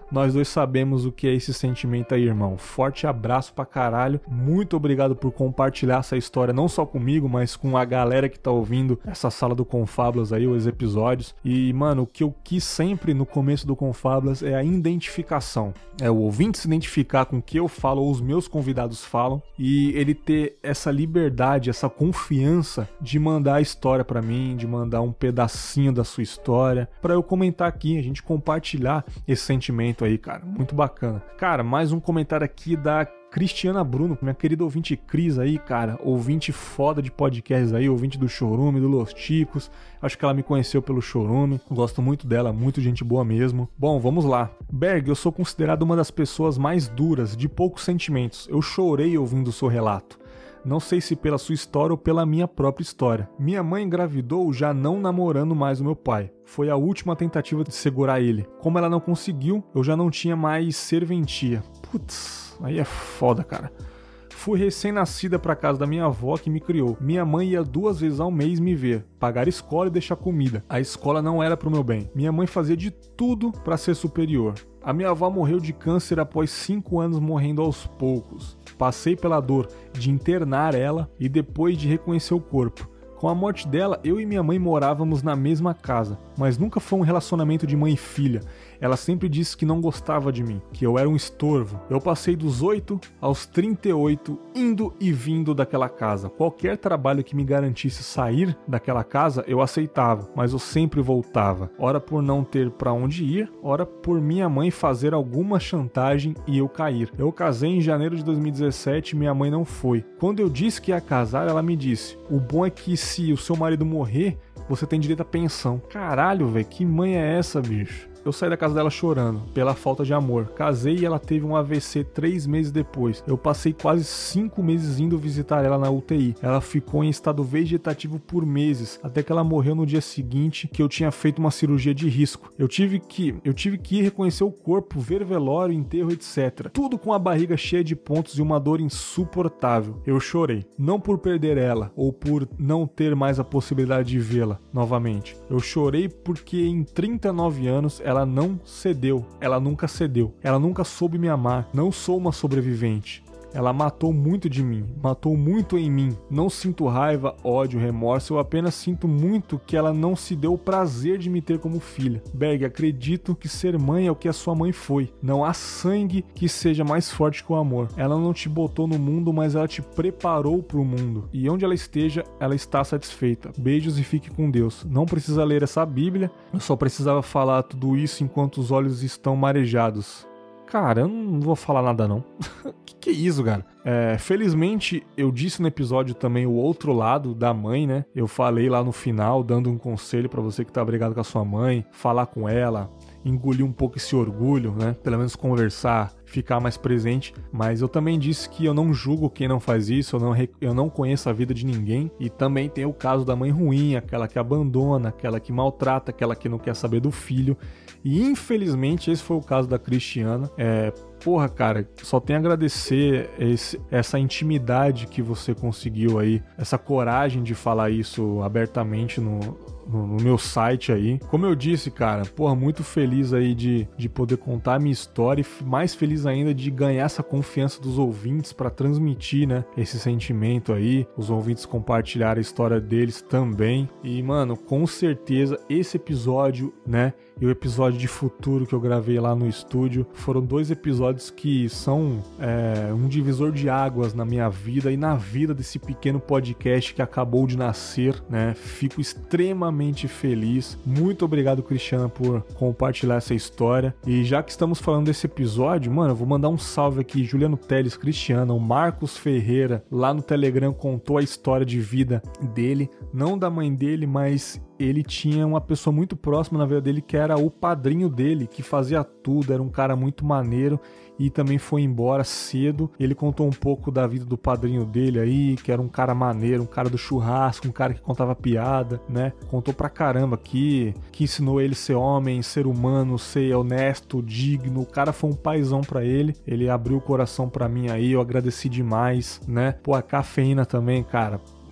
nós dois sabemos o que é esse sentimento aí, irmão. Forte abraço pra caralho. Muito obrigado por compartilhar essa história, não só comigo, mas com a galera que tá ouvindo essa sala do Confábulas aí, os episódios. E, mano, o que eu quis sempre no começo do Confábulas é a identificação. É o ouvinte se identificar com o que eu falo ou os meus convidados falam e ele ter essa liberdade, essa confiança de mandar a história pra mim, de mandar um pedacinho da sua história pra eu comentar aqui, a gente compartilhar esse sentimento aí, cara. Muito bacana. Cara, mais um comentário aqui da Cristiana Bruno, minha querida ouvinte Cris aí, cara, ouvinte foda de podcasts aí, ouvinte do Chorume, do Los Ticos, acho que ela me conheceu pelo Chorume, gosto muito dela, muito gente boa mesmo. Bom, vamos lá. Berg, eu sou considerado uma das pessoas mais duras, de poucos sentimentos, eu chorei ouvindo o seu relato. Não sei se pela sua história ou pela minha própria história. Minha mãe engravidou já não namorando mais o meu pai. Foi a última tentativa de segurar ele. Como ela não conseguiu, eu já não tinha mais serventia. Putz, aí é foda, cara. Fui recém-nascida pra casa da minha avó que me criou. Minha mãe ia 2 vezes ao mês me ver, pagar escola e deixar comida. A escola não era pro meu bem. Minha mãe fazia de tudo pra ser superior. A minha avó morreu de câncer após 5 anos morrendo aos poucos. Passei pela dor de internar ela e depois de reconhecer o corpo. Com a morte dela, eu e minha mãe morávamos na mesma casa, mas nunca foi um relacionamento de mãe e filha. Ela sempre disse que não gostava de mim, que eu era um estorvo. Eu passei dos 8 aos 38 indo e vindo daquela casa. Qualquer trabalho que me garantisse sair daquela casa, eu aceitava, mas eu sempre voltava. Ora por não ter pra onde ir, ora por minha mãe fazer alguma chantagem e eu cair. Eu casei em janeiro de 2017 e minha mãe não foi. Quando eu disse que ia casar, ela me disse: o bom é que se o seu marido morrer, você tem direito à pensão. Caralho, velho, que mãe é essa, bicho? Eu saí da casa dela chorando, pela falta de amor. Casei e ela teve um AVC 3 meses depois. Eu passei quase 5 meses indo visitar ela na UTI. Ela ficou em estado vegetativo por meses, até que ela morreu no dia seguinte, que eu tinha feito uma cirurgia de risco. Eu tive que ir reconhecer o corpo, ver velório, enterro, etc. Tudo com a barriga cheia de pontos e uma dor insuportável. Eu chorei. Não por perder ela, ou por não ter mais a possibilidade de vê-la novamente. Eu chorei porque em 39 anos ela não cedeu, ela nunca cedeu, ela nunca soube me amar, não sou uma sobrevivente. Ela matou muito de mim, matou muito em mim. Não sinto raiva, ódio, remorso, eu apenas sinto muito que ela não se deu o prazer de me ter como filha. Berg, acredito que ser mãe é o que a sua mãe foi. Não há sangue que seja mais forte que o amor. Ela não te botou no mundo, mas ela te preparou pro mundo. E onde ela esteja, ela está satisfeita. Beijos e fique com Deus. Não precisa ler essa Bíblia, eu só precisava falar tudo isso enquanto os olhos estão marejados. Cara, eu não vou falar nada não. Que é isso, cara? Felizmente, eu disse no episódio também o outro lado da mãe, né? Eu falei lá no final, dando um conselho pra você que tá brigado com a sua mãe, falar com ela, engolir um pouco esse orgulho, né? Pelo menos conversar, ficar mais presente. Mas eu também disse que eu não julgo quem não faz isso, eu não conheço a vida de ninguém. E também tem o caso da mãe ruim, aquela que abandona, aquela que maltrata, aquela que não quer saber do filho. E infelizmente esse foi o caso da Cristiana. Porra, cara, só tenho a agradecer essa intimidade que você conseguiu aí, essa coragem de falar isso abertamente no meu site aí. Como eu disse, cara, porra, muito feliz aí de poder contar a minha história e mais feliz ainda de ganhar essa confiança dos ouvintes pra transmitir, né, esse sentimento aí, os ouvintes compartilhar a história deles também. E, mano, com certeza esse episódio, né, e o episódio de futuro que eu gravei lá no estúdio foram 2 episódios que são um divisor de águas na minha vida e na vida desse pequeno podcast que acabou de nascer, né? Fico extremamente feliz. Muito obrigado, Cristiana, por compartilhar essa história. E já que estamos falando desse episódio, mano, eu vou mandar um salve aqui. Juliano Teles, Cristiana, o Marcos Ferreira, lá no Telegram, contou a história de vida dele, não da mãe dele, mas ele tinha uma pessoa muito próxima na vida dele que era o padrinho dele, que fazia tudo, era um cara muito maneiro e também foi embora cedo. Ele contou um pouco da vida do padrinho dele aí, que era um cara maneiro, um cara do churrasco, um cara que contava piada, né? Contou pra caramba que ensinou ele a ser homem, ser humano, ser honesto, digno. O cara foi um paizão pra ele, ele abriu o coração pra mim aí, eu agradeci demais, né? Pô, a Cafeína também, cara,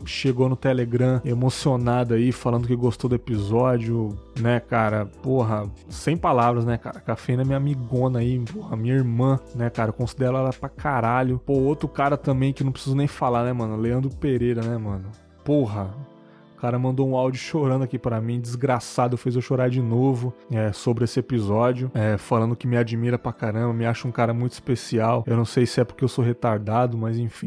chegou no Telegram emocionado aí, falando que gostou do episódio, né, cara? Porra, sem palavras, né, cara? Cafeína é minha amigona aí, porra, minha irmã, né, cara? Eu considero ela pra caralho. Pô, outro cara também que não preciso nem falar, né, mano? Leandro Pereira, né, mano? Porra, o cara mandou um áudio chorando aqui pra mim, desgraçado, fez eu chorar de novo sobre esse episódio, falando que me admira pra caramba, me acha um cara muito especial. Eu não sei se é porque eu sou retardado, mas enfim,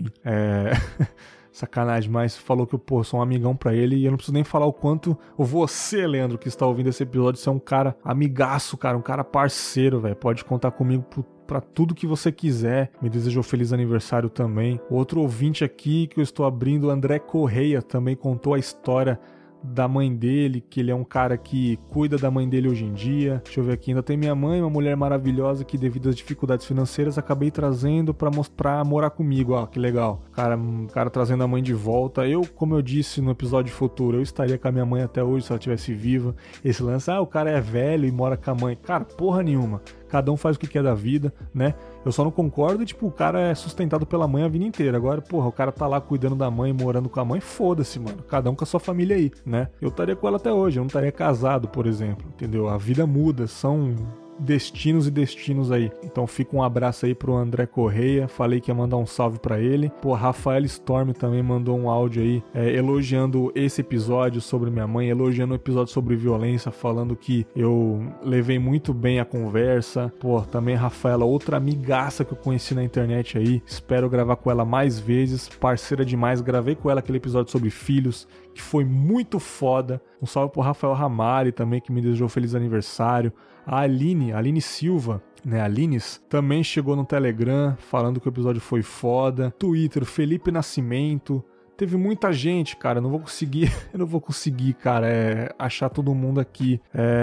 sacanagem, mas falou que eu, sou um amigão pra ele e eu não preciso nem falar o quanto você, Leandro, que está ouvindo esse episódio, você é um cara amigaço, cara, um cara parceiro, velho. Pode contar comigo pra tudo que você quiser. Me desejou feliz aniversário também. Outro ouvinte aqui que eu estou abrindo, André Correia, também contou a história da mãe dele, que ele é um cara que cuida da mãe dele hoje em dia. Deixa eu ver aqui, ainda tem minha mãe, uma mulher maravilhosa que devido às dificuldades financeiras acabei trazendo pra morar comigo. Ó, que legal. Cara trazendo a mãe de volta. Eu, como eu disse no episódio futuro, eu estaria com a minha mãe até hoje se ela estivesse viva. Esse lance, o cara é velho e mora com a mãe. Cara, porra nenhuma. Cada um faz o que quer da vida, né? Eu só não concordo, o cara é sustentado pela mãe a vida inteira. Agora, porra, o cara tá lá cuidando da mãe, morando com a mãe, foda-se, mano. Cada um com a sua família aí, né? Eu estaria com ela até hoje, eu não estaria casado, por exemplo, entendeu? A vida muda, são destinos e destinos aí. Então fica um abraço aí pro André Correia, falei que ia mandar um salve pra ele. Pô, Rafael Storm também mandou um áudio aí, elogiando esse episódio sobre minha mãe, elogiando o episódio sobre violência, falando que eu levei muito bem a conversa. Pô, também Rafaela, outra amigaça que eu conheci na internet aí, espero gravar com ela mais vezes, parceira demais, gravei com ela aquele episódio sobre filhos, que foi muito foda. Um salve pro Rafael Ramari também, que me desejou feliz aniversário. A Aline Silva, né, a Lines, também chegou no Telegram falando que o episódio foi foda. Twitter, Felipe Nascimento. Teve muita gente, cara, eu não vou conseguir, cara, achar todo mundo aqui.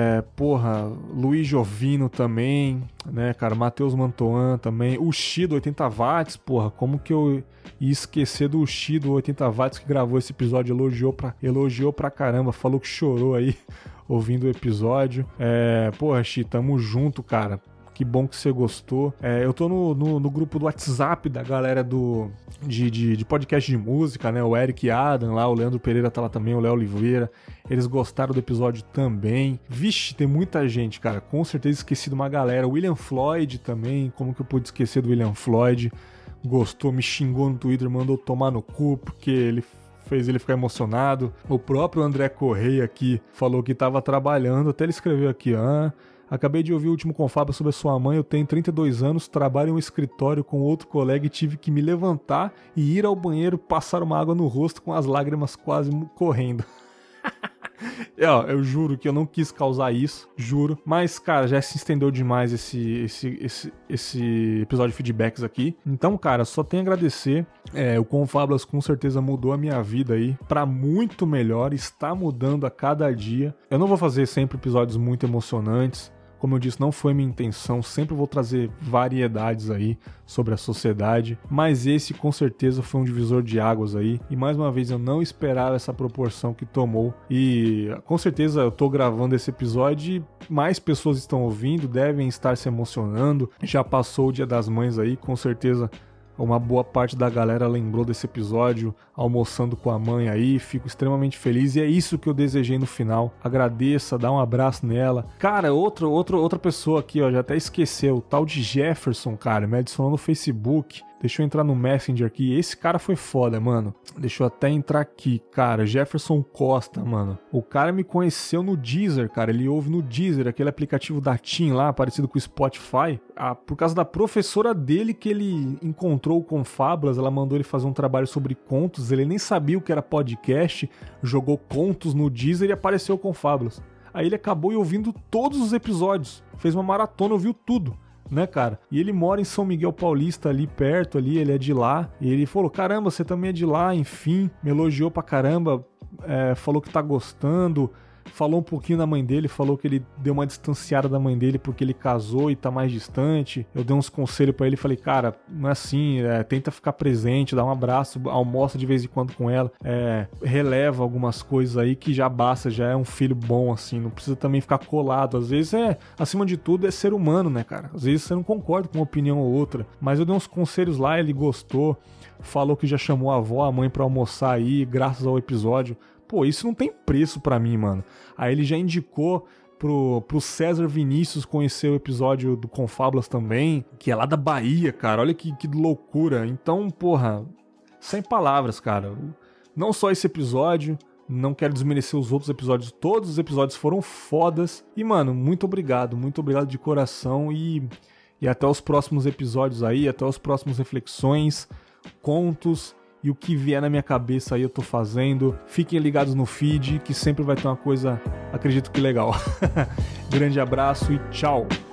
Luiz Jovino também, né, cara, Matheus Mantoan também. O Shido 80 watts, porra, como que eu ia esquecer do Shido 80 watts que gravou esse episódio, elogiou pra caramba, falou que chorou aí ouvindo o episódio. Porra, Chi, tamo junto, cara. Que bom que você gostou. Eu tô no grupo do WhatsApp da galera de podcast de música, né? O Eric Adam lá, o Leandro Pereira tá lá também, o Léo Oliveira. Eles gostaram do episódio também. Vixe, tem muita gente, cara. Com certeza esqueci de uma galera. O William Floyd também. Como que eu pude esquecer do William Floyd? Gostou, me xingou no Twitter, mandou tomar no cu, porque ele fez ele ficar emocionado. O próprio André Correia aqui falou que tava trabalhando. Até ele escreveu aqui, acabei de ouvir o último Confabla sobre a sua mãe, eu tenho 32 anos, trabalho em um escritório com outro colega e tive que me levantar e ir ao banheiro passar uma água no rosto com as lágrimas quase correndo. Eu juro que eu não quis causar isso, juro. Mas, cara, já se estendeu demais esse episódio de feedbacks aqui. Então, cara, só tenho a agradecer. O Confablas com certeza mudou a minha vida aí pra muito melhor. Está mudando a cada dia. Eu não vou fazer sempre episódios muito emocionantes. Como eu disse, não foi minha intenção, sempre vou trazer variedades aí sobre a sociedade, mas esse com certeza foi um divisor de águas aí, e mais uma vez eu não esperava essa proporção que tomou, e com certeza eu tô gravando esse episódio e mais pessoas estão ouvindo, devem estar se emocionando, já passou o Dia das Mães aí, com certeza uma boa parte da galera lembrou desse episódio, almoçando com a mãe aí, fico extremamente feliz e é isso que eu desejei no final. Agradeça, dá um abraço nela. Cara, outra pessoa aqui, ó, já até esqueceu, o tal de Jefferson, cara, me adicionou no Facebook. Deixa eu entrar no Messenger aqui. Esse cara foi foda, mano. Deixa eu até entrar aqui, cara. Jefferson Costa, mano. O cara me conheceu no Deezer, cara. Ele ouve no Deezer, aquele aplicativo da TIM lá, parecido com o Spotify. Por causa da professora dele que ele encontrou o Confablas, ela mandou ele fazer um trabalho sobre contos. Ele nem sabia o que era podcast, jogou contos no Deezer e apareceu o Confablas. Aí ele acabou ouvindo todos os episódios. Fez uma maratona, ouviu tudo. Né, cara? E ele mora em São Miguel Paulista, ali perto, ali, ele é de lá. E ele falou, caramba, você também é de lá, enfim. Me elogiou pra caramba, falou que tá gostando. falou um pouquinho da mãe dele, falou que ele deu uma distanciada da mãe dele porque ele casou e tá mais distante. Eu dei uns conselhos pra ele e falei, cara, não é assim, tenta ficar presente, dá um abraço, almoça de vez em quando com ela, releva algumas coisas aí que já basta, já é um filho bom, assim, não precisa também ficar colado. Às vezes acima de tudo, é ser humano, né, cara? Às vezes você não concorda com uma opinião ou outra, mas eu dei uns conselhos lá, ele gostou, falou que já chamou a avó, a mãe pra almoçar aí, graças ao episódio. Pô, isso não tem preço pra mim, mano. Aí ele já indicou pro César Vinícius conhecer o episódio do Confábulas também, que é lá da Bahia, cara. Olha que loucura. Então, porra, sem palavras, cara. Não só esse episódio, não quero desmerecer os outros episódios. Todos os episódios foram fodas. E, mano, muito obrigado de coração. E até os próximos episódios aí, até os próximos reflexões, contos e o que vier na minha cabeça aí eu tô fazendo. Fiquem ligados no feed, que sempre vai ter uma coisa, acredito que legal. Grande abraço e tchau!